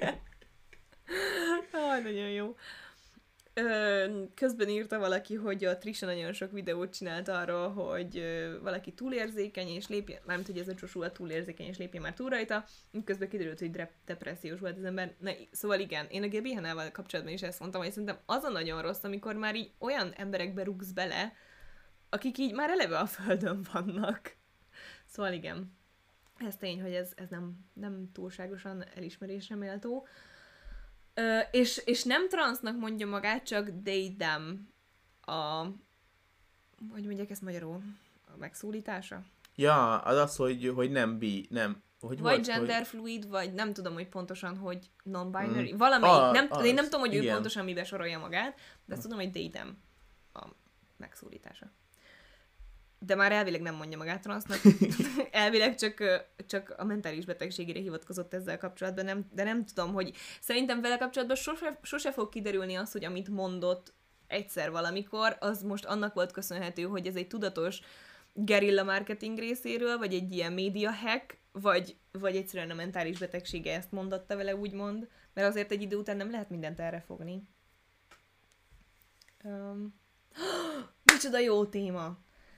Nagyon jó. Közben írta valaki, hogy a Trisha nagyon sok videót csinált arról, hogy valaki túlérzékeny, és lépje, mármint, hogy ez a Joshua túlérzékeny, és lépje már túl rajta. Közben kiderült, hogy depressziós volt az ember. Szóval igen, én a GBH-nál kapcsolatban is ezt mondtam, hogy szerintem az a nagyon rossz, amikor már így olyan emberekbe rúgsz bele, akik így már eleve a földön vannak. Szóval igen. Ez tény, hogy ez nem túlságosan elismerésre méltó. És nem transznak mondja magát, csak they, them hogy mondják ezt magyarul? A megszólítása? Ja, az, hogy nem bi, nem. Hogy vagy genderfluid, vagy nem tudom, hogy pontosan, hogy non-binary. Valamelyik, én nem tudom, hogy igen. Ő pontosan mibe sorolja magát, de azt tudom, hogy they, them a megszólítása. De már elvileg nem mondja magát transznak. Elvileg csak a mentális betegségére hivatkozott ezzel kapcsolatban, de nem tudom, hogy szerintem vele kapcsolatban sose fog kiderülni az, hogy amit mondott egyszer valamikor, az most annak volt köszönhető, hogy ez egy tudatos gerilla marketing részéről, vagy egy ilyen média hack, vagy egyszerűen a mentális betegsége ezt mondatta vele, úgymond, mert azért egy idő után nem lehet mindent erre fogni. Micsoda jó téma!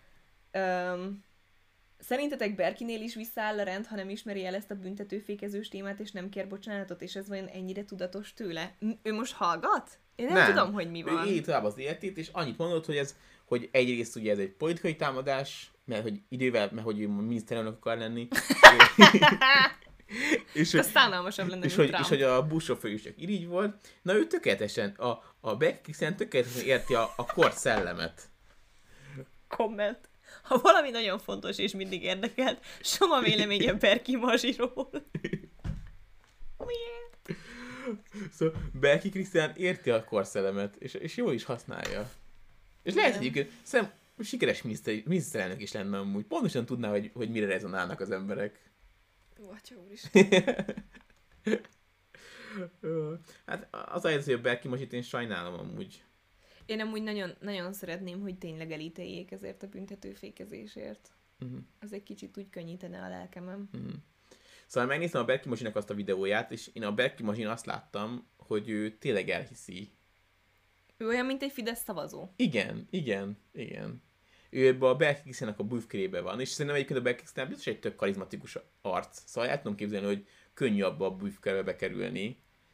Szerintetek Berkinél is visszaáll a rend, ha nem ismeri el ezt a büntetőfékezős témát, és nem kér bocsánatot, és ez vajon ennyire tudatos tőle? Ő most hallgat? Én nem tudom, hogy mi van. Ő éli tovább az életét, és annyit mondott, hogy egyrészt ugye ez egy politikai támadás, mert hogy idővel, mert hogy ő miniszterelnök akar lenni. és ez szánalmasabb lenne, és hogy a buszsofőr is csak irigy volt. Na ő tökéletesen, a Becky tökéletesen érti a kor szellemet. Komment. Ha valami nagyon fontos és mindig érdekelt, Soma véleménye Berki Mazsiról. Miért? Szóval Berki Krisztián érti a korszellemet, és jól is használja. És lehet egyébként, szerintem sikeres miniszterelnök is lenne amúgy. Pontosan tudná, hogy mire rezonálnak az emberek. Atya úristen. Hát az a hogy a Berki Mazsit én sajnálom amúgy. Én amúgy nagyon, nagyon szeretném, hogy tényleg elítéljék ezért a büntetőfékezésért. Az egy kicsit úgy könnyítene a lelkemem. Szóval megnéztem a Berki Mozsinak azt a videóját, és én a Berki Mozsin azt láttam, hogy ő tényleg elhiszi. Ő olyan, mint egy Fidesz szavazó. Igen. Ő ebben a Berkixének a bűvkörébe van, és szerintem egyébként a Berkixnél biztos egy tök karizmatikus arc. Szóval el tudom képzelni, hogy könnyű abba a bűvkörébe bekerülni.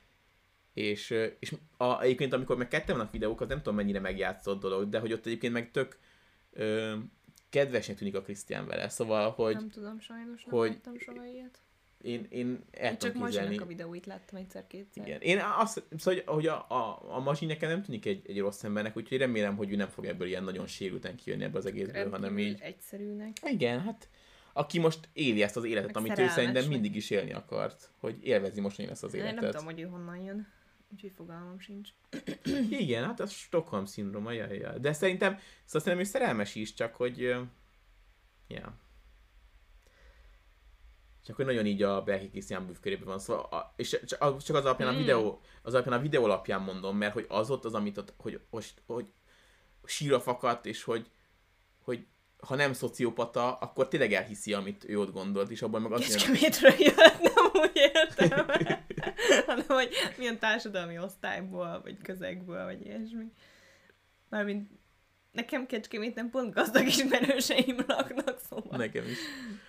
És egyébként amikor meg ketten vannak videók, az nem tudom mennyire megjátszott dolog, de hogy ott egyébként meg tök kedvesnek tűnik a Krisztián vele. Szóval, hogy... Nem tudom, sajnos nem láttam soha ilyet. Én el csak tudom képzelni. Mazsinak a videóit láttam egyszer-kétszer. Igen. Én azt, szóval, hogy a Mazsi nekem nem tűnik egy rossz embernek, úgyhogy remélem, hogy ő nem fog ebből ilyen nagyon sérülten kijönni ebből az egészből, hanem így... egyszerűnek. Igen, hát aki most éli ezt az életet, meg amit ő szerintem mindig is élni akart, hogy élvezi most ezt az életet. Én nem tudom, hogy ő honnan jön, úgyhogy fogalmam sincs. Igen, hát az Stockholm szindróma, jaj. De szerintem ő szerelmes is, csak hogy... Ja. Csak hogy nagyon így a Berki Krisztián bűvkörében van, szóval, és csak az alapján a videó alapján mondom, mert hogy az ott az, amit ott, hogy sírva fakadt, és hogy ha nem szociopata, akkor tényleg elhiszi, amit ő ott gondolt, és abban meg azt Kecskemétről jött, nem úgy értem, hanem hogy milyen társadalmi osztályból, vagy közegből, vagy ilyesmi. Mármint nekem Kecskeméten pont gazdag ismerőseim laknak, szóval. Nekem is.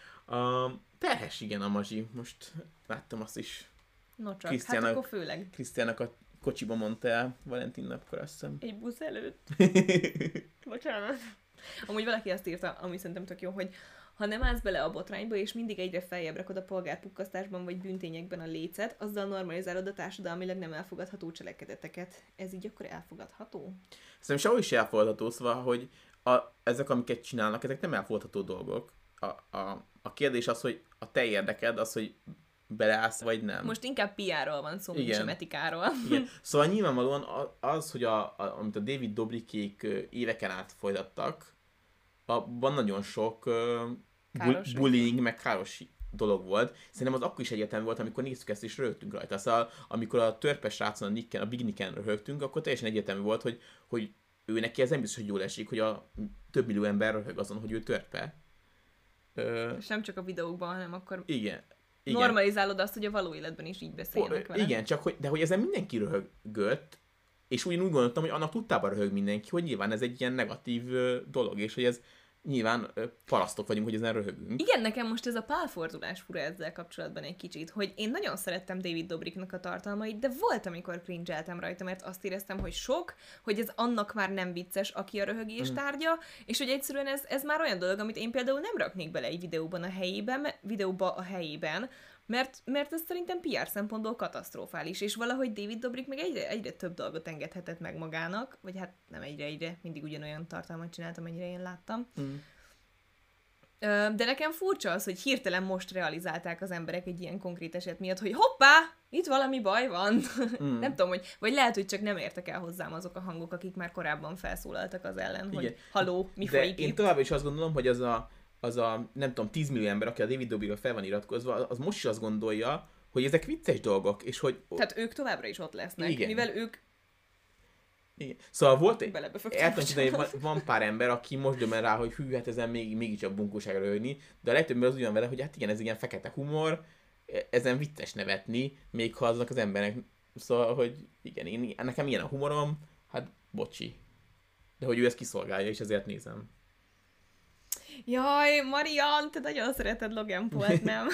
Terhes igen a Mazsi, most láttam azt is. No csak, hát akkor főleg. Krisztiának a kocsiba mondta el Valentin napkor, azt hiszem. Egy busz előtt. Bocsánat. Amúgy valaki azt írta, ami szerintem tök jó, hogy ha nem állsz bele a botrányba, és mindig egyre feljebb rakod a polgárpukkasztásban vagy bűntényekben a lécet, azzal normalizálod a társadalmilag nem elfogadható cselekedeteket. Ez így akkor elfogadható? Szerintem sehol is elfogadható, szóval, hogy ezek, amiket csinálnak, ezek nem elfogadható dolgok. A kérdés az, hogy a te érdeked az, hogy beleállsz, vagy nem. Most inkább PR-ról van szó, mint sem etikáról. Igen. Szóval nyilvánvalóan az, hogy amit a David Dobrikék éveken át folytattak, abban nagyon sok bullying, meg káros dolog volt. Szerintem az akkor is egyértelmű volt, amikor néztük ezt és röhögtünk rajta. Szóval amikor a törpes srácon, a Big Nicken röhögtünk, akkor teljesen egyértelmű volt, hogy ő neki ez nem biztos, hogy jól esik, hogy a több millió ember röhög azon, hogy ő törpe. És nem csak a videókban, hanem akkor igen. Normalizálod azt, hogy a való életben is így beszélnek vele. Igen, csak hogy ezen mindenki röhögött, és úgy gondoltam, hogy annak tudtában röhög mindenki, hogy nyilván ez egy ilyen negatív dolog, és hogy ez nyilván parasztok vagyunk, hogy ezen röhögünk. Igen, nekem most ez a pálfordulás fura ezzel kapcsolatban egy kicsit, hogy én nagyon szerettem David Dobriknak a tartalmait, de volt, amikor cringe-eltem rajta, mert azt éreztem, hogy sok, hogy ez annak már nem vicces, aki a röhögés tárgya, és hogy egyszerűen ez már olyan dolog, amit én például nem raknék bele egy videóba a helyében, mert ez szerintem PR szempontból katasztrofális, és valahogy David Dobrik meg egyre több dolgot engedhetett meg magának, vagy hát nem egyre, mindig ugyanolyan tartalmat csináltam, amennyire én láttam. De nekem furcsa az, hogy hirtelen most realizálták az emberek egy ilyen konkrét eset miatt, hogy hoppá, itt valami baj van. Nem tudom, vagy lehet, hogy csak nem értek el hozzám azok a hangok, akik már korábban felszólaltak az ellen, igen, hogy haló, mi folyik én tovább is azt gondolom, hogy az a nem tudom, 10 millió ember, aki a David Dobrikra fel van iratkozva, az most is azt gondolja, hogy ezek vicces dolgok, és hogy... Tehát ők továbbra is ott lesznek, igen, mivel ők... Igen. Szóval volt, el tudom tudni, hogy van pár ember, aki most dömen rá, hogy hű, hát ezen mégiscsak bunkóságra röhögni, de a legtöbb az olyan vele, hogy hát igen, ez ilyen fekete humor, ezen vicces nevetni, még ha aznak az emberek... Szóval, hogy igen, nekem ilyen a humorom, hát bocsi. De hogy ő ezt kiszolgálja, és ezért nézem. Jaj, Marian, te nagyon szereted Logan Pault, nem?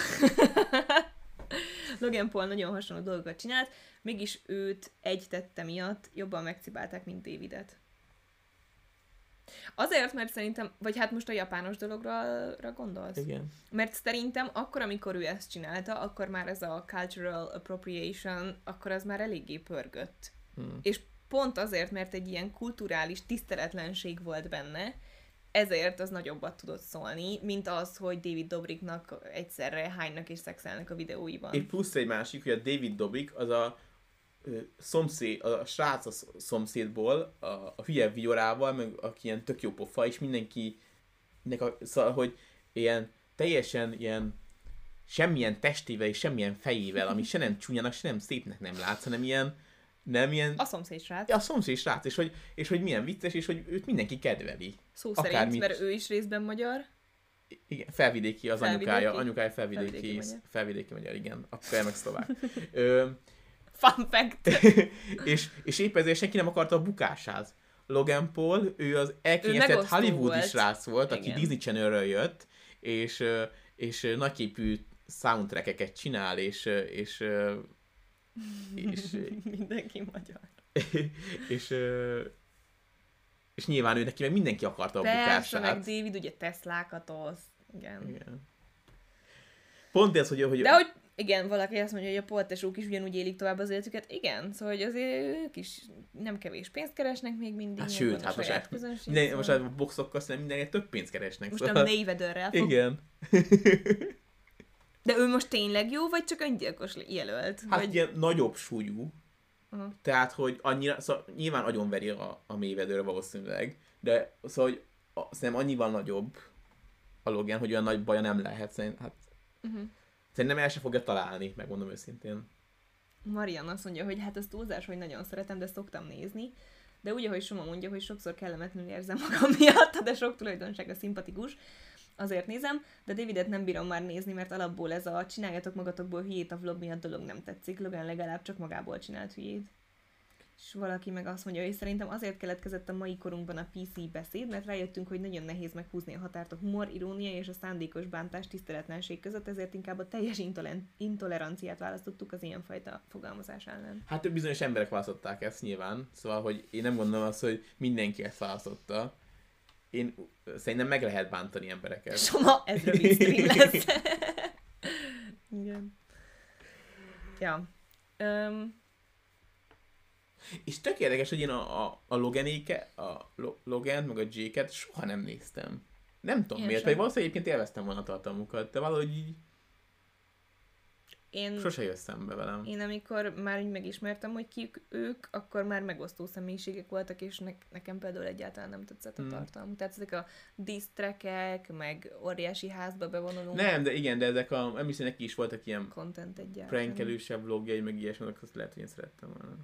Logan Paul nagyon hasonló dolgokat csinált, mégis őt egy tette miatt jobban megcibálták, mint Davidet. Azért, mert szerintem, vagy hát most a japános dologra gondolsz? Igen. Mert szerintem akkor, amikor ő ezt csinálta, akkor már ez a cultural appropriation, akkor az már eléggé pörgött. És pont azért, mert egy ilyen kulturális tiszteletlenség volt benne, ezért az nagyobbat tudott szólni, mint az, hogy David Dobriknak egyszerre hánynak és szexelnek a videóiban. És plusz egy másik, hogy a David Dobrik az a srác a szomszédból, a hülye Viorával, meg aki ilyen tök jó pofa, és mindenkinek szóval, hogy ilyen teljesen ilyen semmilyen testével és semmilyen fejével, ami se nem csúnyának, se nem szépnek nem látsz, hanem ilyen a szomszéd srác. A szomszéd srác, és hogy milyen vicces, és hogy őt mindenki kedveli. Szó szerint, mert ő is részben magyar. Igen, felvidéki az anyukája. Anyukája Felvidéki felvidéki magyar, igen. Akkor meg szlovák. Fun fact! és épp ezért senki nem akarta a bukását. Logan Paul, ő az elkényeztett hollywoodi srác volt, aki Disney Channelről jött, és nagyképű soundtrackeket csinál, és mindenki magyar. És nyilván ő neki meg mindenki akarta a bukását. Persze, meg David ugye Teslákat osz. Igen. Pont ez, hogy... De hogy igen, valaki azt mondja, hogy a poltesók is ugyanúgy élik tovább az életüket. Igen, szóval hogy azért ők is nem kevés pénzt keresnek még mindig. Hát sőt, hát most a boxokkal szerintem mindenki több pénzt keresnek. Most szóval... a Mayweatherrel fog... Igen. De ő most tényleg jó, vagy csak öngyilkos jelölt? Hát vagy... ilyen nagyobb súlyú. Tehát, hogy annyira, szóval nyilván agyonveri a Mayweather valószínűleg, de szóval, hogy szerintem annyival nagyobb a Logan, hogy olyan nagy baja nem lehet. Szerintem el se fogja találni, megmondom őszintén. Marian azt mondja, hogy hát ez túlzás, hogy nagyon szeretem, de szoktam nézni. De úgy, ahogy Soma mondja, hogy sokszor kellemetlenül érzem magam miatt, de sok tulajdonsága szimpatikus. Azért nézem, de Davidet nem bírom már nézni, mert alapból ez a csináljatok magatokból hülyét a vlog miatt dolog nem tetszik. Logan legalább csak magából csinált hülyét. És valaki meg azt mondja, hogy szerintem azért keletkezett a mai korunkban a PC beszéd, mert rájöttünk, hogy nagyon nehéz meghúzni a határt a humor, irónia és a szándékos bántás tiszteletlenség között, ezért inkább a teljes intoleranciát választottuk az ilyenfajta fogalmazás ellen. Hát bizonyos emberek választották ezt nyilván, szóval, hogy én nem gondolom azt, hogy mindenki ezt választotta. Én szerintem meg lehet bántani embereket. Soma, ez rövid stream lesz. Igen. Ja. És tök érdekes, hogy én a Logan meg a Jake-et soha nem néztem. Nem tudom én miért, pedig valószínűleg egyébként élveztem volna a tartalmukat, de valahogy így sose jött szembe velem. Én amikor már így megismertem, hogy kik ők, akkor már megosztó személyiségek voltak, és nekem például egyáltalán nem tetszett a tartalmuk. Tehát ezek a diss trackek, meg óriási házba bevonulunk. Nem, de igen, de ezek nem hiszem, neki is voltak ilyen content egyáltalán. Prankelősebb vlogjai, meg ilyesmi, azt lehet, hogy én szerettem volna.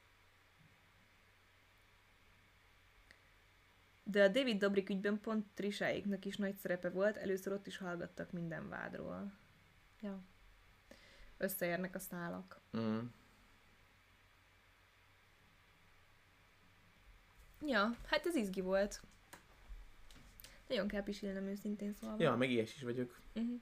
De a David Dobrik ügyben pont Trisáéknak is nagy szerepe volt, először ott is hallgattak minden vádról. Ja. Összeérnek a szálak. Ja, hát ez izgi volt. Nagyon kell pisilnem őszintén szólva. Ja, meg ilyes is vagyok.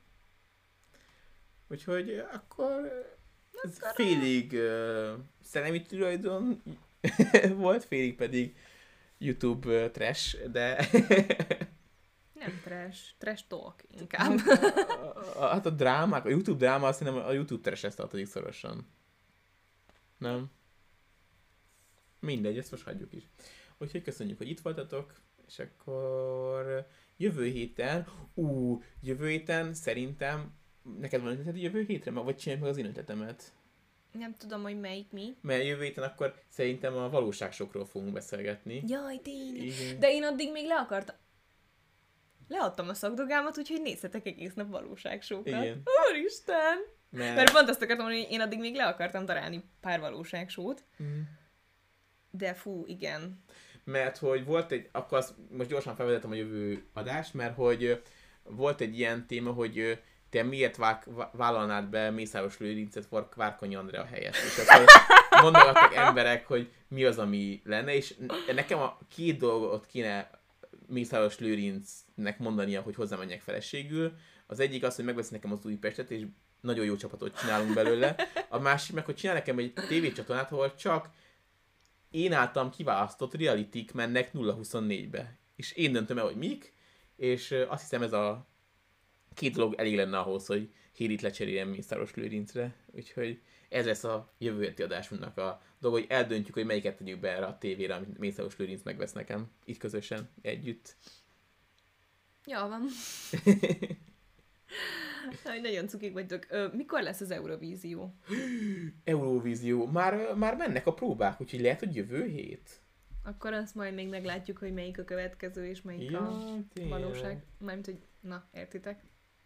Úgyhogy akkor félig szellemi tulajdon volt, félig pedig YouTube trash, de... Nem trash talk inkább. Hát a drámák, a YouTube dráma, azt hiszem a YouTube trash-hez tartozik szorosan. Nem? Mindegy, ezt most hagyjuk is. Úgyhogy köszönjük, hogy itt voltatok, és akkor jövő héten szerintem neked van ötleted jövő hétre, vagy csinálj meg az én ötletemet? Nem tudom, hogy melyik mi. Mert jövő héten akkor szerintem a valóságsokról fogunk beszélgetni. Jaj, tényleg. De én addig még leadtam a szakdogámat, úgyhogy nézhetek egész nap valóságsókat. Igen. Úristen! Mert pont azt akartam mondani, hogy én addig még le akartam darálni pár valóságsót. De fú, igen. Mert hogy volt akkor most gyorsan felvezetem a jövő adást, mert hogy volt egy ilyen téma, hogy te miért vállalnád be Mészáros Lőrincet Várkonyi Andrea helyett. És akkor mondogattak emberek, hogy mi az, ami lenne, és nekem a két dolgot kéne Mészáros Lőrincnek mondania, hogy hozzá menjek feleségül. Az egyik az, hogy megveszi nekem az Újpestet, és nagyon jó csapatot csinálunk belőle. A másik meg, hogy csinál nekem egy tévécsatornát, ahol csak én általam kiválasztott realitik mennek 0-24-be. És én döntöm el, hogy mik, és azt hiszem ez a két dolog elég lenne ahhoz, hogy Hérit lecseréljem Mészáros Lőrincre. Úgyhogy ez lesz a jövő heti adásunknak a dolog, hogy eldöntjük, hogy melyiket tegyük be erre a tévére, amit Mészáros Lőrinc megvesz nekem. Így közösen, együtt. Jó van. Nagyon cukik vagytok. Mikor lesz az Eurovízió? Eurovízió. Már mennek a próbák, úgyhogy lehet, hogy jövő hét. Akkor azt majd még meglátjuk, hogy melyik a következő, és melyik a valóság. Mármint, hogy na, értitek?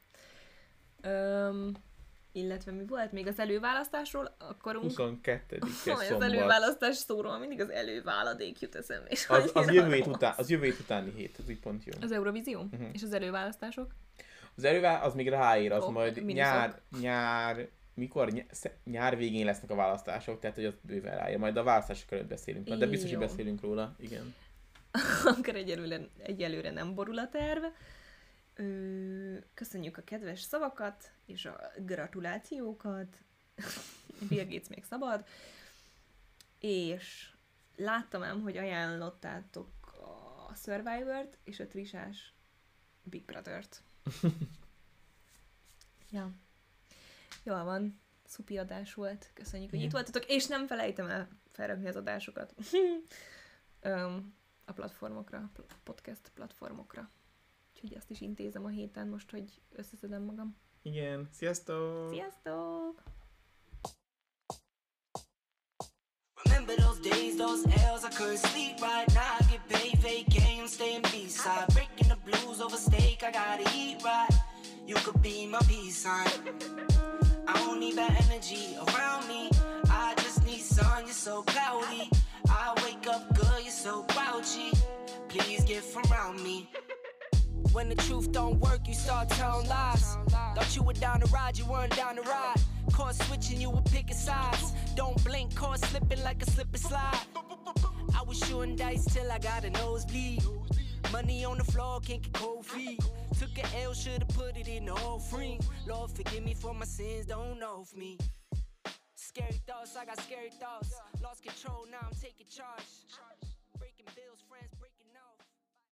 Illetve mi volt? Még az előválasztásról akarunk... 22-e szombat. Az előválasztás szóról mindig az előváladék jut eszembe. És az jövő hét utáni hét, ez úgy pont jó. Az Eurovízió? És az előválasztások? Az erővel az még ráér, az majd miniszok. nyár végén lesznek a választások, tehát hogy az bőven ráér. Majd a választások előtt beszélünk, de biztos, hogy beszélünk róla, igen. Akkor egyelőre nem borul a terv. Köszönjük a kedves szavakat, és a gratulációkat. Bill Gates még szabad. És láttam ám, hogy ajánlottátok a Survivor-t és a Trisás Big Brother-t. Ja. Jól van. Szupi adás volt. Köszönjük, hogy itt voltatok, és nem felejtem el felrakni az adásokat. A platformokra, podcast platformokra. Úgyhogy ezt is intézem a héten most, hogy összeszedem magam. Igen. Sziasztok! Sziasztok! Remember those days, those L's, I couldn't sleep right now. I get paid, vacay, I'm staying B-side. Breaking the blues over steak, I gotta eat right. You could be my peace sign. I don't need bad energy around me. I just need sun, you're so cloudy. I wake up good, you're so grouchy. Please get from around me. When the truth don't work, you start telling lies. Thought you were down to ride, you weren't down to ride. Caught switching, you were picking sides. Don't blink, caught slipping like a slip and slide. I was shooting dice till I got a nosebleed. Money on the floor, can't get cold feet. Took a L, should've put it in the offering. Lord, forgive me for my sins, don't know of me. Scary thoughts, I got scary thoughts. Lost control, now I'm taking charge.